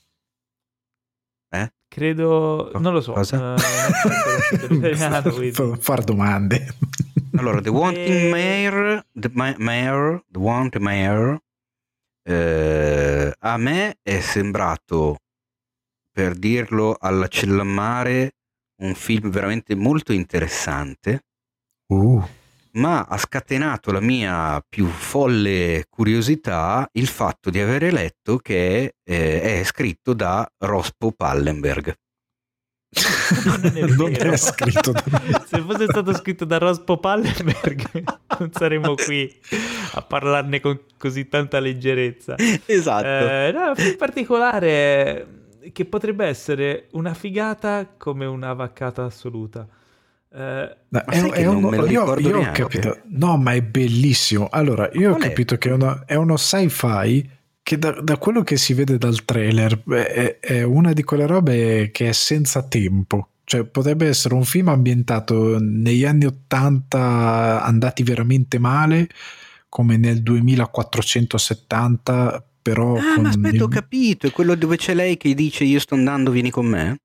Eh? Credo, non lo so. Cosa? Uh, non so l'italiano, quindi. Far domande. Allora, The Wanting E- Mare, The Ma- Mare, The Wanting Mare, eh, a me è sembrato, per dirlo alla Cellammare, un film veramente molto interessante, Uh. ma ha scatenato la mia più folle curiosità il fatto di avere letto che eh, è scritto da Rospo Pallenberg. Non è Non vero. è scritto da Se fosse stato scritto da Rospo Pallenberg non saremmo qui a parlarne con così tanta leggerezza. Esatto. Eh, no, è un film particolare che potrebbe essere una figata come una vaccata assoluta. Eh, No, Ma è- sai che è non uno- me lo io, ricordo io ho neanche. capito, no, ma è bellissimo. Allora, io ho Qual è? capito che è uno, è uno sci-fi che da, da quello che si vede dal trailer beh, è, è una di quelle robe che è senza tempo. Cioè, potrebbe essere un film ambientato negli anni ottanta andati veramente male, come nel duemilaquattrocentosettanta, però Ah, con ma aspetta, il- ho capito, è quello dove c'è lei che dice io sto andando, vieni con me?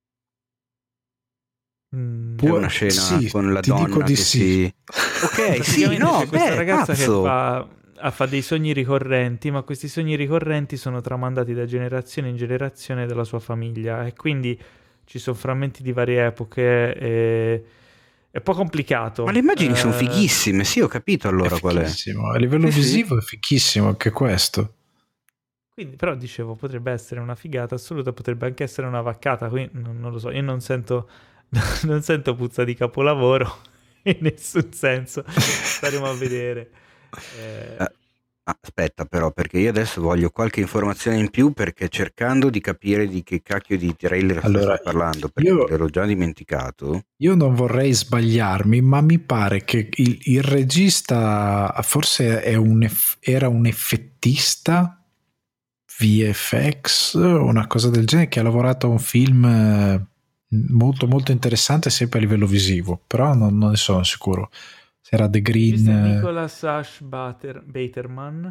mm, C'è Può- una scena sì, con la ti donna dico di che sì. si... Ok, sì, praticamente no, c'è questa beh, ragazza cazzo. che fa, ah, fa dei sogni ricorrenti, ma questi sogni ricorrenti sono tramandati da generazione in generazione dalla sua famiglia, e quindi ci sono frammenti di varie epoche, e è un po' complicato. Ma le immagini sono Eh, fighissime, sì, ho capito allora È qual è. fighissimo. A livello Sì, sì. visivo è fighissimo anche questo. Quindi, però, dicevo, potrebbe essere una figata assoluta, potrebbe anche essere una vaccata, quindi non, non lo so, io non sento, non sento puzza di capolavoro in nessun senso, staremo a vedere. Eh, Eh, ah, aspetta però, perché io adesso voglio qualche informazione in più, perché cercando di capire di che cacchio di trailer Allora, stai parlando, perché io- l'ho già dimenticato. Io non vorrei sbagliarmi, ma mi pare che il, il regista forse è un eff- era un effettista V F X o una cosa del genere, che ha lavorato a un film eh, molto molto interessante sempre a livello visivo, però non, non ne sono sicuro. Se era The Green. Questo è eh, Nicholas Ash Bater- Baterman,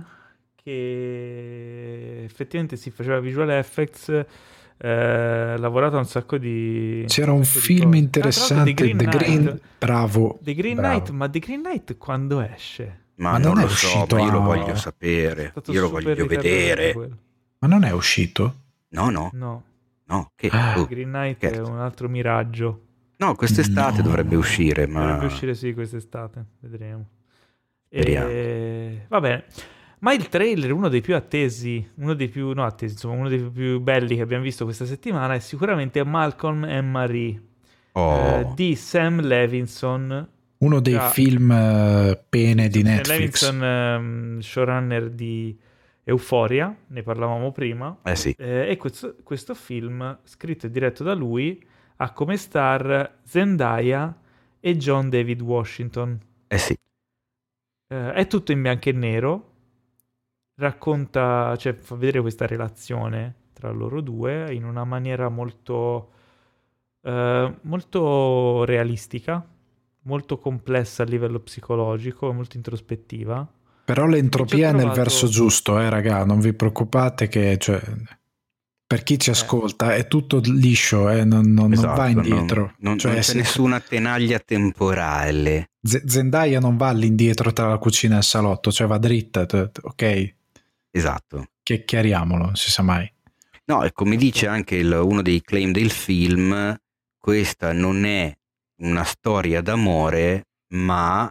che effettivamente si faceva visual effects, eh, ha lavorato a un sacco di... C'era un sacco di film cose. interessante, Ah, tra l'altro The Green, Knight. bravo. The Green bravo. Knight, ma The Green Knight quando esce? Ma, Ma non, non è lo so, uscito ma io lo a- voglio È sapere, stato io lo super voglio ritardato vedere. quello. Ma non è uscito? No, no, No, no, che... Ah. oh, Green Knight è scherzo. un altro miraggio. No, quest'estate No. dovrebbe uscire, ma... Dovrebbe uscire sì quest'estate, vedremo. Speriamo. E... Va bene. Ma il trailer, uno dei più attesi, uno dei più, no attesi, insomma, uno dei più belli che abbiamo visto questa settimana è sicuramente Malcolm and Marie, Oh, eh, di Sam Levinson. Uno dei Già. film eh, pene di Sam Netflix. Levinson, ehm, showrunner di Euphoria, ne parlavamo prima. eh sì, Eh, e questo, questo film, scritto e diretto da lui, ha come star Zendaya e John David Washington. eh sì. Eh, è tutto in bianco e nero, racconta, cioè fa vedere questa relazione tra loro due in una maniera molto, eh, molto realistica, molto complessa a livello psicologico, molto introspettiva. Però l'entropia E è ci ho nel trovato- verso giusto, eh, raga, non vi preoccupate che, cioè, per chi ci ascolta è tutto liscio, eh, non, non- non Esatto, va non- indietro. Non, Cioè, non c'è se- nessuna tenaglia temporale. Z- Zendaya non va all'indietro tra la cucina e il salotto, cioè va dritta, t- t- ok? Esatto. Che chiariamolo, non si sa mai. No, e come dice anche il- uno dei claim del film, questa non è una storia d'amore, ma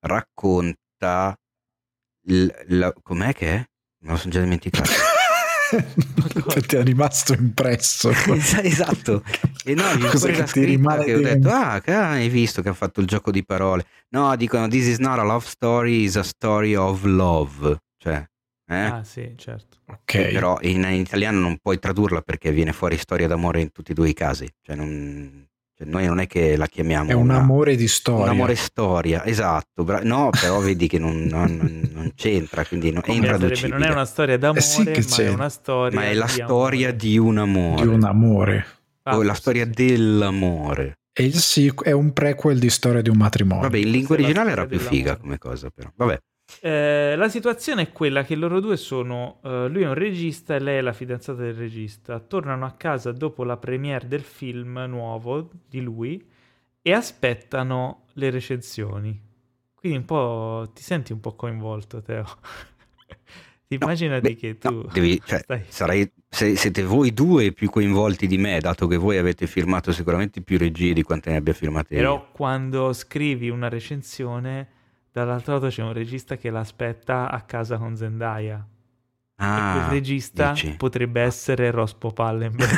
racconta... il- la- com'è che è? Me lo sono già dimenticato. Ti è rimasto impresso. Esatto. E no, gli Cosa fuori che la ti scritta rimane che ho dentro? detto, ah, che hai visto che ha fatto il gioco di parole. No, dicono, this is not a love story, is a story of love. Cioè, eh? Ah, sì, certo. Ok. Però in, in italiano non puoi tradurla perché viene fuori storia d'amore in tutti e due i casi. Cioè, non, cioè noi non è che la chiamiamo È un una- amore di storia. un amore storia, esatto. bra- no, però vedi che non, non- non- non c'entra, quindi no- è Come sarebbe, intraducibile. non è una storia d'amore, Eh sì che ma c'è. è una storia Ma è la di storia amore. di un amore. Di un amore. Ah, o la forse storia sì. dell'amore. E il sequ- è un prequel di storia di un matrimonio. Vabbè, in lingua Questa è la originale era storia più figa dell'amore. come cosa, però. Vabbè. Eh, la situazione è quella che loro due sono, eh, lui è un regista e lei è la fidanzata del regista, tornano a casa dopo la premiere del film nuovo di lui e aspettano le recensioni. Quindi un po' ti senti un po' coinvolto, Teo. Ti No, immaginati beh, che tu no, devi- cioè, stai... sarai- se- siete voi due più coinvolti di me, dato che voi avete firmato sicuramente più regie di quante ne abbia firmate io. Però quando scrivi una recensione, dall'altro lato c'è un regista che l'aspetta a casa con Zendaya. Ah, e quel regista dici. potrebbe essere Rospo Pallenberg.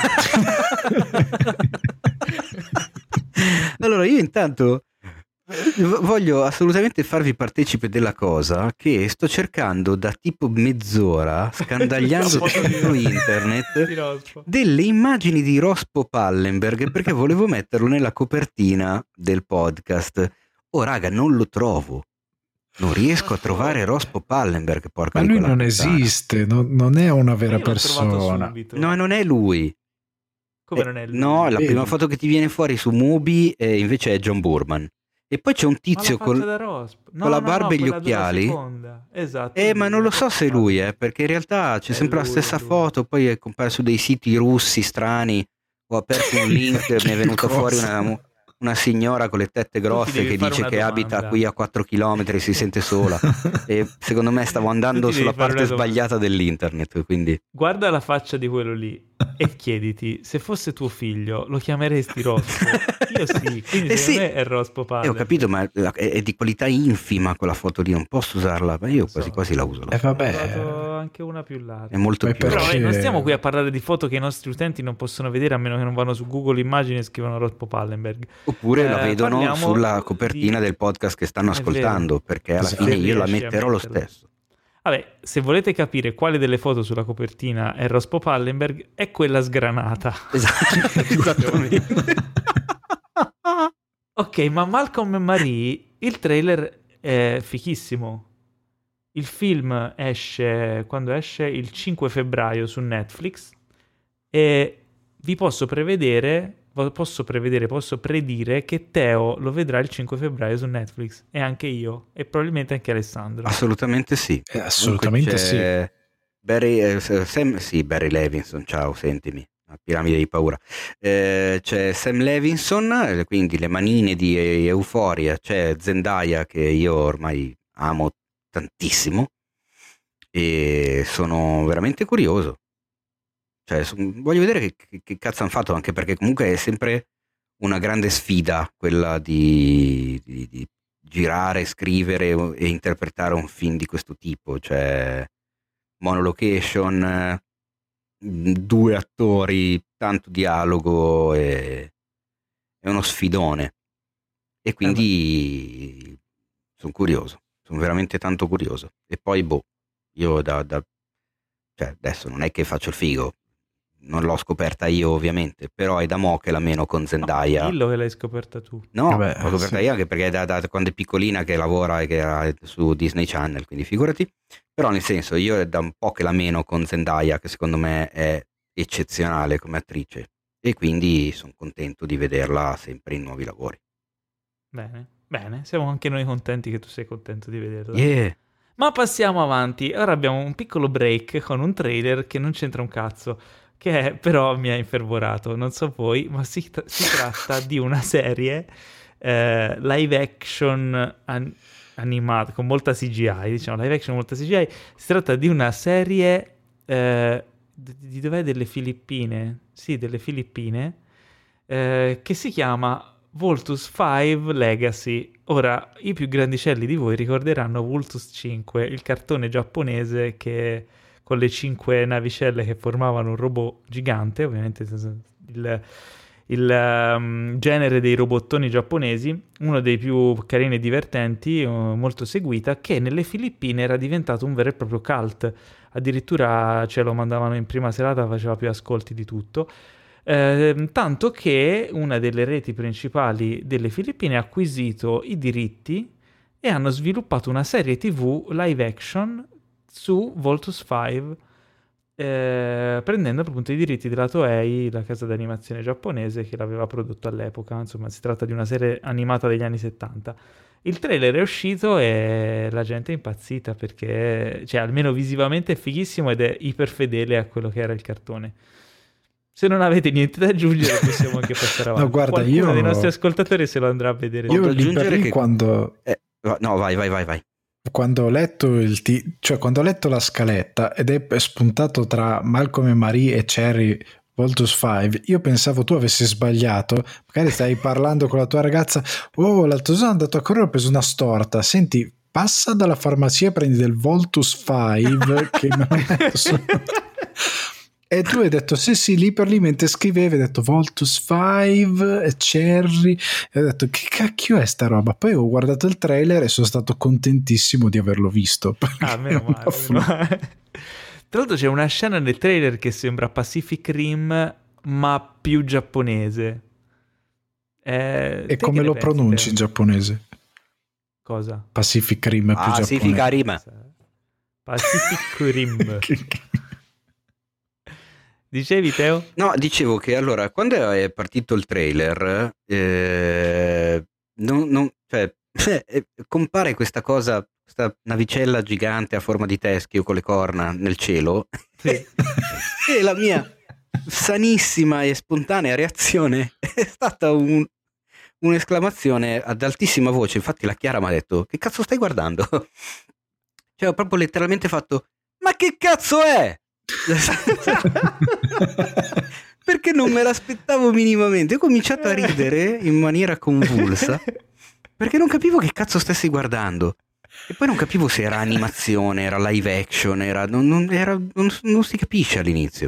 Allora io intanto eh, voglio assolutamente farvi partecipe della cosa che sto cercando da tipo mezz'ora, scandagliando La foto di- su di internet, Rospo. delle immagini di Rospo Pallenberg perché volevo metterlo nella copertina del podcast. Oh raga, non lo trovo. Non riesco a trovare Rospo Pallenberg, porca Ma di lui quella non puttana. esiste, non, non è una vera Io l'ho trovato persona. subito. No, non è lui. Come Eh, non è lui? No, la Vedi? prima foto che ti viene fuori su Mubi eh, invece è John Burman. E poi c'è un Ma tizio la faccia con, da Rospo. No, con la no, barba no, e gli quella della occhiali. seconda. Esatto. Eh, ma non lo lui. so se è lui, eh, perché in realtà c'è È sempre la lui, stessa è lui. foto, poi è comparso su dei siti russi strani. Ho aperto un link, mi è venuta Cosa? fuori una, una signora con le tette grosse devi che fare dice una che domanda. abita qui a quattro chilometri, si sente sola. E secondo me stavo andando Tu ti devi sulla fare parte una domanda. sbagliata dell'internet, quindi... Guarda la faccia di quello lì e chiediti, se fosse tuo figlio, lo chiameresti Rospo? Io sì, quindi Eh secondo sì. me è Rospo Eh, Pallenberg. ho capito, ma è, è di qualità infima quella foto lì, non posso usarla, ma io Lo so. quasi quasi la uso. lo Eh, so. Ho vabbè. trovato anche una più larga. È molto Ma più... Però perché- eh, non stiamo qui a parlare di foto che i nostri utenti non possono vedere a meno che non vanno su Google Immagini e scrivono Rospo Pallenberg. Oppure la Eh, vedono parliamo sulla copertina di- del podcast che stanno È ascoltando, perché alla Esatto. fine io la Riesci a metterò lo metterla. stesso. Vabbè, se volete capire quale delle foto sulla copertina è Rospo Pallenberg, è quella sgranata. Esatto, esattamente. Ok, ma Malcolm e Marie, il trailer è fichissimo. Il film esce quando esce il cinque febbraio su Netflix e vi posso prevedere, posso prevedere, posso predire che Teo lo vedrà il cinque febbraio su Netflix e anche io e probabilmente anche Alessandro. Assolutamente sì. Eh, assolutamente Comunque c'è Barry, eh, Sam, sì, Barry Levinson, ciao, sentimi, la piramide di paura. Eh, c'è Sam Levinson, eh, quindi le manine di Euphoria, c'è Zendaya che io ormai amo tantissimo e sono veramente curioso. Cioè, so- voglio vedere che, che, che cazzo hanno fatto, anche perché comunque è sempre una grande sfida quella di, di- di girare, scrivere e interpretare un film di questo tipo, cioè monolocation, eh, due attori, tanto dialogo, e, è uno sfidone. E quindi sono curioso, sono veramente tanto curioso. E poi, boh, io da, da- cioè adesso non è che faccio il figo, non l'ho scoperta io ovviamente, però è da mo' che la meno con Zendaya. Dillo che l'hai scoperta tu. No, Vabbè, l'ho scoperta sì. io anche perché è da, da quando è piccolina che lavora e che era su Disney Channel, quindi figurati. Però nel senso, io è da un po' che la meno con Zendaya, che secondo me è eccezionale come attrice, e quindi sono contento di vederla sempre in nuovi lavori. Bene, bene, siamo anche noi contenti che tu sei contento di vederla. Yeah. Ma passiamo avanti. Ora abbiamo un piccolo break con un trailer che non c'entra un cazzo, che è, però mi ha infervorato. Non so voi, ma si, tra- si tratta di una serie eh, live action an- animata con molta C G I, diciamo live action con molta C G I. Si tratta di una serie eh, di, di dov'è? Delle Filippine? Sì, delle Filippine, eh, che si chiama Voltus cinque Legacy. Ora, i più grandicelli di voi ricorderanno Voltus cinque, il cartone giapponese che con le cinque navicelle che formavano un robot gigante, ovviamente il, il um, genere dei robottoni giapponesi, uno dei più carini e divertenti, uh, molto seguita, che nelle Filippine era diventato un vero e proprio cult, addirittura ce lo mandavano in prima serata, faceva più ascolti di tutto. Eh, tanto che una delle reti principali delle Filippine ha acquisito i diritti e hanno sviluppato una serie tivù live action su Voltus cinque, eh, prendendo appunto i diritti della Toei, la casa d'animazione giapponese che l'aveva prodotto all'epoca. Insomma, si tratta di una serie animata degli anni settanta. Il trailer è uscito e la gente è impazzita perché, cioè, almeno visivamente è fighissimo ed è iperfedele a quello che era il cartone. Se non avete niente da aggiungere possiamo anche passare avanti. No, guarda, Qualcuno io... dei nostri ascoltatori se lo andrà a vedere. Io lì per lì che... quando... Eh, no, vai, vai, vai, vai. Quando ho letto il t- cioè quando ho letto la scaletta ed è spuntato tra Malcolm e Marie e Cherry Voltus cinque, io pensavo tu avessi sbagliato, magari stai parlando con la tua ragazza, oh l'altro giorno è andato a correre, ho preso una storta, senti, passa dalla farmacia e prendi del Voltus cinque che non è e tu hai detto sì sì, lì per lì mentre scrivevi hai detto Voltus cinque e Cherry e ho detto che cacchio è sta roba, poi ho guardato il trailer e sono stato contentissimo di averlo visto. Ah, meno male, meno male. Tra l'altro c'è una scena nel trailer che sembra Pacific Rim ma più giapponese. Eh, e come lo pensi, pronunci te? in giapponese? Cosa? Pacific Rim più ah, giapponese. Pacific Rim. Pacific Rim. Dicevi, Teo? No, dicevo che allora quando è partito il trailer eh, non, non, cioè, eh, compare questa cosa, questa navicella gigante a forma di teschio con le corna nel cielo sì. E la mia sanissima e spontanea reazione è stata un, un'esclamazione ad altissima voce. Infatti la Chiara mi ha detto che cazzo stai guardando? Cioè ho proprio letteralmente fatto ma che cazzo è? Perché non me l'aspettavo minimamente. Ho cominciato a ridere in maniera convulsa perché non capivo che cazzo stessi guardando e poi non capivo se era animazione, era live action, era, non, non, era, non, non si capisce all'inizio.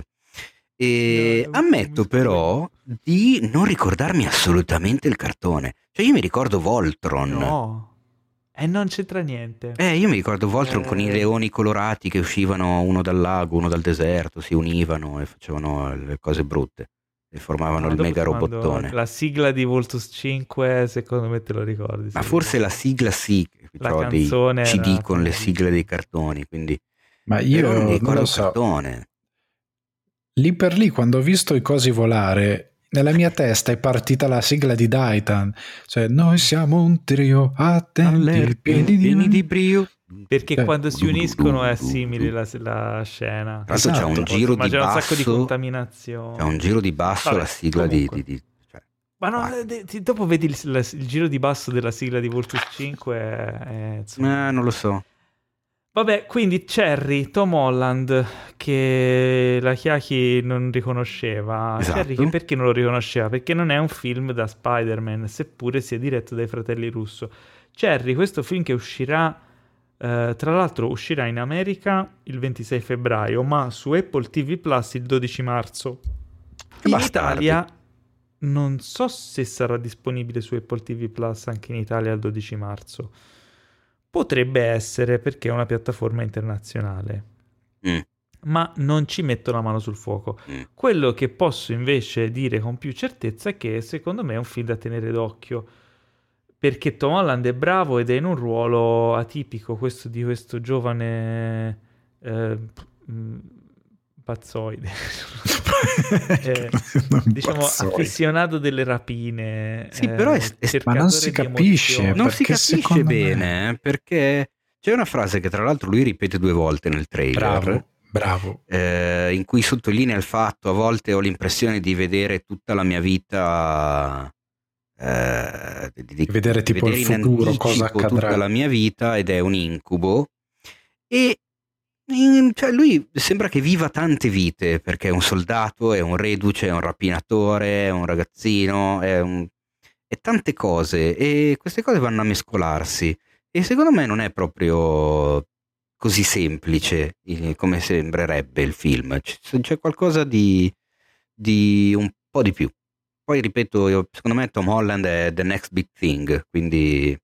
E no, ammetto però di non ricordarmi assolutamente il cartone. Cioè io mi ricordo Voltron. No. E non c'entra niente. Eh, io mi ricordo Voltron eh... con i leoni colorati che uscivano uno dal lago, uno dal deserto, si univano e facevano le cose brutte e formavano no, il mega robottone. La sigla di Voltus cinque, secondo me te lo ricordi. Ma forse la sigla sì, la ho dei C D con le sigle dei cartoni, quindi ma io non mi ricordo non lo il so. cartone. Lì per lì quando ho visto i cosi volare nella mia testa è partita la sigla di Daitan, cioè noi siamo un trio attenti pieni di... di brio, perché cioè, quando si uniscono è simile la, la scena. Tra l'altro esatto. C'è un giro di basso, un sacco di contaminazione. C'è un giro di basso Vabbè, la sigla di, di, di cioè, ma no, ah. de, de, dopo vedi il, la, il giro di basso della sigla di Voltus cinque è, è, eh, non lo so. Vabbè, quindi Cherry, Tom Holland, che la Chiaki non riconosceva. Esatto. Cherry che perché non lo riconosceva? Perché non è un film da Spider-Man, seppure sia diretto dai fratelli Russo. Cherry, questo film che uscirà, eh, tra l'altro uscirà in America il ventisei febbraio, ma su Apple T V Plus il dodici marzo. In Bastardi. Italia non so se sarà disponibile su Apple T V Plus anche in Italia il dodici marzo. Potrebbe essere perché è una piattaforma internazionale, mm. ma non ci metto la mano sul fuoco. Mm. Quello che posso invece dire con più certezza è che secondo me è un film da tenere d'occhio, perché Tom Holland è bravo ed è in un ruolo atipico, questo di questo giovane eh, pazzoide, eh, diciamo pazzoide. Appassionato delle rapine. Sì, però è, è, ma non si capisce, non si capisce bene, me... eh, perché c'è una frase che tra l'altro lui ripete due volte nel trailer. Bravo, bravo. Eh, in cui sottolinea il fatto: a volte ho l'impressione di vedere tutta la mia vita, eh, di, di vedere di tipo vedere il futuro, cosa accadrà, tutta la mia vita, ed è un incubo. E in, cioè lui sembra che viva tante vite, perché è un soldato, è un reduce, è un rapinatore, è un ragazzino, è, un, è tante cose, e queste cose vanno a mescolarsi, e secondo me non è proprio così semplice eh, come sembrerebbe il film. C- c'è qualcosa di, di un po' di più. Poi ripeto, io, secondo me Tom Holland è the next big thing, quindi...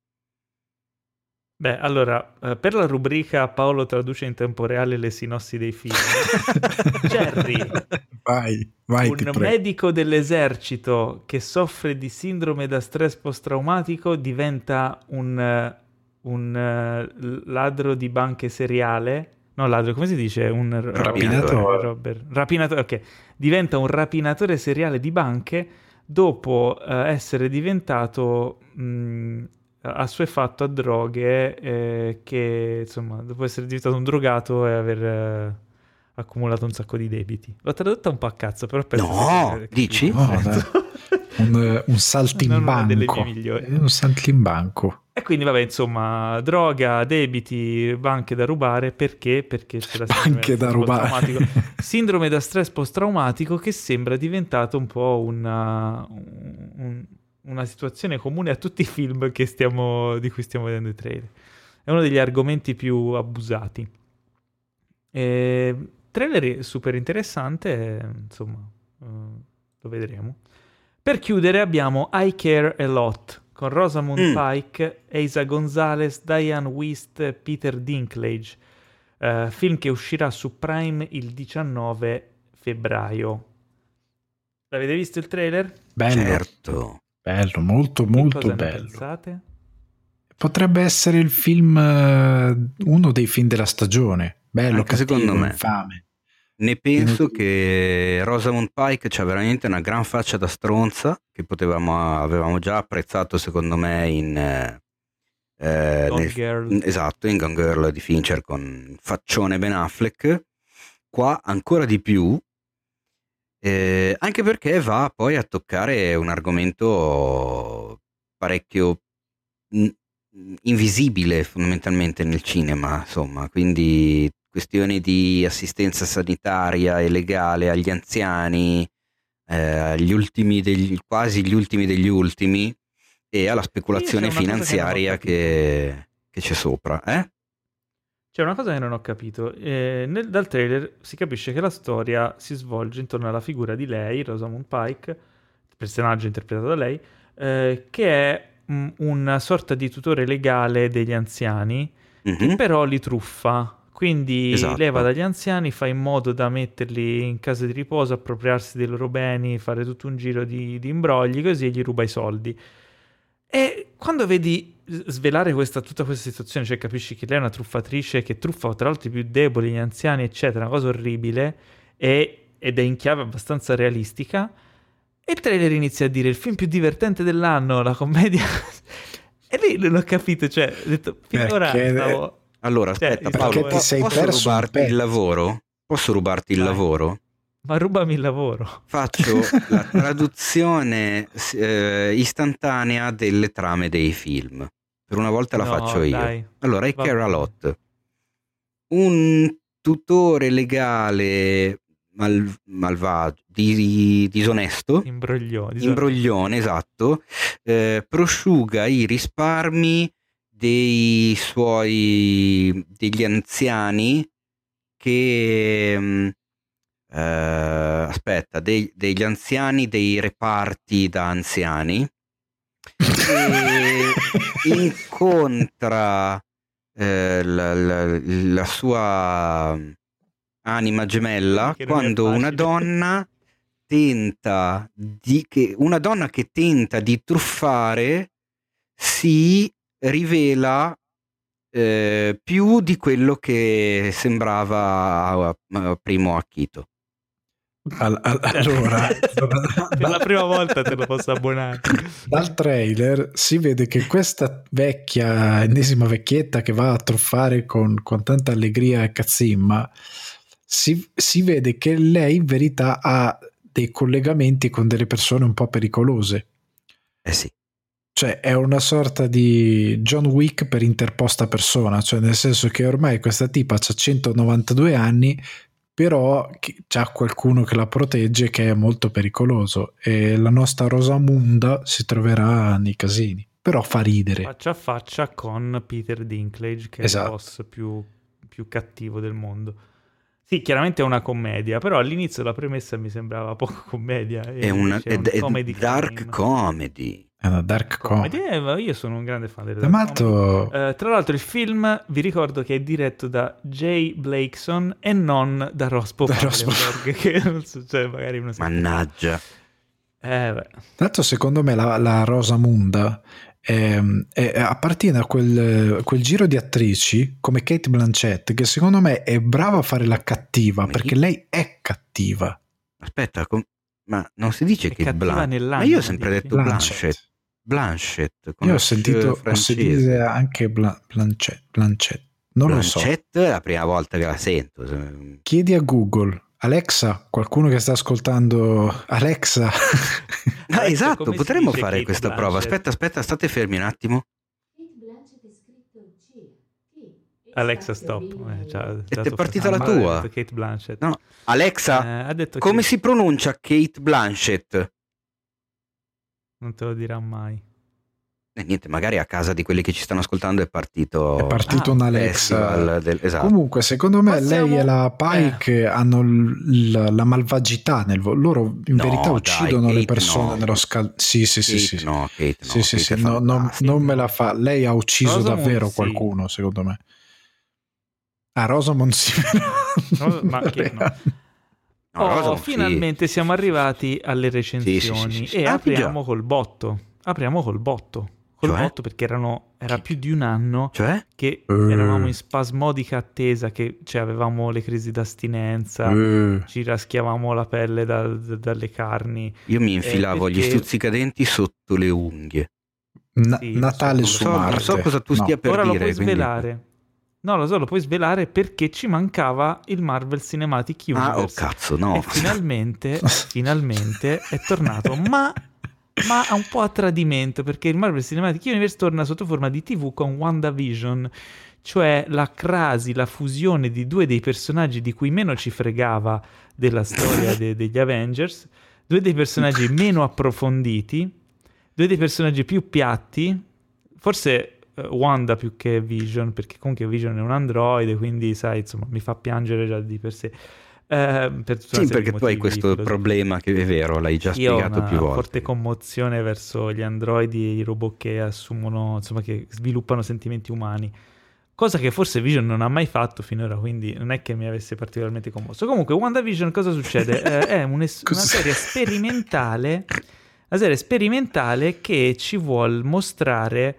Beh, allora, eh, per la rubrica Paolo traduce in tempo reale le sinossi dei film. Jerry, vai, vai, un medico dell'esercito che soffre di sindrome da stress post-traumatico diventa un, un uh, ladro di banche seriale. No, ladro, come si dice? Un rapinatore. Robert, rapinatore, ok. Diventa un rapinatore seriale di banche dopo uh, essere diventato... Mh, assuefatto a droghe eh, che insomma dopo essere diventato un drogato e aver eh, accumulato un sacco di debiti. L'ho tradotta un po' a cazzo, però penso no, che dici? No, un, un saltimbanco un saltimbanco e quindi vabbè, insomma, droga, debiti, banche da rubare. Perché? Perché c'è la banche da rubare sindrome da stress post-traumatico, che sembra diventato un po' una un, una situazione comune a tutti i film che stiamo, di cui stiamo vedendo i trailer. È uno degli argomenti più abusati. E, trailer super interessante, insomma, uh, lo vedremo. Per chiudere abbiamo I Care a Lot con Rosamund mm. Pike, Eiza Gonzalez, Diane Wiest, Peter Dinklage, uh, film che uscirà su Prime il diciannove febbraio. L'avete visto il trailer? Bello. Certo. Bello, molto molto cosa bello. Ne pensate? Potrebbe essere il film, uno dei film della stagione. Bello, anche cattivo, secondo me. Infame. Ne penso che Rosamund Pike c'ha veramente una gran faccia da stronza che potevamo avevamo già apprezzato secondo me in eh, Gone nel, Girl. esatto, in Gone Girl di Fincher con faccione Ben Affleck. Qua ancora di più. Eh, anche perché va poi a toccare un argomento parecchio mh, invisibile fondamentalmente nel cinema, insomma, quindi questioni di assistenza sanitaria e legale agli anziani, eh, agli ultimi degli, quasi gli ultimi degli ultimi, e alla speculazione sì, finanziaria che, che, che c'è sopra, eh? C'è una cosa che non ho capito. Eh, nel, dal trailer si capisce che la storia si svolge intorno alla figura di lei, Rosamund Pike, il personaggio interpretato da lei, eh, che è mh, una sorta di tutore legale degli anziani, mm-hmm. che però li truffa. Quindi esatto. lei va dagli anziani, fa in modo da metterli in casa di riposo, appropriarsi dei loro beni, fare tutto un giro di, di imbrogli, così gli ruba i soldi. E quando vedi svelare questa, tutta questa situazione, cioè capisci che lei è una truffatrice che truffa tra l'altro i più deboli, gli anziani eccetera, una cosa orribile, e, ed è in chiave abbastanza realistica, e il trailer inizia a dire il film più divertente dell'anno, la commedia e lì non ho capito, cioè ho detto finora Perché... stavo... allora aspetta cioè, Paolo, ti sei posso perso rubarti il lavoro? Posso rubarti il Vai. lavoro? Ma rubami il lavoro. Faccio la traduzione eh, istantanea delle trame dei film. Per una volta la No, faccio io. dai. Allora, I Va Care a bene. Lot. Un tutore legale mal, malvagio, di, disonesto, Imbroglione. imbroglione, esatto, eh, prosciuga i risparmi dei suoi degli anziani che mh, eh, aspetta dei, degli anziani dei reparti da anziani e incontra eh, la, la, la sua anima gemella Che non è quando una facile. donna tenta di che una donna che tenta di truffare si rivela eh, più di quello che sembrava a, a primo acchito. All- all- allora, Per la prima volta te lo posso abbonare. dal trailer si vede che questa vecchia, ennesima vecchietta che va a truffare con, con tanta allegria e cazzimma, si, si vede che lei in verità ha dei collegamenti con delle persone un po' pericolose. Eh sì. Cioè è una sorta di John Wick per interposta persona, cioè nel senso che ormai questa tipa ha centonovantadue anni, però c'ha qualcuno che la protegge che è molto pericoloso, e la nostra Rosamunda si troverà nei casini, però fa ridere. Faccia a faccia con Peter Dinklage, che Esatto. è il boss più più cattivo del mondo. Sì, chiaramente è una commedia, però all'inizio la premessa mi sembrava poco commedia. È una invece è, un è comedy dark crime. comedy. È una dark comedy. Comedy, eh, io sono un grande fan delle Tra dark comedy. l'altro, Eh, tra l'altro il film, vi ricordo che è diretto da Jay Blakeson e non da Rospo Da Rospo. Palenberg, che non so, cioè magari uno si- Mannaggia. Eh, beh. tra l'altro secondo me la, la Rosamunda ehm, è- appartiene a quel, quel giro di attrici come Kate Blanchett, che secondo me è brava a fare la cattiva, Come perché chi? lei è cattiva. Aspetta, com- ma non si dice È che cattiva Blanchett. Ma nell'anima, io ho sempre dici? detto Blanchett. Blanchett. Blanchett. con Io ho la sentito, sh ho sentito francese. anche Bla- Blanchett, Blanchett. Non lo so. Blanchett è la prima volta che la sento. Se- Chiedi a Google, Alexa, qualcuno che sta ascoltando, Alexa. Ah, Alexa, esatto, come si potremmo dice fare Kate questa Blanchett? prova. Aspetta, aspetta, state fermi un attimo. Alexa, stop. Eh, già- E già ti è sto partita la facendo- tua? ha detto Kate Blanchett. No, Alexa, Eh, ha detto come che si pronuncia Kate Blanchett? non te lo dirà mai. E niente, magari a casa di quelli che ci stanno ascoltando è partito È partito Ah, un Alexa. festival del- esatto. Comunque, secondo me Possiamo- lei e la Pike hanno l- la, la malvagità nel vo- loro in No, verità dai, uccidono le Kate persone no. nello scal sì sì sì Kate sì no, Kate no, sì sì Kate sì, è no, non, fantastica. non me la fa, lei ha ucciso Rosamund, davvero sì. qualcuno secondo me. A Rosamond sì. Ros- ma che no. No, Oh, Rosamund, sì. finalmente siamo arrivati alle recensioni Sì, sì, sì, sì. e Ah, apriamo già. col botto. Apriamo col botto. Col Cioè? botto perché erano, era più di un anno Cioè? che Eh. eravamo in spasmodica attesa, che cioè, avevamo le crisi d'astinenza, Eh, ci raschiavamo la pelle da- da- dalle carni. Io mi infilavo perché- gli stuzzicadenti sotto le unghie. Na- Sì, lo Natale so, su lo so, Marte. non so cosa tu No. stia per Ora lo dire. puoi quindi- svelare. No, lo so, lo puoi svelare perché ci mancava il Marvel Cinematic Ah, oh Universe. cazzo, no. E finalmente, finalmente è tornato, ma, ma un po' a tradimento, perché il Marvel Cinematic Universe torna sotto forma di tivù con WandaVision, cioè la crasi, la fusione di due dei personaggi di cui meno ci fregava della storia de- degli Avengers, due dei personaggi meno approfonditi, due dei personaggi più piatti, forse eh, Wanda più che Vision, perché comunque Vision è un androide, quindi sai, insomma, mi fa piangere già di per sé. Eh, per tutta una Sì, serie perché di tu hai motivi questo filosofici. problema che è vero, l'hai già Io ho spiegato una più volte. forte commozione verso gli androidi e i robot che assumono, insomma, che sviluppano sentimenti umani. Cosa che forse Vision non ha mai fatto finora, quindi non è che mi avesse particolarmente commosso. Comunque, WandaVision cosa succede? Eh, è un es- una Cos'è? serie sperimentale, una serie sperimentale che ci vuol mostrare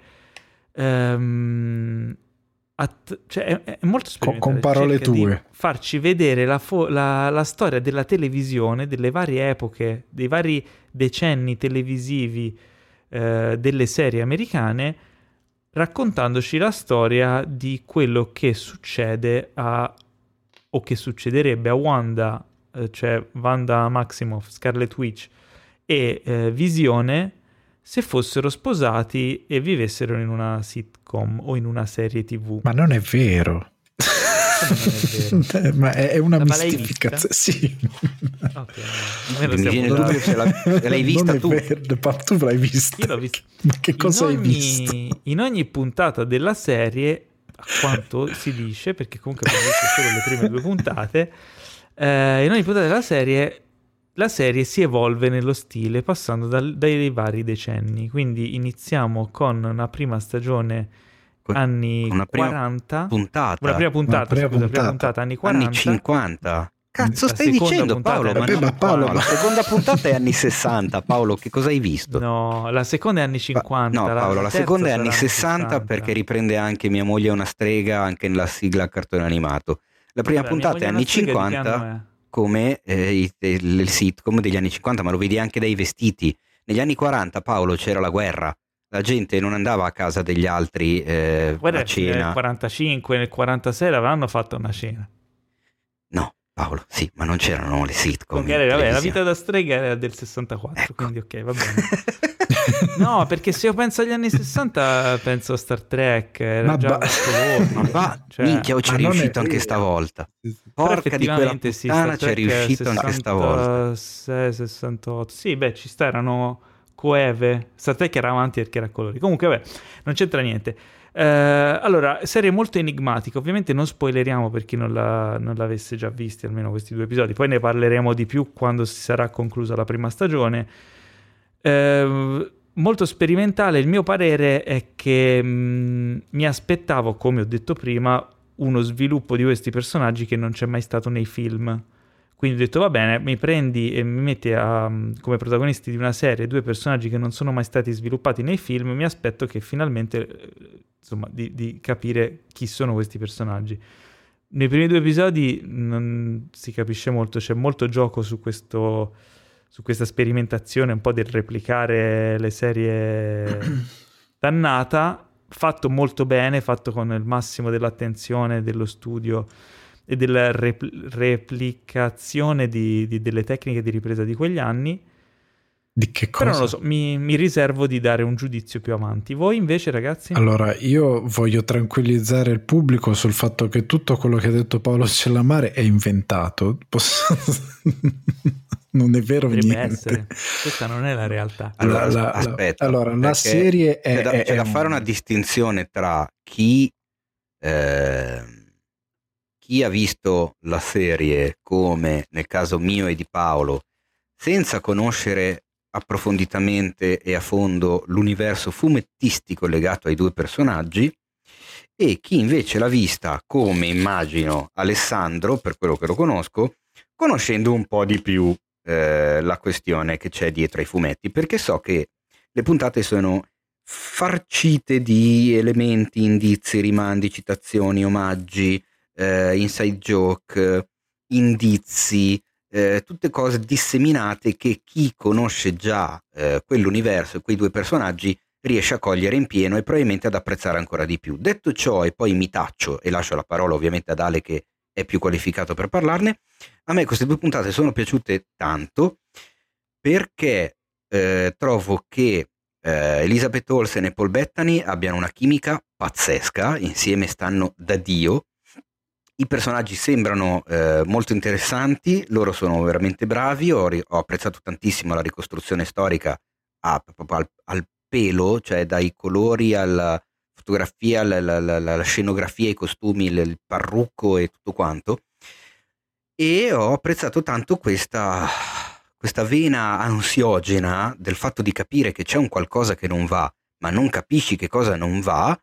ehm, att- cioè è, è molto Con- sperimentale. con parole Cerca di tue. farci vedere la, fo- la- la storia della televisione, delle varie epoche, dei vari decenni televisivi eh, delle serie americane, raccontandoci la storia di quello che succede a o che succederebbe a Wanda, eh, cioè Wanda Maximoff, Scarlet Witch e eh, Visione se fossero sposati e vivessero in una sitcom o in una serie tivù. Ma non è vero. Come non è vero? Eh, Ma è è una Ma l'hai mistificazione. Sì. Ok, no, almeno Mi siamo viene il bravi. dubbio se la- se l'hai vista Non è tu. vero, ma tu l'hai vista. Io l'ho vista. Ma che cosa in hai ogni, visto? in ogni puntata della serie, a quanto si dice, perché comunque abbiamo visto solo le prime due puntate, eh, in ogni puntata della serie la serie si evolve nello stile passando dal- dai vari decenni. Quindi iniziamo con una prima stagione Con- anni con una prima quaranta, Puntata. una prima puntata, Una prima scusa, prima puntata. puntata anni quaranta. Anni cinquanta. Cazzo La stai seconda dicendo puntata Paolo? era Ma, Vabbè, no, ma Paolo, no, ma- la seconda puntata è anni sessanta. Paolo, che cosa hai visto? No, la seconda è anni cinquanta. No, Paolo, la, terza seconda è sarà anni sessanta sessanta. perché riprende anche Mia moglie è una strega anche nella sigla cartone animato. La prima Vabbè, puntata Mia è moglie anni una strega di che anno cinquanta è? come eh, i- il, il sitcom degli anni cinquanta, ma lo vedi anche dai vestiti. Negli anni quaranta, Paolo, c'era la guerra. La gente non andava a casa degli altri eh, Guarda, a cena. nel quarantacinque, nel quarantasei l'avranno fatta una cena. No, Paolo, sì, ma non c'erano le sitcom. Comunque, in era- vabbè, la televisione. vita da strega era del sessantaquattro, Ecco. quindi ok, va bene. No, perché se io penso agli anni sessanta penso a Star Trek, era Ma già ba- colore, Ma va, cioè, minchia, ci è ma non è riuscito anche vero. stavolta. però Porca di quella effettivamente sì, puttana Star ci è Trek riuscito anche stavolta. sessantasei, sessantotto. Sì, beh, ci sta, erano coeve, Star Trek era avanti perché era a colori. Comunque vabbè, non c'entra niente. Eh, allora, serie molto enigmatica, ovviamente non spoileriamo per chi non, la, non l'avesse già visti, almeno questi due episodi, poi ne parleremo di più quando si sarà conclusa la prima stagione. Eh, molto sperimentale. Il mio parere è che mh, mi aspettavo, come ho detto prima, uno sviluppo di questi personaggi che non c'è mai stato nei film. Quindi ho detto va bene, mi prendi e mi metti a, come protagonisti di una serie due personaggi che non sono mai stati sviluppati nei film, mi aspetto che finalmente, insomma, di, di capire chi sono questi personaggi. Nei primi due episodi non si capisce molto, c'è molto gioco su questo, su questa sperimentazione un po' del replicare le serie dannata, fatto molto bene, fatto con il massimo dell'attenzione dello studio e della repl- replicazione di, di, delle tecniche di ripresa di quegli anni. Di che cosa? Però non lo so, mi, mi riservo di dare un giudizio più avanti. Voi invece, ragazzi? Allora, io voglio tranquillizzare il pubblico sul fatto che tutto quello che ha detto Paolo Cellamare è inventato. Posso... non è vero Potrebbe niente. essere. Questa non è la realtà. Allora, la, la, aspetta. Allora, la serie è... C'è da, è, c'è è da un... fare una distinzione tra chi... Eh, chi ha visto la serie, come nel caso mio e di Paolo, senza conoscere approfonditamente e a fondo l'universo fumettistico legato ai due personaggi, e chi invece l'ha vista, come immagino Alessandro, per quello che lo conosco, conoscendo un po' di più eh, la questione che c'è dietro ai fumetti, perché so che le puntate sono farcite di elementi, indizi, rimandi, citazioni, omaggi, Uh, inside joke, indizi, uh, tutte cose disseminate che chi conosce già uh, quell'universo e quei due personaggi riesce a cogliere in pieno e probabilmente ad apprezzare ancora di più. Detto ciò, e poi mi taccio e lascio la parola ovviamente ad Ale che è più qualificato per parlarne, a me queste due puntate sono piaciute tanto perché uh, trovo che uh, Elizabeth Olsen e Paul Bettany abbiano una chimica pazzesca, insieme stanno da Dio. I personaggi sembrano eh, molto interessanti, loro sono veramente bravi, ho, ri- ho apprezzato tantissimo la ricostruzione storica a, proprio al, al pelo, cioè dai colori alla fotografia, alla, alla, alla, alla scenografia, i costumi, il, il parrucco e tutto quanto, e ho apprezzato tanto questa, questa vena ansiogena del fatto di capire che c'è un qualcosa che non va, ma non capisci che cosa non va.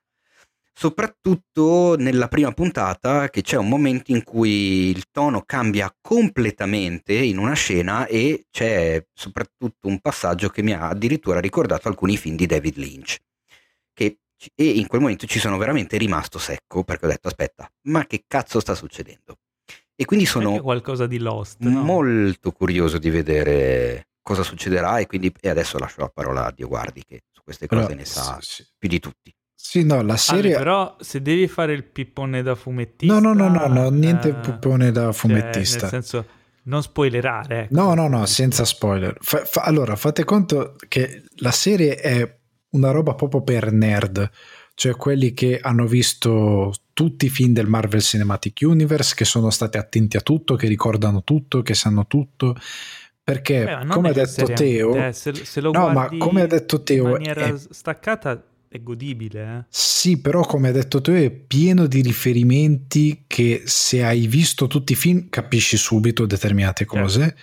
Soprattutto nella prima puntata, che c'è un momento in cui il tono cambia completamente in una scena e c'è soprattutto un passaggio che mi ha addirittura ricordato alcuni film di David Lynch, che, e in quel momento ci sono veramente rimasto secco perché ho detto aspetta, ma che cazzo sta succedendo? E quindi sono anche qualcosa di Lost, no? Molto curioso di vedere cosa succederà, e quindi e adesso lascio la parola a Dio Guardi che su queste cose però, ne sa sì, sì. più di tutti. Sì, no, la serie... Ale, però se devi fare il pippone da fumettista... No, no, no, no, no niente eh, pippone da fumettista. Cioè, nel senso, non spoilerare. Ecco. No, no, no, senza spoiler. Fa, fa, allora, fate conto che la serie è una roba proprio per nerd, cioè quelli che hanno visto tutti i film del Marvel Cinematic Universe, che sono stati attenti a tutto, che ricordano tutto, che sanno tutto... Perché, Beh, come ha detto Teo... Eh, se, se lo no, ma come ha detto Teo... in maniera è, staccata... è godibile, eh? Sì, però come hai detto tu è pieno di riferimenti che se hai visto tutti i film capisci subito determinate cose, certo.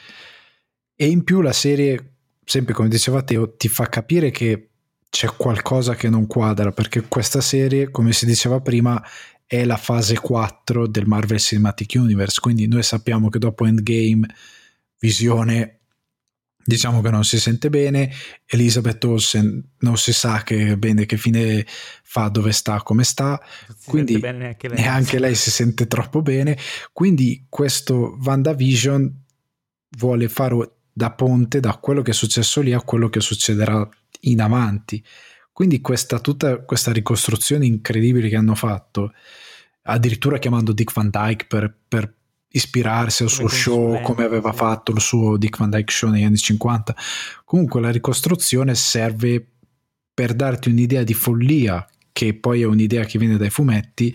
E in più la serie, sempre come diceva Teo, ti fa capire che c'è qualcosa che non quadra, perché questa serie, come si diceva prima, è la fase quattro del Marvel Cinematic Universe, quindi noi sappiamo che dopo Endgame Visione diciamo che non si sente bene, Elizabeth Olsen non si sa che bene che fine fa, dove sta, come sta, quindi bene neanche lei. neanche lei si sente troppo bene, quindi questo WandaVision vuole fare da ponte da quello che è successo lì a quello che succederà in avanti, quindi questa tutta questa ricostruzione incredibile che hanno fatto, addirittura chiamando Dick Van Dyke per, per ispirarsi al suo show come aveva sì. fatto il suo Dick Van Dyke Show negli anni cinquanta. Comunque la ricostruzione serve per darti un'idea di follia, che poi è un'idea che viene dai fumetti,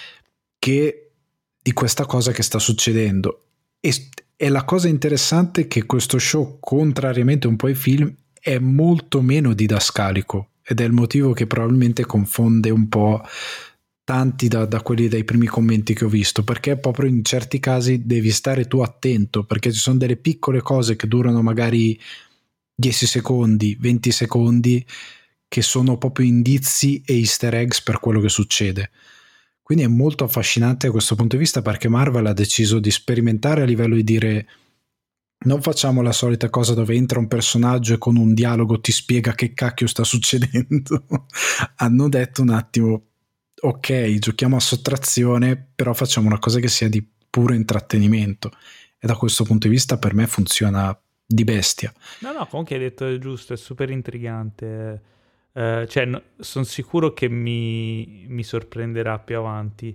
che di questa cosa che sta succedendo, e, e la cosa interessante è che questo show, contrariamente un po' ai film, è molto meno didascalico, ed è il motivo che probabilmente confonde un po' tanti da, da quelli dei primi commenti che ho visto, perché proprio in certi casi devi stare tu attento, perché ci sono delle piccole cose che durano magari dieci secondi, venti secondi, che sono proprio indizi e easter eggs per quello che succede. Quindi è molto affascinante da questo punto di vista, perché Marvel ha deciso di sperimentare a livello di dire: non facciamo la solita cosa dove entra un personaggio e con un dialogo ti spiega che cacchio sta succedendo. Hanno detto un attimo: ok, giochiamo a sottrazione, però facciamo una cosa che sia di puro intrattenimento, e da questo punto di vista per me funziona di bestia. No, no, comunque hai detto giusto, è super intrigante. Uh, cioè, no, sono sicuro che mi, mi sorprenderà più avanti.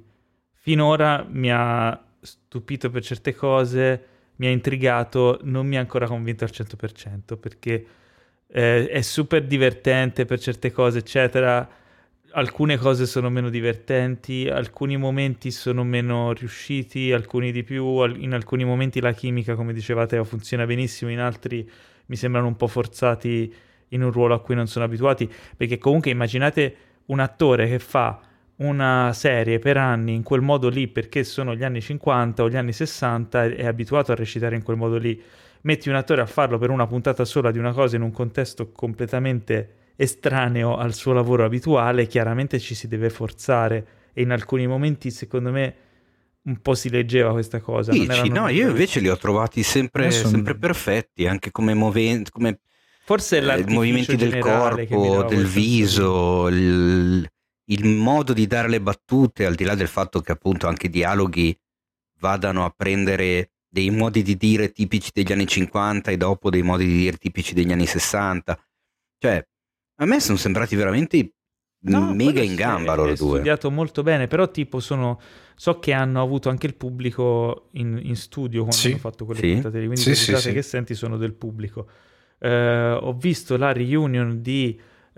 Finora mi ha stupito per certe cose, mi ha intrigato, non mi ha ancora convinto al cento per cento, perché eh, è super divertente per certe cose, eccetera. Alcune cose sono meno divertenti, alcuni momenti sono meno riusciti, alcuni di più, in alcuni momenti la chimica, come diceva Teo, funziona benissimo, in altri mi sembrano un po' forzati in un ruolo a cui non sono abituati, perché comunque immaginate un attore che fa una serie per anni in quel modo lì perché sono gli anni cinquanta o gli anni sessanta, è abituato a recitare in quel modo lì, metti un attore a farlo per una puntata sola di una cosa in un contesto completamente estraneo al suo lavoro abituale, chiaramente ci si deve forzare, e in alcuni momenti secondo me un po' si leggeva questa cosa. Dici, non erano no, io invece li ho trovati sempre, Adesso- sempre perfetti, anche come moventi, come forse eh, i movimenti del generale che mi corpo, dava del quel senso di- viso, il, il modo di dare le battute, al di là del fatto che appunto anche i dialoghi vadano a prendere dei modi di dire tipici degli anni cinquanta e dopo dei modi di dire tipici degli anni sessanta. Cioè, a me sono sembrati veramente No, mega quello in sì, gamba è- loro è due. studiato molto bene, però tipo sono so che hanno avuto anche il pubblico in, in studio quando Sì, hanno fatto quelle sì. puntate lì, quindi Sì, le sì, risate sì. che senti sono del pubblico. Eh, ho visto la reunion di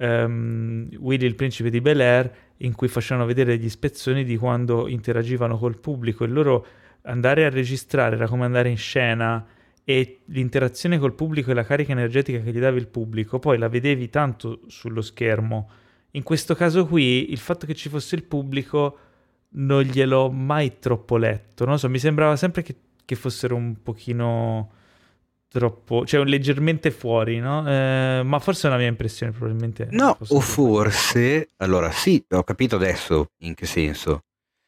ehm, Willy il principe di Bel-Air, in cui facevano vedere gli spezzoni di quando interagivano col pubblico, e loro andare a registrare era come andare in scena, e l'interazione col pubblico e la carica energetica che gli dava il pubblico poi la vedevi tanto sullo schermo. In questo caso qui il fatto che ci fosse il pubblico non gliel'ho mai troppo letto, non lo so, mi sembrava sempre che, che fossero un pochino troppo, cioè leggermente fuori, no? Eh, ma forse è una mia impressione, probabilmente No, posso o sbagliare. forse, allora sì, ho capito adesso in che senso,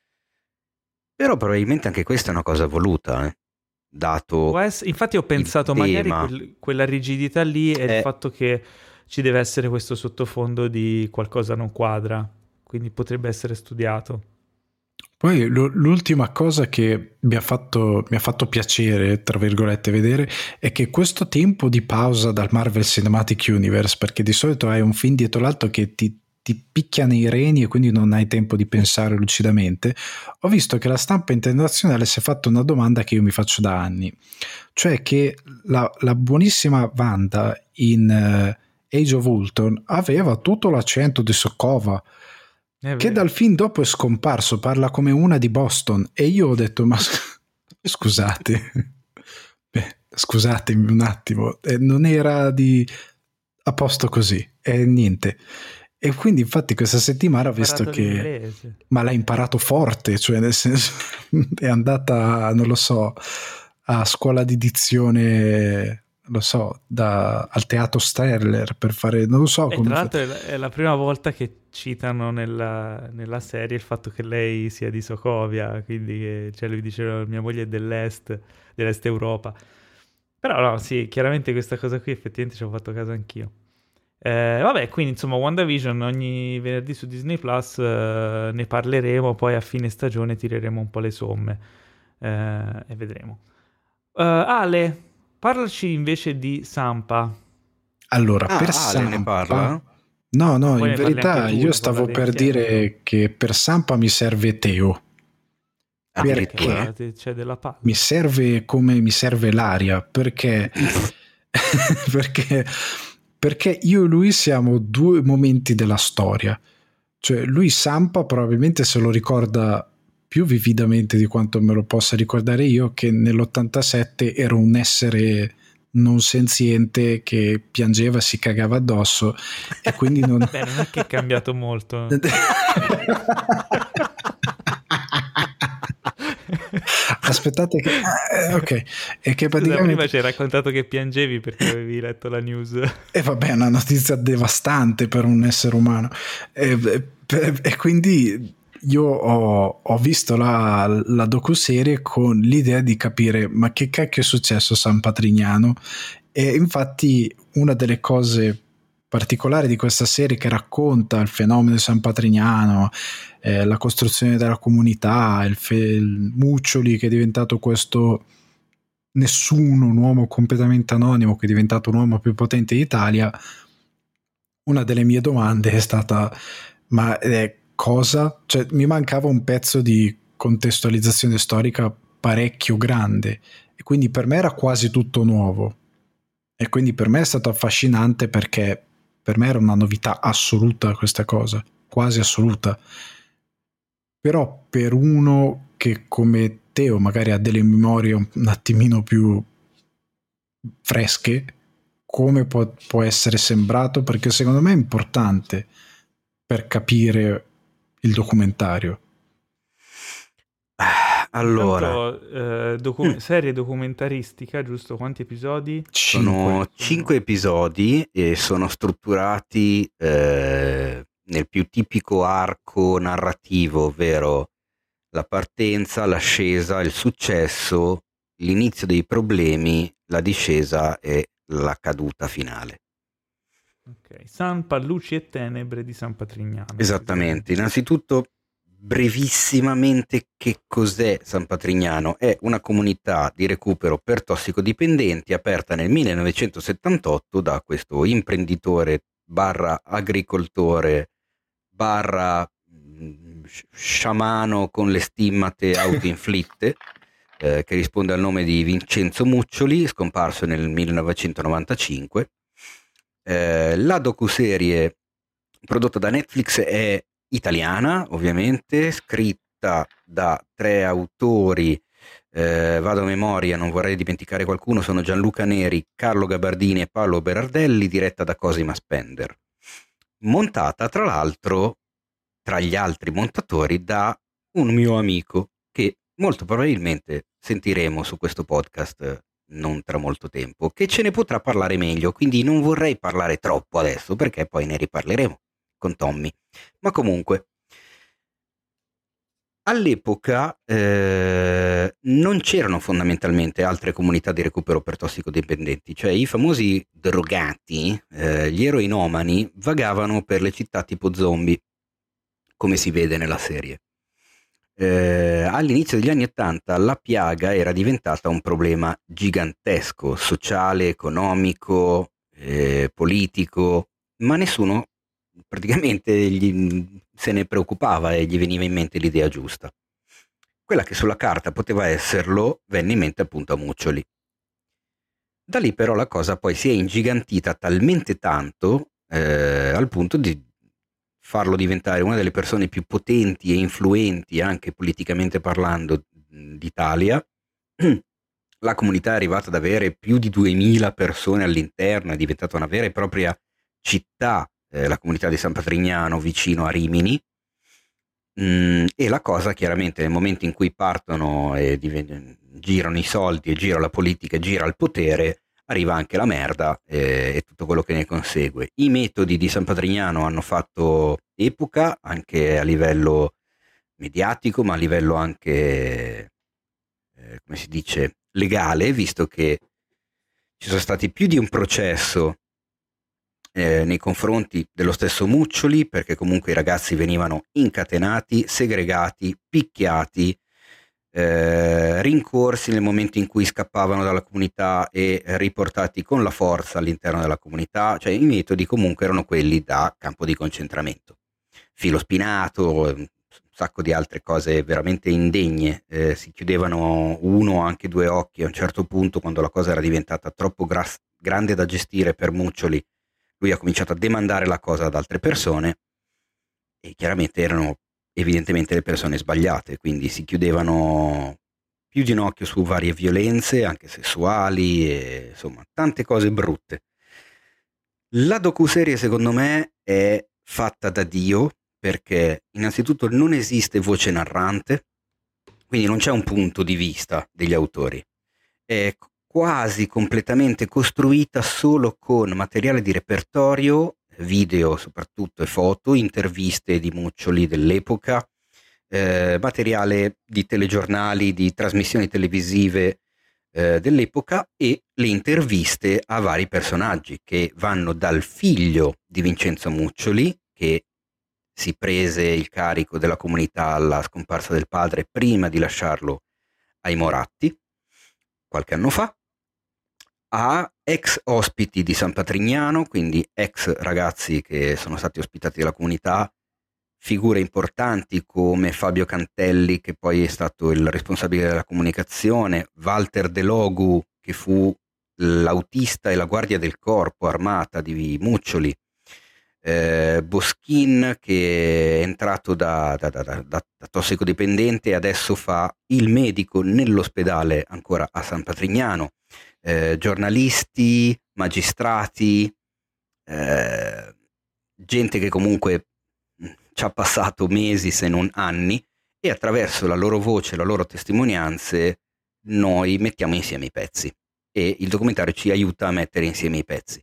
però probabilmente anche questa è una cosa voluta, eh, dato Può ess- infatti ho pensato il magari tema. quel- quella rigidità lì e il Eh. fatto che ci deve essere questo sottofondo di qualcosa non quadra, quindi potrebbe essere studiato. Poi l- l'ultima cosa che mi ha fatto, mi ha fatto piacere, tra virgolette, vedere è che questo tempo di pausa dal Marvel Cinematic Universe, perché di solito hai un film dietro l'altro che ti, ti picchia nei reni e quindi non hai tempo di pensare lucidamente, ho visto che la stampa internazionale si è fatta una domanda che io mi faccio da anni, cioè che la, la buonissima Wanda in eh, Age of Ultron aveva tutto l'accento di Sokovia, È che vero. dal film dopo è scomparso, parla come una di Boston, e io ho detto: ma sc- scusate, beh, scusatemi un attimo, eh, non era di a posto così, e niente. E quindi infatti questa settimana ho visto Imparato che l'inglese. ma l'ha imparato forte, cioè nel senso è andata, non lo so, a scuola di dizione, lo so, da, al teatro Steller per fare, non lo so E come tra fa- l'altro è la, è la prima volta che citano nella, nella serie il fatto che lei sia di Sokovia, quindi che, cioè lui diceva mia moglie è dell'est, dell'est Europa. Però no, sì, chiaramente questa cosa qui effettivamente ci ho fatto caso anch'io. Eh, vabbè, quindi insomma WandaVision ogni venerdì su Disney Plus, eh, ne parleremo, poi a fine stagione tireremo un po' le somme eh, e vedremo. Eh, Ale, parlaci invece di Sampa. Allora, Ah, per Ale ne Sampa, parla? no, no, Poi in ne parli verità anche tu, io ne stavo parlate per insieme, dire che per Sampa mi serve Teo, Ah, Addirittura. perché guarda, c'è della palla. mi serve come mi serve l'aria, perché perché perché io e lui siamo due momenti della storia, cioè lui Sampa probabilmente se lo ricorda più vividamente di quanto me lo possa ricordare io, che nell'ottantasette ero un essere non senziente che piangeva e si cagava addosso, e quindi non... Beh, non è che è cambiato molto. Aspettate che eh, ok, e che praticamente Scusa, prima ci hai raccontato che piangevi perché avevi letto la news. E vabbè, è una notizia devastante per un essere umano, e, e, e quindi io ho, ho visto la, la docuserie con l'idea di capire ma che cacchio è successo a San Patrignano, e infatti una delle cose particolari di questa serie, che racconta il fenomeno di San Patrignano, eh, la costruzione della comunità, il, fe- il Muccioli che è diventato questo nessuno, un uomo completamente anonimo che è diventato un uomo più potente d'Italia. Una delle mie domande è stata ma eh, cosa? Cioè, mi mancava un pezzo di contestualizzazione storica parecchio grande, e quindi per me era quasi tutto nuovo, e quindi per me è stato affascinante perché per me era una novità assoluta questa cosa, quasi assoluta. Però per uno che come Teo magari ha delle memorie un attimino più fresche, come può, può essere sembrato? Perché secondo me è importante per capire il documentario. Allora, Intanto, eh, docu- serie documentaristica, giusto? Quanti episodi? sono Cinque. cinque episodi e sono strutturati eh, nel più tipico arco narrativo, ovvero la partenza, l'ascesa, il successo, l'inizio dei problemi, la discesa e la caduta finale. Ok, Sampa, luci e tenebre di San Patrignano. Esattamente. Innanzitutto, brevissimamente, che cos'è San Patrignano? È una comunità di recupero per tossicodipendenti aperta nel millenovecentosettantotto da questo imprenditore barra agricoltore barra mh, sciamano con le stimmate autoinflitte eh, che risponde al nome di Vincenzo Muccioli, scomparso nel millenovecentonovantacinque. Eh, la docuserie prodotta da Netflix è italiana, ovviamente, scritta da tre autori, eh, vado a memoria, non vorrei dimenticare qualcuno, sono Gianluca Neri, Carlo Gabardini e Paolo Berardelli, diretta da Cosima Spender. Montata, tra l'altro, tra gli altri montatori, da un mio amico che molto probabilmente sentiremo su questo podcast non tra molto tempo, che ce ne potrà parlare meglio, quindi non vorrei parlare troppo adesso perché poi ne riparleremo con Tommy. Ma comunque, all'epoca eh, non c'erano fondamentalmente altre comunità di recupero per tossicodipendenti, cioè i famosi drogati, eh, gli eroinomani vagavano per le città tipo zombie, come si vede nella serie. Eh, all'inizio degli anni Ottanta la piaga era diventata un problema gigantesco, sociale, economico, eh, politico, ma nessuno praticamente gli, se ne preoccupava e gli veniva in mente l'idea giusta. Quella che sulla carta poteva esserlo venne in mente appunto a Muccioli. Da lì però la cosa poi si è ingigantita talmente tanto eh, al punto di farlo diventare una delle persone più potenti e influenti anche politicamente parlando d'Italia. La comunità è arrivata ad avere più di duemila persone all'interno, è diventata una vera e propria città, eh, la comunità di San Patrignano vicino a Rimini. Mm, e la cosa chiaramente nel momento in cui partono e div- girano i soldi e gira la politica e gira il potere, arriva anche la merda eh, e tutto quello che ne consegue. I metodi di San Patrignano hanno fatto epoca anche a livello mediatico, ma a livello anche, eh, come si dice, legale, visto che ci sono stati più di un processo eh, nei confronti dello stesso Muccioli, perché comunque i ragazzi venivano incatenati, segregati, picchiati, Eh, rincorsi nel momento in cui scappavano dalla comunità e riportati con la forza all'interno della comunità. Cioè i metodi comunque erano quelli da campo di concentramento, filo spinato, un sacco di altre cose veramente indegne. Eh, si chiudevano uno o anche due occhi a un certo punto quando la cosa era diventata troppo gra- grande da gestire per Muccioli. Lui ha cominciato a demandare la cosa ad altre persone e chiaramente erano evidentemente le persone sbagliate, quindi si chiudevano più di un occhio su varie violenze, anche sessuali, e insomma tante cose brutte. La docuserie secondo me è fatta da Dio, perché innanzitutto non esiste voce narrante, quindi non c'è un punto di vista degli autori, è quasi completamente costruita solo con materiale di repertorio, video soprattutto e foto, interviste di Muccioli dell'epoca, eh, materiale di telegiornali, di trasmissioni televisive eh, dell'epoca e le interviste a vari personaggi che vanno dal figlio di Vincenzo Muccioli, che si prese il carico della comunità alla scomparsa del padre prima di lasciarlo ai Moratti qualche anno fa, a ex ospiti di San Patrignano, quindi ex ragazzi che sono stati ospitati dalla comunità, figure importanti come Fabio Cantelli, che poi è stato il responsabile della comunicazione, Walter De Logu, che fu l'autista e la guardia del corpo armata di Muccioli, eh, Boschin, che è entrato da, da, da, da, da tossicodipendente e adesso fa il medico nell'ospedale ancora a San Patrignano, eh, giornalisti, magistrati, eh, gente che comunque ci ha passato mesi se non anni, e attraverso la loro voce, le loro testimonianze noi mettiamo insieme i pezzi e il documentario ci aiuta a mettere insieme i pezzi.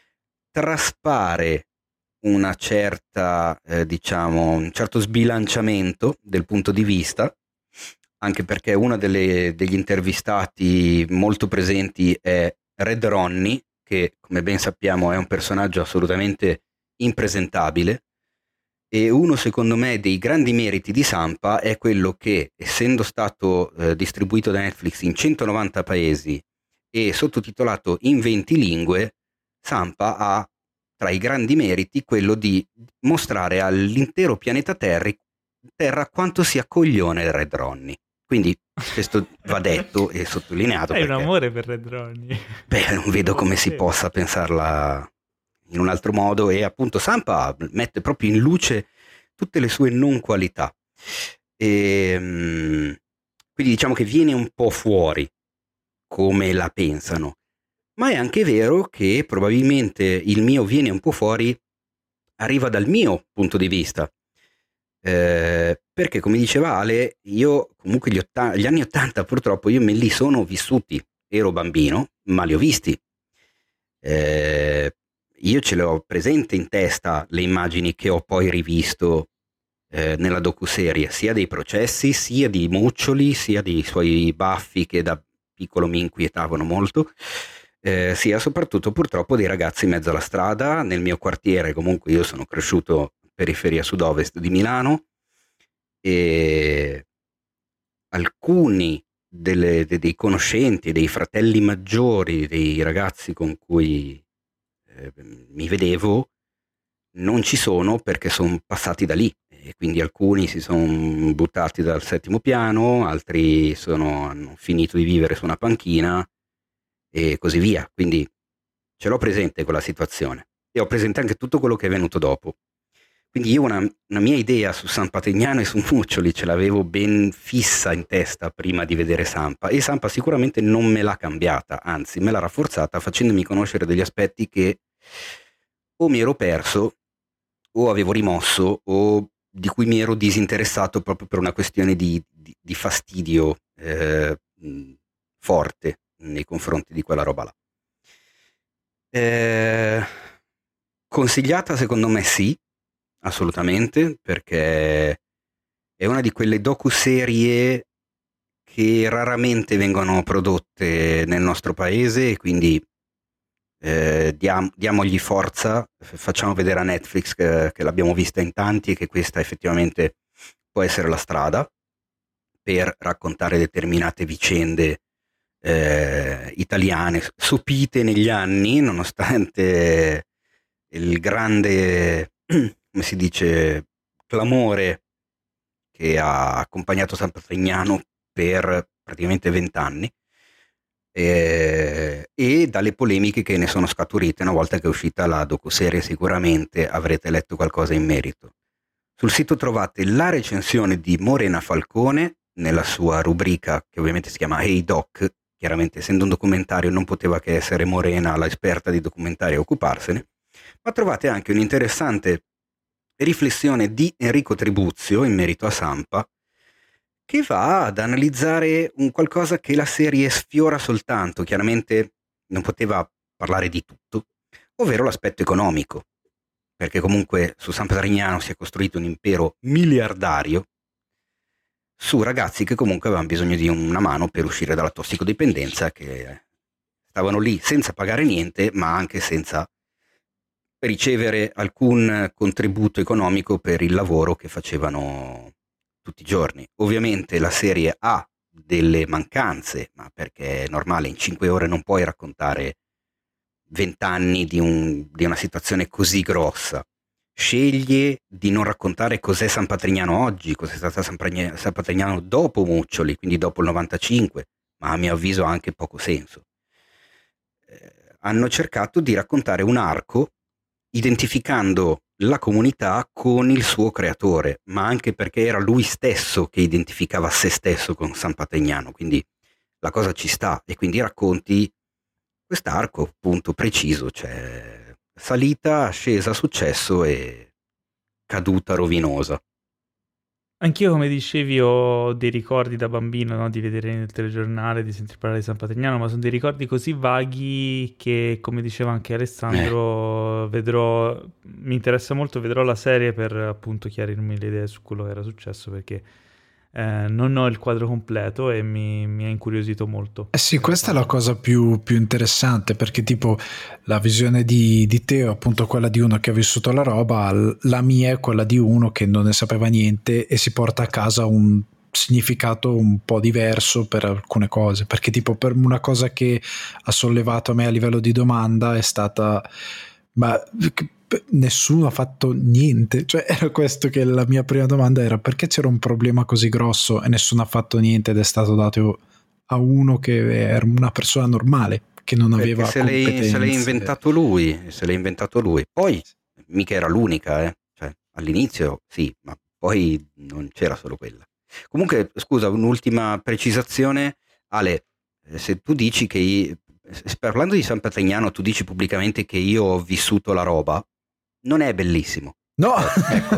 Traspare una certa, eh, diciamo, un certo sbilanciamento del punto di vista, anche perché uno delle, degli intervistati molto presenti è Red Ronnie, che come ben sappiamo è un personaggio assolutamente impresentabile, e uno secondo me dei grandi meriti di Sampa è quello che, essendo stato eh, distribuito da Netflix in centonovanta paesi e sottotitolato in venti lingue, Sampa ha tra i grandi meriti quello di mostrare all'intero pianeta Terra, terra quanto sia coglione Red Ronnie. Quindi questo va detto e sottolineato. Hai perché, un amore per Red Ronnie. Beh, non vedo come si possa pensarla in un altro modo, e appunto Sampa mette proprio in luce tutte le sue non qualità. E, quindi diciamo che viene un po' fuori come la pensano. Ma è anche vero che probabilmente il mio viene un po' fuori arriva dal mio punto di vista, eh, perché come diceva Ale, io comunque gli, otta- gli anni ottanta purtroppo io me li sono vissuti, ero bambino ma li ho visti, eh, io ce le ho presente in testa le immagini che ho poi rivisto eh, nella docuserie, sia dei processi, sia di Muccioli, sia dei suoi baffi che da piccolo mi inquietavano molto. Eh, sia soprattutto purtroppo dei ragazzi in mezzo alla strada nel mio quartiere. Comunque io sono cresciuto periferia sud-ovest di Milano, e alcuni delle, de, dei conoscenti, dei fratelli maggiori dei ragazzi con cui eh, mi vedevo non ci sono perché sono passati da lì, e quindi alcuni si sono buttati dal settimo piano, altri sono, hanno finito di vivere su una panchina e così via. Quindi ce l'ho presente quella situazione e ho presente anche tutto quello che è venuto dopo. Quindi io una, una mia idea su San Patrignano e su Muccioli ce l'avevo ben fissa in testa prima di vedere Sampa, e Sampa sicuramente non me l'ha cambiata, anzi me l'ha rafforzata facendomi conoscere degli aspetti che o mi ero perso o avevo rimosso o di cui mi ero disinteressato proprio per una questione di, di, di fastidio eh, forte nei confronti di quella roba là. Eh, consigliata secondo me sì, assolutamente, perché è una di quelle docuserie che raramente vengono prodotte nel nostro paese, e quindi eh, diam- diamogli forza, facciamo vedere a Netflix che, che l'abbiamo vista in tanti e che questa effettivamente può essere la strada per raccontare determinate vicende Eh, italiane sopite negli anni, nonostante il grande, come si dice, clamore che ha accompagnato San Patrignano per praticamente vent'anni, eh, e dalle polemiche che ne sono scaturite una volta che è uscita la docuserie. Sicuramente avrete letto qualcosa in merito. Sul sito trovate la recensione di Morena Falcone, nella sua rubrica, che ovviamente si chiama Hey Doc, chiaramente essendo un documentario non poteva che essere Morena l'esperta di documentari a occuparsene, ma trovate anche un'interessante riflessione di Enrico Tribuzio in merito a Sampa, che va ad analizzare un qualcosa che la serie sfiora soltanto, chiaramente non poteva parlare di tutto, ovvero l'aspetto economico, perché comunque su San Patrignano si è costruito un impero miliardario su ragazzi che comunque avevano bisogno di una mano per uscire dalla tossicodipendenza, che stavano lì senza pagare niente, ma anche senza ricevere alcun contributo economico per il lavoro che facevano tutti i giorni. Ovviamente la serie ha delle mancanze, ma perché è normale, in cinque ore non puoi raccontare vent'anni di, un, di una situazione così grossa. Sceglie di non raccontare cos'è San Patrignano oggi, cos'è stata San, Pregna- San Patrignano dopo Muccioli, quindi dopo il novantacinque, ma a mio avviso ha anche poco senso. Eh, hanno cercato di raccontare un arco identificando la comunità con il suo creatore, ma anche perché era lui stesso che identificava se stesso con San Patrignano, quindi la cosa ci sta, e quindi racconti quest'arco appunto preciso, cioè salita, ascesa, successo e caduta rovinosa. Anch'io, come dicevi, ho dei ricordi da bambino, no? Di vedere nel telegiornale, di sentir parlare di San Patrignano, ma sono dei ricordi così vaghi che, come diceva anche Alessandro, eh. vedrò, mi interessa molto, vedrò la serie per appunto chiarirmi le idee su quello che era successo, perché eh, non ho il quadro completo e mi, mi ha incuriosito molto. Eh sì, questa è la cosa più, più interessante, perché tipo la visione di, di Teo è appunto quella di uno che ha vissuto la roba, la mia è quella di uno che non ne sapeva niente e si porta a casa un significato un po' diverso per alcune cose, perché tipo per una cosa che ha sollevato a me a livello di domanda è stata ma nessuno ha fatto niente, cioè era questo che la mia prima domanda era: perché c'era un problema così grosso e nessuno ha fatto niente ed è stato dato a uno che era una persona normale che non perché aveva se competenze. l'hai, se l'hai inventato lui se l'hai inventato lui poi mica era l'unica, eh? Cioè, all'inizio sì, ma poi non c'era solo quella. Comunque scusa, un'ultima precisazione, Ale, se tu dici che io, parlando di San Patrignano, tu dici pubblicamente che io ho vissuto la roba, non è bellissimo. No, ecco.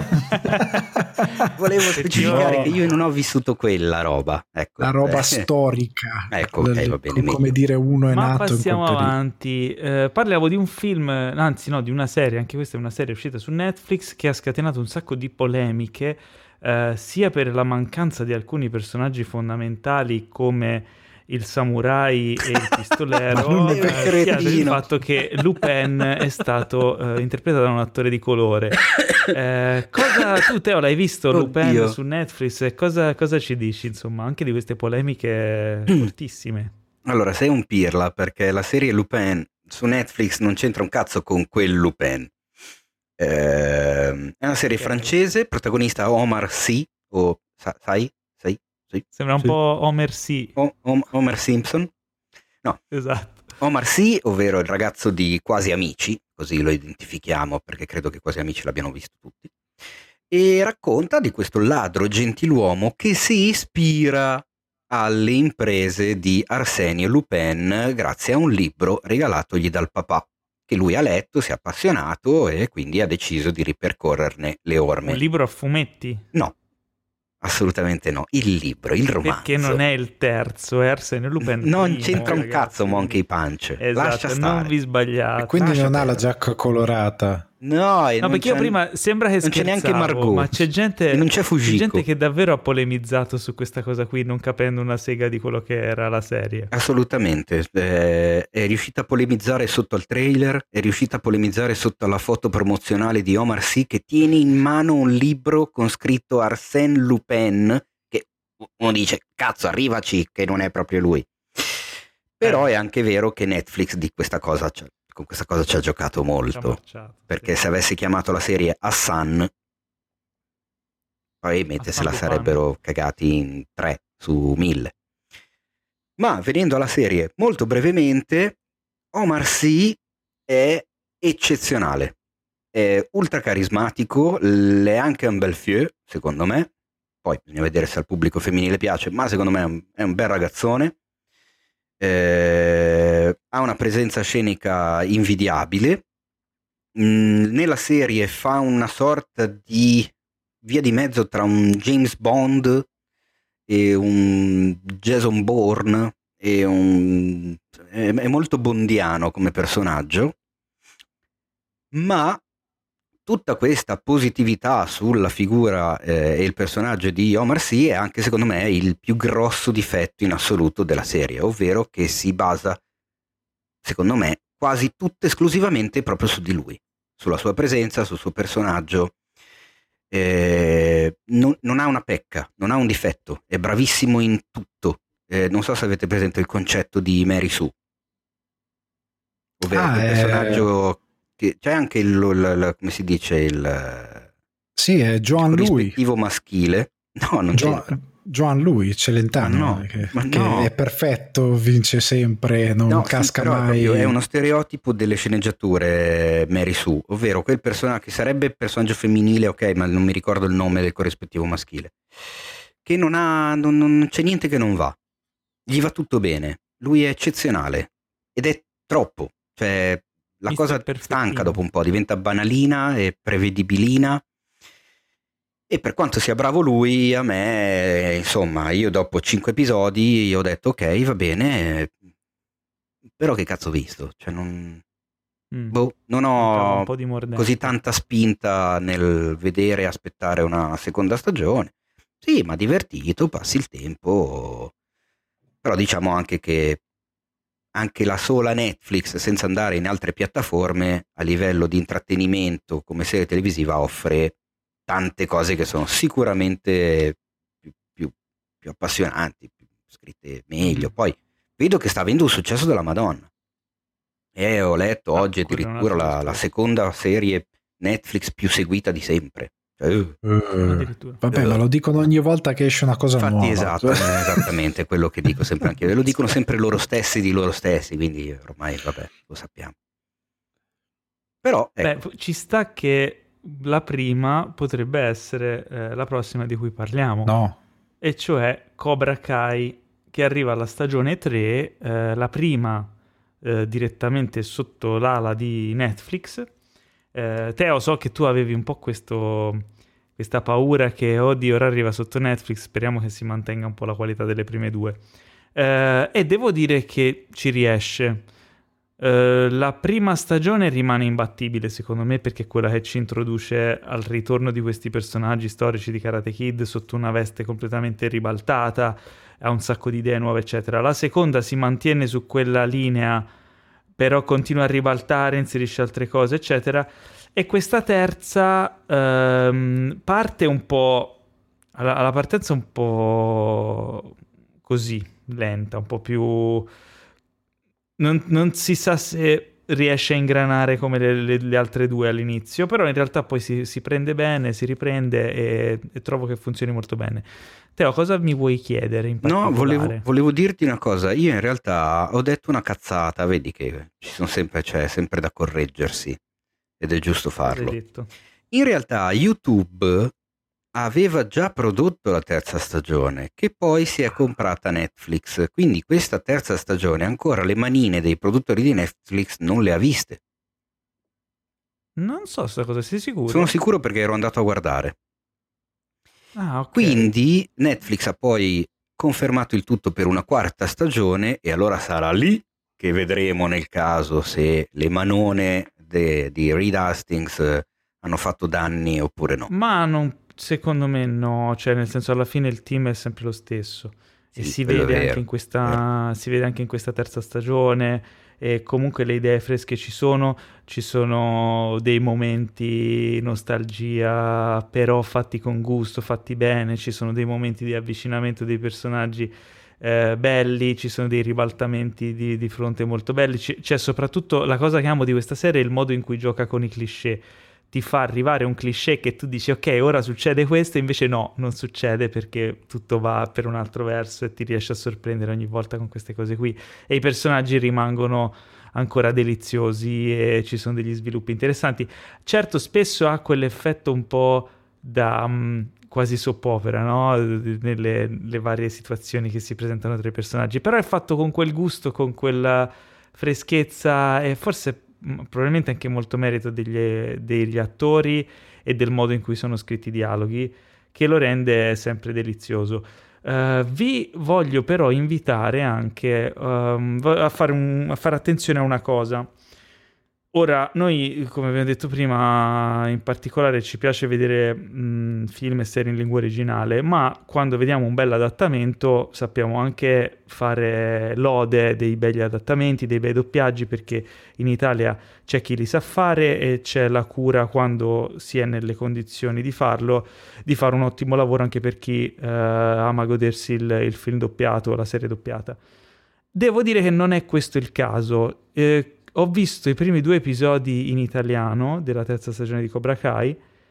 Volevo specificare no. che io non ho vissuto quella roba, ecco. La roba eh. storica, ecco, okay, va bene, come dire uno è ma nato. Passiamo avanti. Eh, parliamo di un film, anzi no, di una serie. Anche questa è una serie uscita su Netflix che ha scatenato un sacco di polemiche, eh, sia per la mancanza di alcuni personaggi fondamentali come il samurai e il pistolero, eh, sia per il fatto che Lupin è stato eh, interpretato da un attore di colore. Eh, cosa tu, Teo, l'hai visto Oddio. Lupin su Netflix? E cosa, cosa ci dici, insomma, anche di queste polemiche fortissime? Allora, sei un pirla, perché la serie Lupin su Netflix non c'entra un cazzo con quel Lupin. Eh, è una serie okay. francese, protagonista Omar Sy, o sa, sai? Sai? Sì. Sembra un sì. po' Homer Sy. O, Om, Homer Simpson? No. Esatto. Omar Sy, ovvero il ragazzo di Quasi Amici, così lo identifichiamo perché credo che Quasi Amici l'abbiano visto tutti, e racconta di questo ladro gentiluomo che si ispira alle imprese di Arsenio Lupin grazie a un libro regalatogli dal papà, che lui ha letto, si è appassionato e quindi ha deciso di ripercorrerne le orme. Un libro a fumetti? No. Assolutamente no, il libro, il romanzo. Perché non è il terzo, è Arsenio Lupin. Non primo, c'entra un ragazzi. cazzo Monkey Punch. Esatto, lascia stare. Non vi sbagliate. E quindi lascia non stare. ha la giacca colorata. No, e no, perché io prima sembra che non scherzavo, c'è neanche Margot, ma c'è gente, e non c'è Fujiko. C'è gente che davvero ha polemizzato su questa cosa qui, non capendo una sega di quello che era la serie. Assolutamente, eh, è riuscita a polemizzare sotto al trailer, è riuscita a polemizzare sotto alla foto promozionale di Omar Sy che tiene in mano un libro con scritto Arsène Lupin, che uno dice cazzo arrivaci che non è proprio lui. Però eh. è anche vero che Netflix di questa cosa c'è. Con questa cosa ci ha giocato molto, marciato, perché sì. se avessi chiamato la serie Hassan probabilmente se la sarebbero cagati in tre su mille. Ma venendo alla serie molto brevemente, Omar Sy è eccezionale, è ultra carismatico, è anche un bel fieu secondo me, poi bisogna vedere se al pubblico femminile piace, ma secondo me è un, è un bel ragazzone, eh, ha una presenza scenica invidiabile, mm, nella serie fa una sorta di via di mezzo tra un James Bond e un Jason Bourne, e un, è, è molto bondiano come personaggio, ma tutta questa positività sulla figura eh, e il personaggio di Omar Sy è anche secondo me il più grosso difetto in assoluto della serie, ovvero che si basa secondo me quasi tutto esclusivamente proprio su di lui, sulla sua presenza, sul suo personaggio. Eh, non, non ha una pecca, non ha un difetto, è bravissimo in tutto. Eh, non so se avete presente il concetto di Mary Sue, ovvero Ah, quel è- personaggio che c'è anche il, il- il- come si dice il Sì, è Joan Lui. corrispettivo maschile. No, non c'entra. Joan, Joan Lui, Celentano, Ma no, che, ma che no. è perfetto, vince sempre, non No, sì, casca però è mai. proprio- è uno stereotipo delle sceneggiature Mary Sue, ovvero quel personaggio che sarebbe personaggio femminile, ok, ma non mi ricordo il nome del corrispettivo maschile, che non ha, non, non c'è niente che non va, gli va tutto bene, lui è eccezionale ed è troppo, cioè la Mister cosa Perfettino. stanca dopo un po', diventa banalina e prevedibilina. E per quanto sia bravo lui, a me, insomma, io dopo cinque episodi ho detto ok, va bene, però che cazzo ho visto? Cioè non, Mm. boh, non Mancava un ho po' di mordente. così tanta spinta nel vedere e aspettare una seconda stagione. Sì, ma divertito, passi il tempo, però diciamo anche che anche la sola Netflix, senza andare in altre piattaforme, a livello di intrattenimento come serie televisiva offre tante cose che sono sicuramente più, più- più appassionanti, più scritte meglio. Mm. Poi vedo che sta avendo un successo della Madonna. E ho letto Ah, oggi quello è un addirittura altro la, la discorso. seconda serie Netflix più seguita di sempre. Cioè, eh, Eh, Addirittura. vabbè, ma lo dicono ogni volta che esce una cosa infatti nuova. esatto, è esattamente quello che dico sempre anche io. Lo dicono sempre loro stessi di loro stessi, quindi ormai vabbè, lo sappiamo. Però ecco, Beh, ci sta che la prima potrebbe essere eh, la prossima di cui parliamo, No, e cioè Cobra Kai, che arriva alla stagione tre, eh, la prima eh, direttamente sotto l'ala di Netflix. Eh, Teo, so che tu avevi un po' questo, questa paura che, oddio, ora arriva sotto Netflix, speriamo che si mantenga un po' la qualità delle prime due. Eh, e devo dire che ci riesce. Eh, la prima stagione rimane imbattibile secondo me, perché è quella che ci introduce al ritorno di questi personaggi storici di Karate Kid sotto una veste completamente ribaltata, ha un sacco di idee nuove eccetera. La seconda si mantiene su quella linea, però continua a ribaltare, inserisce altre cose eccetera, e questa terza ehm, parte un po' alla, alla partenza un po' così lenta, un po' più non, non si sa se riesce a ingranare come le, le- le altre due all'inizio, però in realtà poi si, si prende bene, si riprende e, e trovo che funzioni molto bene. Teo, cosa mi vuoi chiedere in no, particolare? volevo, volevo dirti una cosa. Io in realtà ho detto una cazzata, vedi che ci sono sempre, c'è sempre da correggersi ed è giusto Cosa hai farlo. detto? In realtà YouTube aveva già prodotto la terza stagione, che poi si è comprata Netflix, quindi questa terza stagione ancora le manine dei produttori di Netflix non le ha viste. Non so sta cosa, sei sicuro? Sono sicuro perché ero andato a guardare. Ah, ok. Quindi Netflix ha poi confermato il tutto per una quarta stagione e allora sarà lì che vedremo nel caso se le manone de- di Reed Hastings eh, hanno fatto danni oppure no. Ma non, secondo me no, cioè nel senso alla fine il team è sempre lo stesso. E Sì, si quello è vede, vero, anche in questa, si vede anche in questa terza stagione, e comunque le idee fresche ci sono, ci sono dei momenti nostalgia, però fatti con gusto, fatti bene, ci sono dei momenti di avvicinamento dei personaggi eh, belli, ci sono dei ribaltamenti di, di fronte molto belli, C- c'è soprattutto la cosa che amo di questa serie è il modo in cui gioca con i cliché. Ti fa arrivare un cliché che tu dici ok, ora succede questo, invece no, non succede perché tutto va per un altro verso e ti riesce a sorprendere ogni volta con queste cose qui, e i personaggi rimangono ancora deliziosi e ci sono degli sviluppi interessanti. Certo, spesso ha quell'effetto un po' da um, quasi soap opera, no? Nelle le varie situazioni che si presentano tra i personaggi, però è fatto con quel gusto, con quella freschezza e forse mh, probabilmente anche molto merito degli, degli attori e del modo in cui sono scritti i dialoghi, che lo rende sempre delizioso. Uh, vi voglio però invitare anche um, a, fare un, a fare attenzione a una cosa. Ora, noi, come abbiamo detto prima, in particolare ci piace vedere mh, film e serie in lingua originale, ma quando vediamo un bel adattamento sappiamo anche fare lode dei begli adattamenti, dei bei doppiaggi, perché in Italia c'è chi li sa fare e c'è la cura, quando si è nelle condizioni di farlo, di fare un ottimo lavoro anche per chi eh, ama godersi il, il film doppiato o la serie doppiata. Devo dire che non è questo il caso. Eh, Ho visto i primi due episodi in italiano della terza stagione di Cobra Kai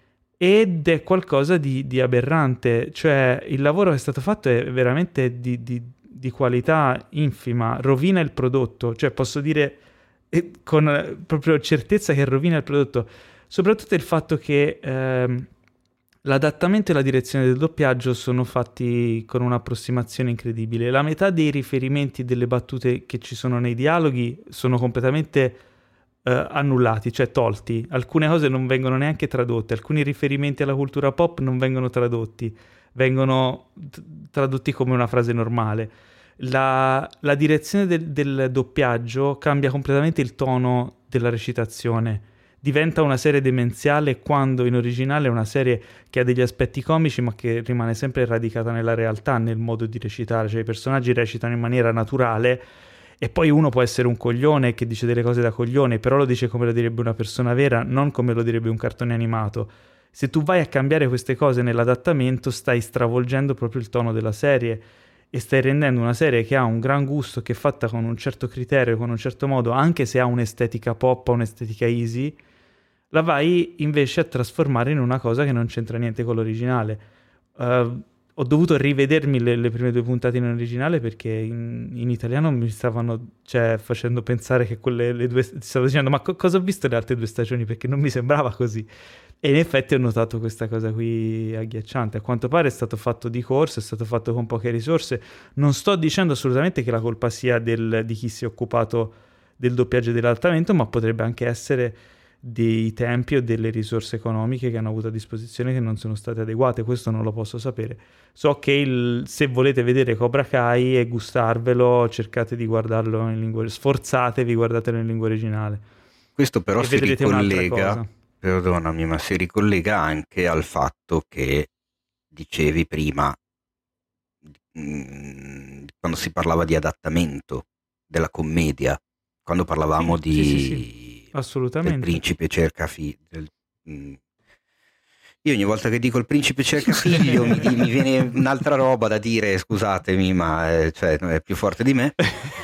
ed è qualcosa di, di aberrante, cioè il lavoro che è stato fatto è veramente di, di, di qualità infima, rovina il prodotto, cioè posso dire eh, con eh, proprio certezza che rovina il prodotto, soprattutto il fatto che ehm, l'adattamento e la direzione del doppiaggio sono fatti con un'approssimazione incredibile. La metà dei riferimenti delle battute che ci sono nei dialoghi sono completamente eh, annullati, cioè tolti. Alcune cose non vengono neanche tradotte, alcuni riferimenti alla cultura pop non vengono tradotti, vengono t- tradotti come una frase normale. La, la direzione del, del doppiaggio cambia completamente il tono della recitazione. Diventa una serie demenziale quando in originale è una serie che ha degli aspetti comici ma che rimane sempre radicata nella realtà, nel modo di recitare, cioè i personaggi recitano in maniera naturale e poi uno può essere un coglione che dice delle cose da coglione, però lo dice come lo direbbe una persona vera, non come lo direbbe un cartone animato. Se tu vai a cambiare queste cose nell'adattamento stai stravolgendo proprio il tono della serie e stai rendendo una serie che ha un gran gusto, che è fatta con un certo criterio, con un certo modo, anche se ha un'estetica pop, un'estetica easy, la vai invece a trasformare in una cosa che non c'entra niente con l'originale. Uh, ho dovuto rivedermi le, le prime due puntate in originale perché in, in italiano mi stavano cioè, facendo pensare che quelle le due... Stavo dicendo, ma co- cosa ho visto le altre due stagioni? Perché non mi sembrava così. E in effetti ho notato questa cosa qui agghiacciante. A quanto pare è stato fatto di corsa, è stato fatto con poche risorse. Non sto dicendo assolutamente che la colpa sia del, di chi si è occupato del doppiaggio e dell'adattamento, ma potrebbe anche essere dei tempi o delle risorse economiche che hanno avuto a disposizione che non sono state adeguate. Questo non lo posso sapere. So che il, se volete vedere Cobra Kai e gustarvelo, cercate di guardarlo in lingua, sforzatevi, guardatelo in lingua originale. Questo però e si ricollega, cosa. perdonami, ma si ricollega anche al fatto che dicevi prima, mh, quando si parlava di adattamento della commedia, quando parlavamo sì, di sì, sì, sì. Assolutamente. del principe cerca figlio. Io ogni volta che dico il principe cerca figlio mi, mi viene un'altra roba da dire, scusatemi, ma eh, cioè, è più forte di me.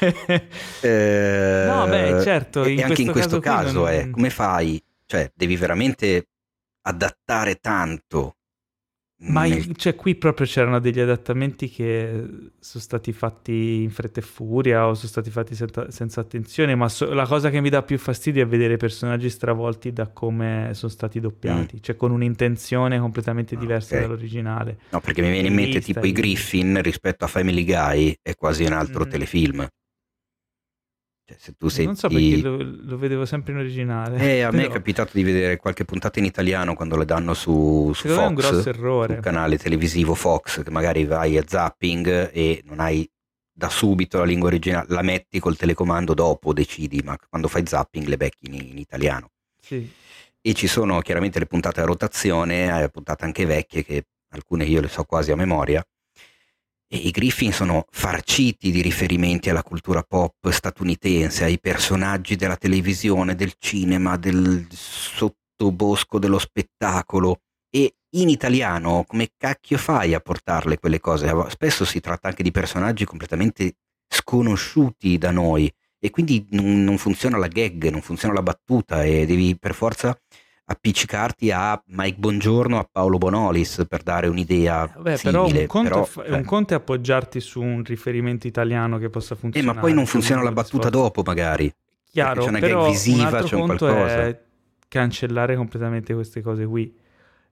eh, no, beh, certo. E in anche in questo caso, caso non... è come fai? Cioè, devi veramente adattare tanto. Ma nel... cioè, qui proprio c'erano degli adattamenti che sono stati fatti in fretta e furia o sono stati fatti senza, senza attenzione, ma so, la cosa che mi dà più fastidio è vedere personaggi stravolti da come sono stati doppiati, mm. cioè con un'intenzione completamente diversa okay. dall'originale. No, perché mi viene in mente tipo i Griffin rispetto a Family Guy è quasi un altro mm. telefilm. Cioè, se tu senti... Non so perché lo, lo vedevo sempre in originale. Eh, a però... me è capitato di vedere qualche puntata in italiano quando le danno su, su Fox, è un grosso errore. Sul canale televisivo Fox, che magari vai a zapping e non hai da subito la lingua originale, la metti col telecomando dopo, decidi, ma quando fai zapping le becchi in, in italiano. Sì. E ci sono chiaramente le puntate a rotazione, eh, puntate anche vecchie, che alcune io le so quasi a memoria. E i Griffin sono farciti di riferimenti alla cultura pop statunitense, ai personaggi della televisione, del cinema, del sottobosco dello spettacolo. E in italiano come cacchio fai a portarle quelle cose? Spesso si tratta anche di personaggi completamente sconosciuti da noi e quindi non, non funziona la gag, non funziona la battuta e devi per forza appiccicarti a Mike Bongiorno, a Paolo Bonolis per dare un'idea Beh, simile. Però un conto, però, è, fa- cioè... un conto è appoggiarti su un riferimento italiano che possa funzionare. Eh, ma poi non funziona la battuta sforzo. dopo magari. Chiaro, c'è una però gag visiva, un altro c'è un conto qualcosa. È cancellare completamente queste cose qui.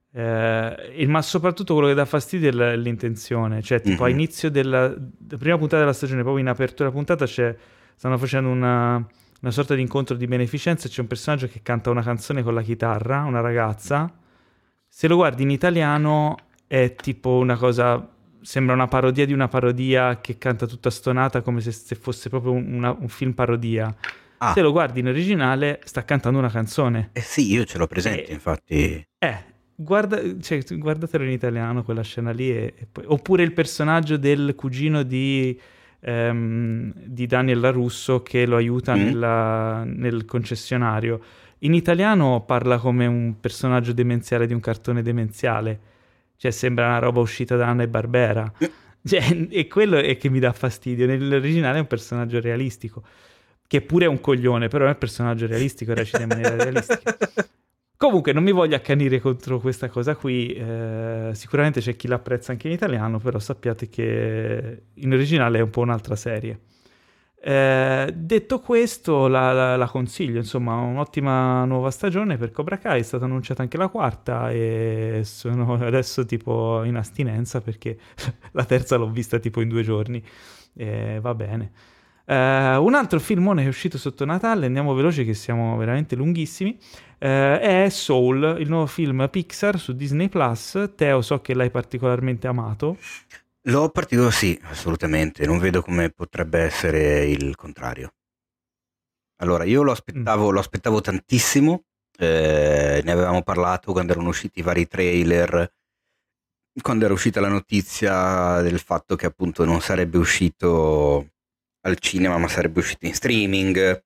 Eh, il- ma soprattutto quello che dà fastidio è la- l'intenzione, cioè tipo a Mhm. inizio della, della prima puntata della stagione, proprio in apertura puntata c'è, stanno facendo una, una sorta di incontro di beneficenza e c'è un personaggio che canta una canzone con la chitarra, una ragazza. Se lo guardi in italiano è tipo una cosa, sembra una parodia di una parodia che canta tutta stonata come se, se fosse proprio un, una- un film parodia. Ah, Se lo guardi in originale sta cantando una canzone. eh sì, io ce l'ho presente, Eh, infatti. eh, guarda, cioè, guardatelo in italiano quella scena lì. E, e poi- oppure il personaggio del cugino di, ehm, di Daniel LaRusso che lo aiuta Mm? nella- nel concessionario. In italiano parla come un personaggio demenziale di un cartone demenziale. Cioè, sembra una roba uscita da Hanna e Barbera. Cioè, e quello è che mi dà fastidio. Nell'originale è un personaggio realistico, che pure è un coglione, però è un personaggio realistico, recita in maniera realistica. Comunque non mi voglio accanire contro questa cosa qui, eh, sicuramente c'è chi l'apprezza anche in italiano, però sappiate che in originale è un po' un'altra serie. Eh, detto questo, la, la- la consiglio, insomma, un'ottima nuova stagione per Cobra Kai, è stata annunciata anche la quarta e sono adesso tipo in astinenza perché la terza l'ho vista tipo in due giorni, e va bene. Eh, un altro filmone che è uscito sotto Natale, andiamo veloci che siamo veramente lunghissimi, eh, è Soul, il nuovo film Pixar su Disney Plus. Teo, so che l'hai particolarmente amato. L'ho partito, sì, assolutamente. Non vedo come potrebbe essere il contrario. Allora, io lo aspettavo, lo aspettavo tantissimo. eh, ne avevamo parlato quando erano usciti i vari trailer, quando era uscita la notizia del fatto che appunto non sarebbe uscito al cinema, ma sarebbe uscito in streaming.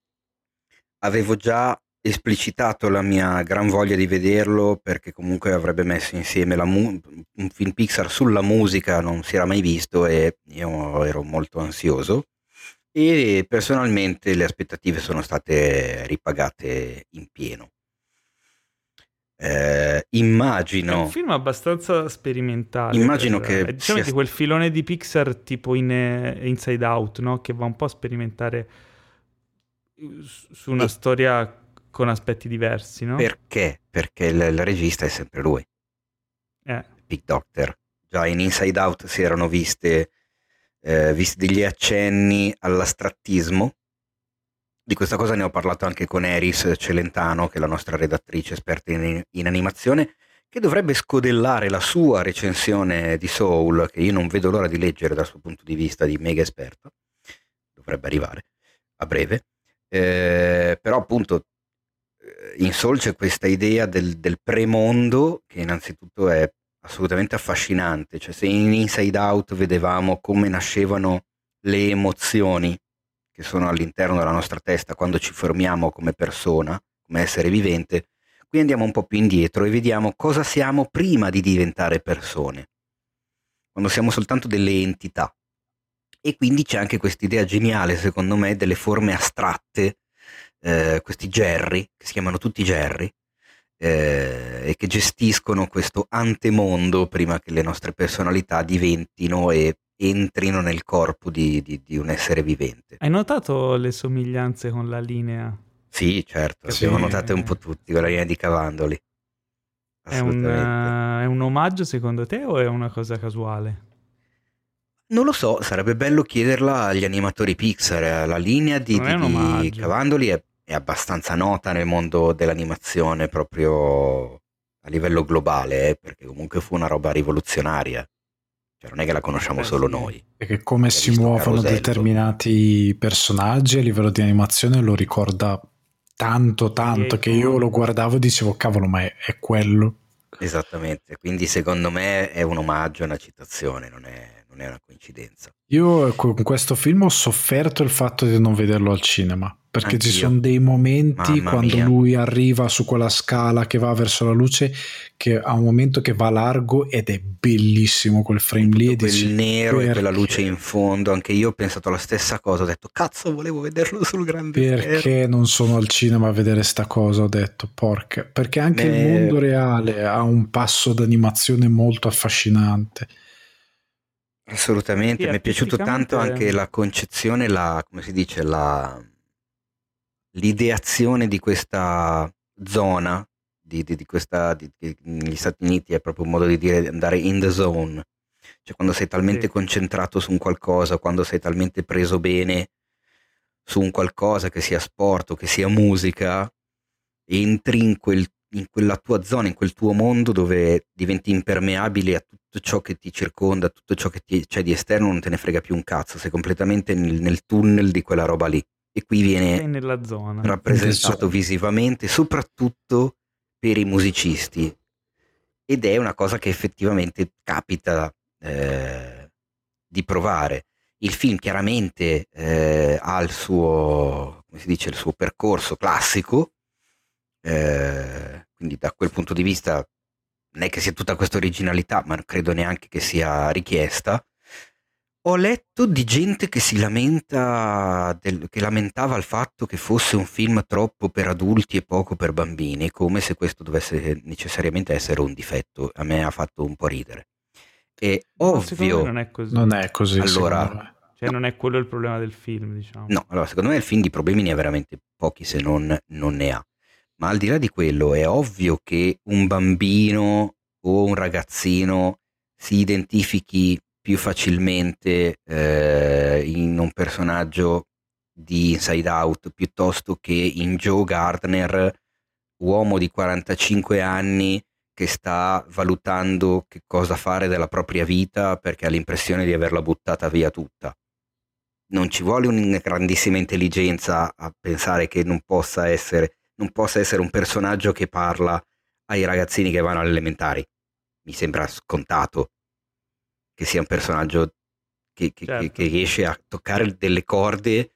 Avevo già esplicitato la mia gran voglia di vederlo perché comunque avrebbe messo insieme la mu- un film Pixar sulla musica, non si era mai visto e io ero molto ansioso e personalmente le aspettative sono state ripagate in pieno. Eh, È un immagino, film abbastanza sperimentale, immagino per- che è, diciamo sia di quel filone di Pixar tipo in eh, Inside Out, no? Che va un po' a sperimentare eh, su su una e storia con aspetti diversi, no? perché? Perché il, il regista è sempre lui, Eh, Big Doctor. Già in Inside Out si erano viste, eh, visti degli accenni all'astrattismo. Di questa cosa ne ho parlato anche con Eris Celentano, che è la nostra redattrice esperta in, in animazione, che dovrebbe scodellare la sua recensione di Soul, che io non vedo l'ora di leggere dal suo punto di vista di mega esperto. Dovrebbe arrivare a breve. Eh, però appunto eh, in Soul c'è questa idea del, del premondo che innanzitutto è assolutamente affascinante. Cioè, se in Inside Out vedevamo come nascevano le emozioni che sono all'interno della nostra testa quando ci formiamo come persona, come essere vivente, qui andiamo un po' più indietro e vediamo cosa siamo prima di diventare persone, quando siamo soltanto delle entità. E quindi c'è anche quest'idea geniale, secondo me, delle forme astratte, eh, questi Jerry, che si chiamano tutti Jerry, eh, e che gestiscono questo antemondo prima che le nostre personalità diventino e entrino nel corpo di, di- di un essere vivente. hai notato le somiglianze con la linea? Sì, certo, Sì. abbiamo notate un po' tutti con la linea di Cavandoli. È un, Assolutamente. eh, è un omaggio secondo te o è una cosa casuale? Non lo so, sarebbe bello chiederla agli animatori Pixar. La linea di, Non di- è un di omaggio. Cavandoli è, è abbastanza nota nel mondo dell'animazione, proprio a livello globale, eh, perché comunque fu una roba rivoluzionaria. Cioè, non è che la conosciamo Beh, solo sì. noi. Perché come Hai si visto muovono Carosello? determinati personaggi a livello di animazione lo ricorda tanto tanto che io lo guardavo e dicevo cavolo, ma è, è quello. Esattamente, quindi secondo me è un omaggio, è una citazione, non è, non è una coincidenza. Io con questo film ho sofferto il fatto di non vederlo al cinema, perché ci Anch'io. sono dei momenti Mamma quando mia. lui arriva su quella scala che va verso la luce, che ha un momento che va largo ed è bellissimo quel frame lì, e Quel dici, nero e quella perché? luce in fondo, anche io ho pensato la stessa cosa, ho detto cazzo volevo vederlo sul grande schermo. Perché non sono al cinema a vedere sta cosa? Ho detto porca, perché anche il Eh, mondo reale ha un passo d'animazione molto affascinante. Assolutamente, Sì, mi è piaciuto tanto artisticamente- anche la concezione, la, come si dice, la, l'ideazione di questa zona di, di, di questa, di, di- negli Stati Uniti è proprio un modo di dire andare in the zone, cioè quando sei talmente Sì. concentrato su un qualcosa, quando sei talmente preso bene su un qualcosa, che sia sport o che sia musica, entri in, quel, in quella tua zona, in quel tuo mondo dove diventi impermeabile a tutto ciò che ti circonda, tutto ciò che ti, c'è di esterno, non te ne frega più un cazzo, sei completamente nel, nel tunnel di quella roba lì. E qui viene Sei nella zona. rappresentato Adesso- visivamente, soprattutto per i musicisti. Ed è una cosa che effettivamente capita eh, di provare. Il film chiaramente eh, ha il suo, come si dice, il suo percorso classico, eh, quindi da quel punto di vista non è che sia tutta questa originalità, ma non credo neanche che sia richiesta. Ho letto di gente che si lamenta, del- che lamentava il fatto che fosse un film troppo per adulti e poco per bambini, come se questo dovesse necessariamente essere un difetto. A me ha fatto un po' ridere. È No, secondo me ovvio, non è così. Non è così, Allora- secondo me. Cioè, no. non è quello il problema del film, diciamo. no, allora secondo me il film di problemi ne ha veramente pochi, se non non ne ha. Ma al di là di quello, è ovvio che un bambino o un ragazzino si identifichi più facilmente eh, in un personaggio di Inside Out piuttosto che in Joe Gardner, uomo di quarantacinque anni che sta valutando che cosa fare della propria vita perché ha l'impressione di averla buttata via tutta. Non ci vuole una grandissima intelligenza a pensare che non possa essere, non possa essere un personaggio che parla ai ragazzini che vanno alle elementari. Mi sembra scontato che sia un personaggio che, che- Certo. che- che riesce a toccare delle corde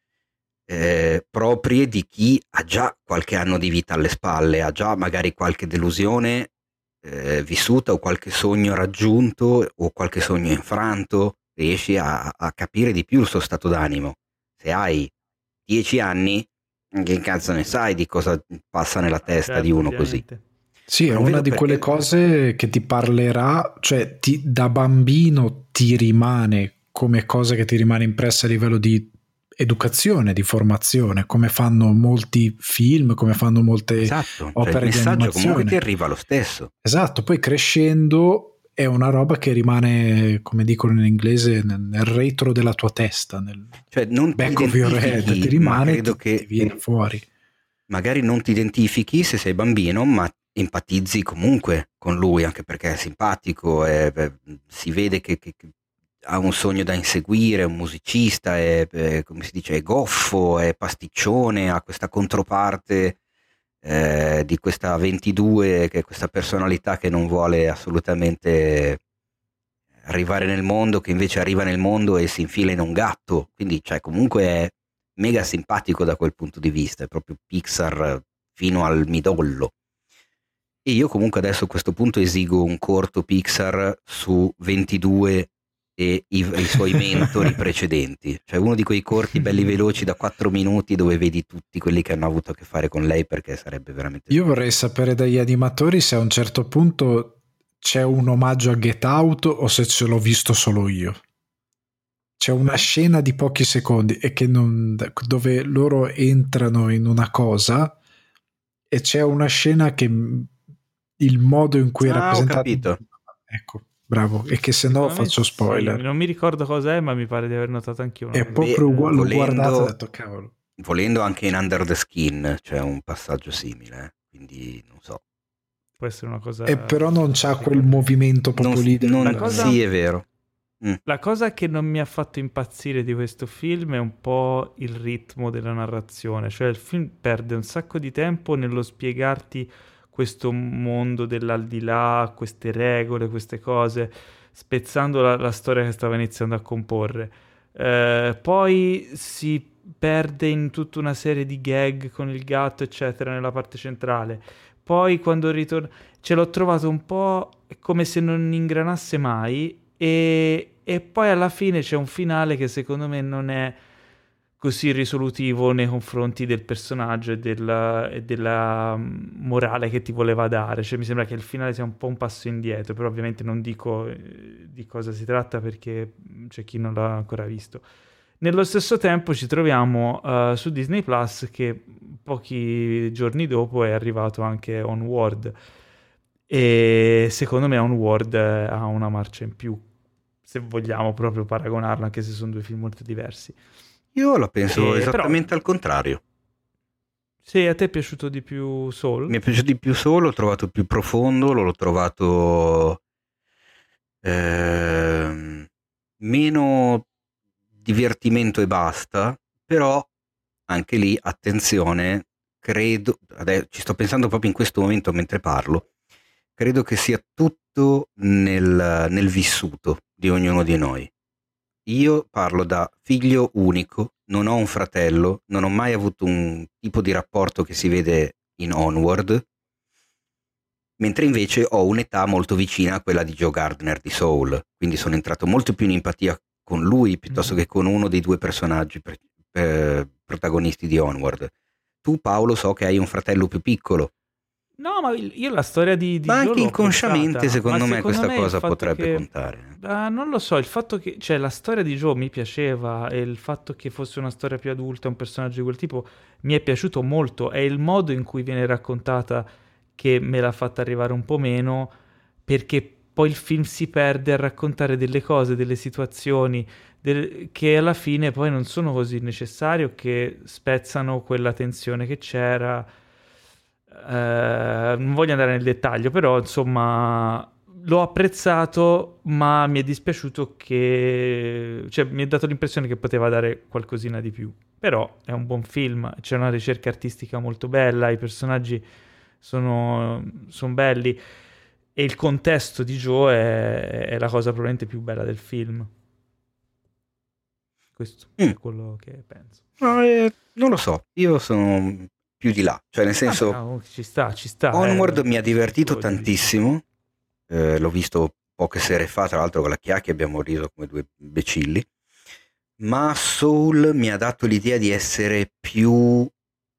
eh, proprie di chi ha già qualche anno di vita alle spalle, ha già magari qualche delusione eh, vissuta o qualche sogno raggiunto o qualche sogno infranto, riesci a, a capire di più il suo stato d'animo. Se hai dieci anni, che cazzo ne sai di cosa passa nella testa Certo, di uno ovviamente. così? Sì, Ma è non una vedo di perché- quelle cose che ti parlerà, cioè ti- da bambino ti rimane come cosa che ti rimane impressa a livello di educazione, di formazione, come fanno molti film, come fanno molte Esatto, cioè il opere di messaggio comunque animazione. ti arriva lo stesso. Esatto, poi crescendo è una roba che rimane, come dicono in inglese, nel, nel retro della tua testa, nel Cioè non ti back of your head, identifichi, ti ma rimane e credo ti, che ti viene fuori. magari non ti identifichi se sei bambino, ma empatizzi comunque con lui, anche perché è simpatico, è- è- si vede che, che- che ha un sogno da inseguire, è un musicista, è, è, come si dice, è goffo, è pasticcione, ha questa controparte eh, di questa ventidue, che è questa personalità che non vuole assolutamente arrivare nel mondo, che invece arriva nel mondo e si infila in un gatto, quindi cioè, comunque è mega simpatico da quel punto di vista, è proprio Pixar fino al midollo. E io comunque adesso a questo punto esigo un corto Pixar su ventidue e i, i suoi mentori precedenti, cioè uno di quei corti belli veloci da quattro minuti dove vedi tutti quelli che hanno avuto a che fare con lei, perché sarebbe veramente... Io vorrei sapere dagli animatori se a un certo punto c'è un omaggio a Get Out o se ce l'ho visto solo io. C'è una scena di pochi secondi e che non, dove loro entrano in una cosa e c'è una scena che il modo in cui è Ah, ho rappresentato, capito. ecco, bravo, e che se no Secondo me faccio sì, spoiler. non mi ricordo cos'è, ma mi pare di aver notato anch'io una È cosa. proprio Beh, uguale, l'ho volendo- guardato e ho detto cavolo. Volendo anche in Under the Skin c'è un passaggio simile, eh, quindi non so. Può essere una cosa... E però non c'ha quel movimento proprio Non- lì del- non- La cosa- Sì, è vero. La cosa che non mi ha fatto impazzire di questo film è un po' il ritmo della narrazione, cioè il film perde un sacco di tempo nello spiegarti questo mondo dell'aldilà, queste regole, queste cose, spezzando la, la storia che stava iniziando a comporre. Eh, poi si perde in tutta una serie di gag con il gatto, eccetera, nella parte centrale. Poi quando ritorna, ce l'ho trovato un po' come se non ingranasse mai. E, e poi alla fine c'è un finale che secondo me non è così risolutivo nei confronti del personaggio e della, e della mm, morale che ti voleva dare. Cioè mi sembra che il finale sia un po' un passo indietro, però ovviamente non dico eh, di cosa si tratta perché c'è chi non l'ha ancora visto. Nello stesso tempo ci troviamo uh, su Disney Plus, che pochi giorni dopo è arrivato anche Onward, e secondo me Onward ha una marcia in più, se vogliamo proprio paragonarlo, anche se sono due film molto diversi. Io la penso E, esattamente però, al contrario. se a te è piaciuto di più Soul? Mi è piaciuto di più Soul, l'ho trovato più profondo, l'ho trovato ehm, meno divertimento e basta, però anche lì, attenzione, credo, adesso, ci sto pensando proprio in questo momento mentre parlo, credo che sia tutto nel, nel vissuto di ognuno di noi. Io parlo da figlio unico, non ho un fratello, non ho mai avuto un tipo di rapporto che si vede in Onward, mentre invece ho un'età molto vicina a quella di Joe Gardner di Soul, quindi sono entrato molto più in empatia con lui piuttosto Mm. che con uno dei due personaggi pre- eh, protagonisti di Onward. Tu, Paolo, so che hai un fratello più piccolo, No, ma il- io la storia di, di ma Joe anche l'ho inconsciamente apprezzata, secondo ma me secondo questa me il cosa fatto potrebbe che... contare. Ah, non lo so, il fatto che... Cioè, la storia di Joe mi piaceva, e il fatto che fosse una storia più adulta, un personaggio di quel tipo, mi è piaciuto molto. È il modo in cui viene raccontata che me l'ha fatta arrivare un po' meno, perché poi il film si perde a raccontare delle cose, delle situazioni, del- che alla fine poi non sono così necessarie, o che spezzano quella tensione che c'era. Eh, non voglio andare nel dettaglio, però insomma l'ho apprezzato, ma mi è dispiaciuto che... Cioè, mi è dato l'impressione che poteva dare qualcosina di più. Però è un buon film, c'è una ricerca artistica molto bella, i personaggi sono, sono belli, e il contesto di Joe è, è la cosa probabilmente più bella del film. Questo Mm. è quello che penso. No, eh, non lo so, io sono più di là, cioè nel senso Vabbè, no, ci sta, ci sta. Onward eh, mi ha divertito tuo giudizio. tantissimo, eh, l'ho visto poche sere fa, tra l'altro con la Chiacchi abbiamo riso come due imbecilli, ma Soul mi ha dato l'idea di essere più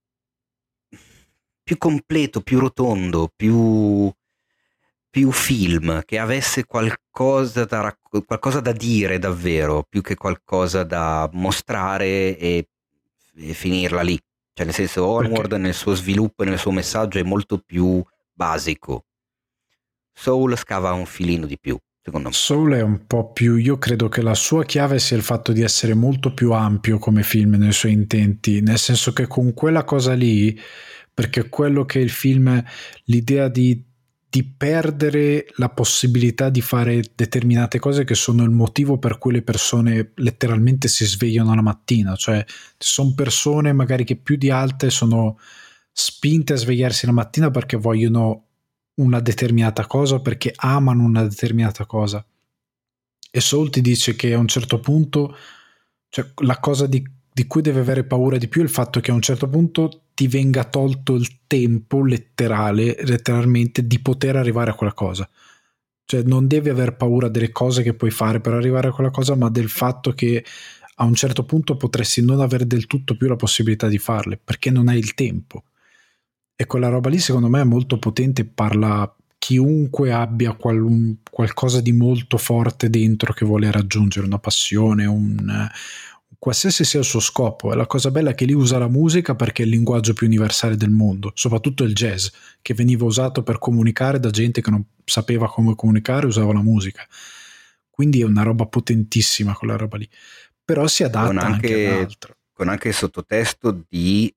più completo, più rotondo, più, più film, che avesse qualcosa da, racco- qualcosa da dire davvero, più che qualcosa da mostrare e, e finirla lì. Cioè nel senso Onward Perché nel suo sviluppo e nel suo messaggio è molto più basico. Soul scava un filino di più, secondo me. Soul è un po' più, io credo che la sua chiave sia il fatto di essere molto più ampio come film nei suoi intenti, nel senso che con quella cosa lì, perché quello che il film, l'idea di, di perdere la possibilità di fare determinate cose che sono il motivo per cui le persone letteralmente si svegliano la mattina, cioè sono persone magari che più di altre sono spinte a svegliarsi la mattina perché vogliono una determinata cosa, perché amano una determinata cosa, e Soul ti dice che a un certo punto, cioè la cosa di, di cui deve avere paura di più è il fatto che a un certo punto ti venga tolto il tempo letterale, letteralmente, di poter arrivare a quella cosa. Cioè non devi aver paura delle cose che puoi fare per arrivare a quella cosa, ma del fatto che a un certo punto potresti non avere del tutto più la possibilità di farle perché non hai il tempo. E quella roba lì secondo me è molto potente, parla chiunque abbia qual, qualcosa di molto forte dentro che vuole raggiungere, una passione, un, qualsiasi sia il suo scopo. E la cosa bella è che lì usa la musica perché è il linguaggio più universale del mondo, soprattutto il jazz, che veniva usato per comunicare da gente che non sapeva come comunicare, usava la musica. Quindi è una roba potentissima quella roba lì, però si adatta Con anche, anche, ad altro. con anche il sottotesto di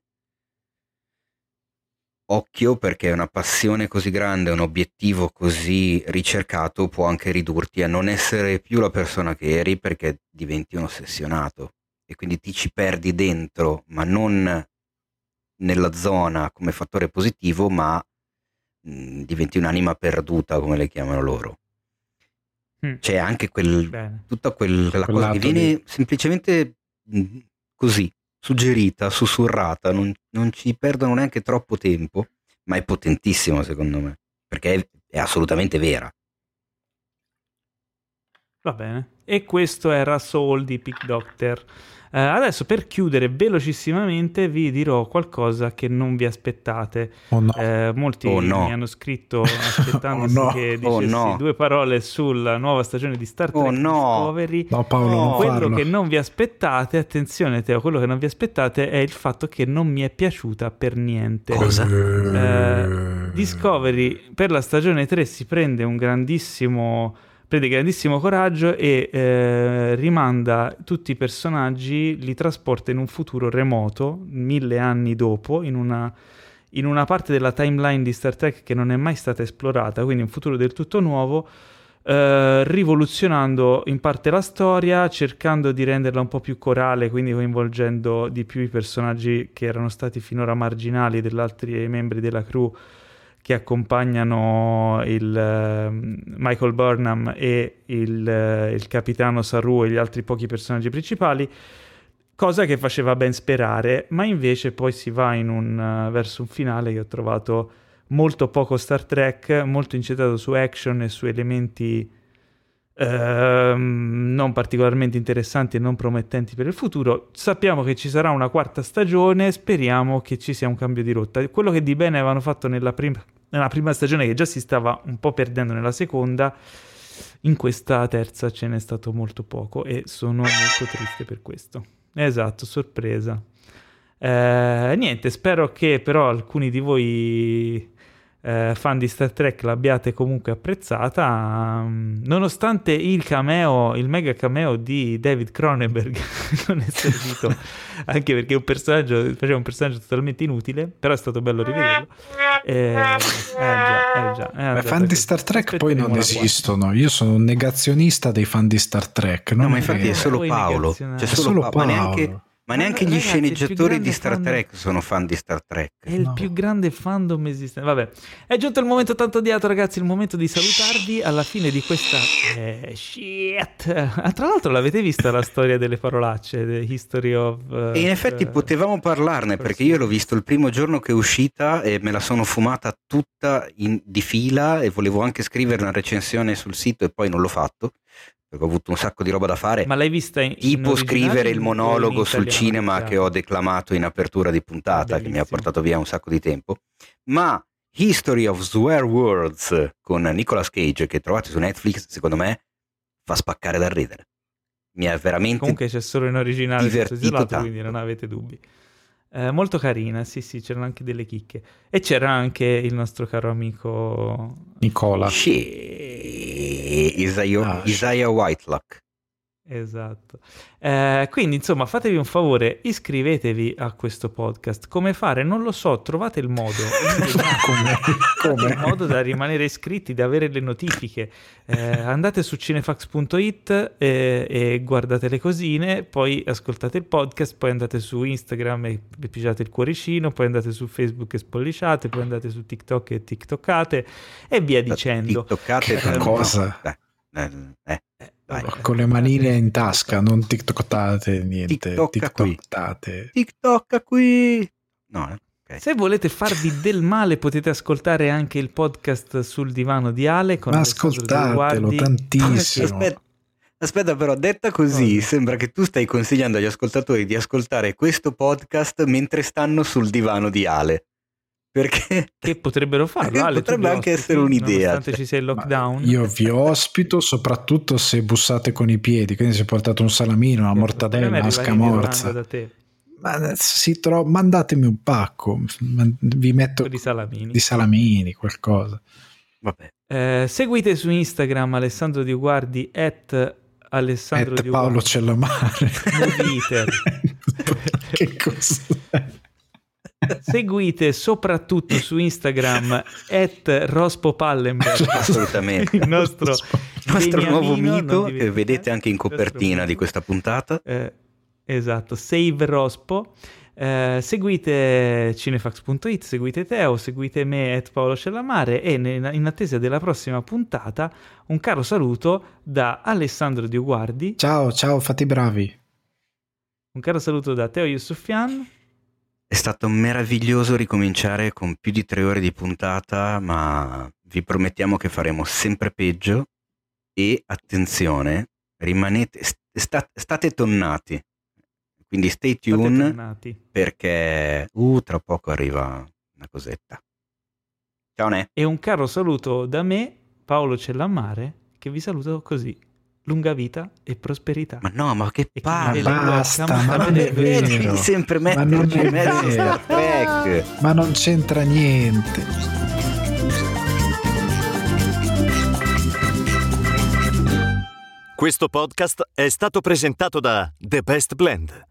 occhio, perché una passione così grande, un obiettivo così ricercato può anche ridurti a non essere più la persona che eri, perché diventi un ossessionato e quindi ti ci perdi dentro, ma non nella zona come fattore positivo, ma mh, diventi un'anima perduta, come le chiamano loro. Mm. C'è anche quel, Bene. tutta quel, quella Quel cosa che lato viene lì. semplicemente mh, così suggerita, sussurrata, non, non ci perdono neanche troppo tempo, ma è potentissimo secondo me, perché è, è assolutamente vera. Va bene. E questo era Soul di Pick Doctor. Uh, adesso per chiudere velocissimamente vi dirò qualcosa che non vi aspettate. Oh no. Uh, molti oh no. mi hanno scritto aspettandosi oh no. che dicessi oh no. due parole sulla nuova stagione di Star Trek oh no. Discovery. No Paolo, non quello farlo. che non vi aspettate, attenzione Teo, quello che non vi aspettate è il fatto che non mi è piaciuta per niente. Cosa? Uh, Discovery per la stagione tre si prende un grandissimo prende grandissimo coraggio e eh, rimanda tutti i personaggi, li trasporta in un futuro remoto, mille anni dopo, in una, in una parte della timeline di Star Trek che non è mai stata esplorata, quindi un futuro del tutto nuovo, eh, rivoluzionando in parte la storia, cercando di renderla un po' più corale, quindi coinvolgendo di più i personaggi che erano stati finora marginali degli altri membri della crew che accompagnano il uh, Michael Burnham e il, uh, il capitano Saru e gli altri pochi personaggi principali, cosa che faceva ben sperare, ma invece poi si va in un, uh, verso un finale che ho trovato molto poco Star Trek, molto incentrato su action e su elementi uh, non particolarmente interessanti e non promettenti per il futuro. Sappiamo che ci sarà una quarta stagione, speriamo che ci sia un cambio di rotta. Quello che di bene avevano fatto nella prima, nella prima stagione, che già si stava un po' perdendo nella seconda, in questa terza ce n'è stato molto poco e sono molto triste per questo. Esatto, sorpresa. Eh, niente, spero che però alcuni di voi Eh, fan di Star Trek l'abbiate comunque apprezzata, um, nonostante il cameo, il mega cameo di David Cronenberg non è servito, anche perché un personaggio faceva un personaggio totalmente inutile, però è stato bello rivederlo. Eh, eh già, eh già, è Beh, fan di Star Trek poi non esistono. Io sono un negazionista dei fan di Star Trek. Non no, ma è infatti è solo Paolo, c'è solo, solo Paolo. Paolo. Ma neanche Ma neanche Ragazzi, gli sceneggiatori di Star fan... Trek sono fan di Star Trek. È il no. più grande fandom esistente. Vabbè, è giunto il momento tanto odiato, ragazzi, il momento di salutarvi alla fine di questa eh, shit. Ah, tra l'altro l'avete vista la storia delle parolacce, The History of... Uh, e in effetti uh, potevamo parlarne, perché io l'ho visto il primo giorno che è uscita e me la sono fumata tutta in, di fila, e volevo anche scrivere una recensione sul sito e poi non l'ho fatto, perché ho avuto un sacco di roba da fare. Ma l'hai vista in, tipo in scrivere il monologo sul italiano, cinema diciamo, che ho declamato in apertura di puntata, che mi ha portato via un sacco di tempo. Ma History of Swear Words con Nicolas Cage, che trovate su Netflix, secondo me fa spaccare dal ridere. Mi ha veramente comunque c'è solo in originale, divertito isolato, tanto. quindi non avete dubbi. Eh, molto carina, sì sì, c'erano anche delle chicche. E c'era anche il nostro caro amico Nicola. Sì, Isaiah, Ah, Isaiah Whitelock. Esatto. Eh, quindi insomma fatevi un favore, iscrivetevi a questo podcast. Come fare? Non lo so, trovate il modo. come, come? Il modo da rimanere iscritti, da avere le notifiche. Eh, andate su cinefax punto it e, e guardate le cosine, poi ascoltate il podcast, poi andate su Instagram e pigiate il cuoricino, poi andate su Facebook e spolliciate, poi andate su TikTok e tiktokate e via dicendo. TikTokate Che cosa? No, eh, eh, dai. Con le manine in tasca, non tiktokate niente. TikTok qui. Tiktokate. TikTok qui. No, eh. Okay. Se volete farvi del male potete ascoltare anche il podcast sul divano di Ale con Ma Alessandro ascoltatelo Dioguardi. tantissimo. Aspetta, aspetta, però, detta così, Cosa? sembra che tu stai consigliando agli ascoltatori di ascoltare questo podcast mentre stanno sul divano di Ale. Perché? Che potrebbero farlo, Ale, Potrebbe tu li anche ospiti, essere un'idea, nonostante cioè. ci sia il lockdown. Io vi ospito soprattutto se bussate con i piedi, quindi se portate un salamino, una mortadella, una scamorza. Da te. Ma si tro- mandatemi un pacco, vi metto di salamini. di salamini, qualcosa. Vabbè. Eh, seguite su Instagram Alessandro Dioguardi at Alessandro Et Paolo Dioguardi Cellamare. Movie Eater. Che cos'è? Seguite soprattutto su Instagram at Rospo Pallenberg, Assolutamente. il nostro, Il nostro nuovo beniamino, mito non che diventate- vedete anche in il nostro copertina mito. di questa puntata. Eh, esatto, Save Rospo. Eh, seguite cinefax punto it, seguite Teo, seguite me at Paolo Cellamare e ne- in attesa della prossima puntata un caro saluto da Alessandro Dioguardi, Ciao, ciao, fate i bravi. un caro saluto da Teo Yusufian. È stato meraviglioso ricominciare con più di tre ore di puntata, ma vi promettiamo che faremo sempre peggio e attenzione, rimanete, sta, state tonnati, quindi stay tuned perché uh, tra poco arriva una cosetta. Ciao Ne. E un caro saluto da me, Paolo Cellammare, che vi saluto così. Lunga vita e prosperità. Ma no, ma che palle! Basta, ma non è vero. Sempre ma non è vero. Ma non c'entra niente. Questo podcast è stato presentato da The Best Blend,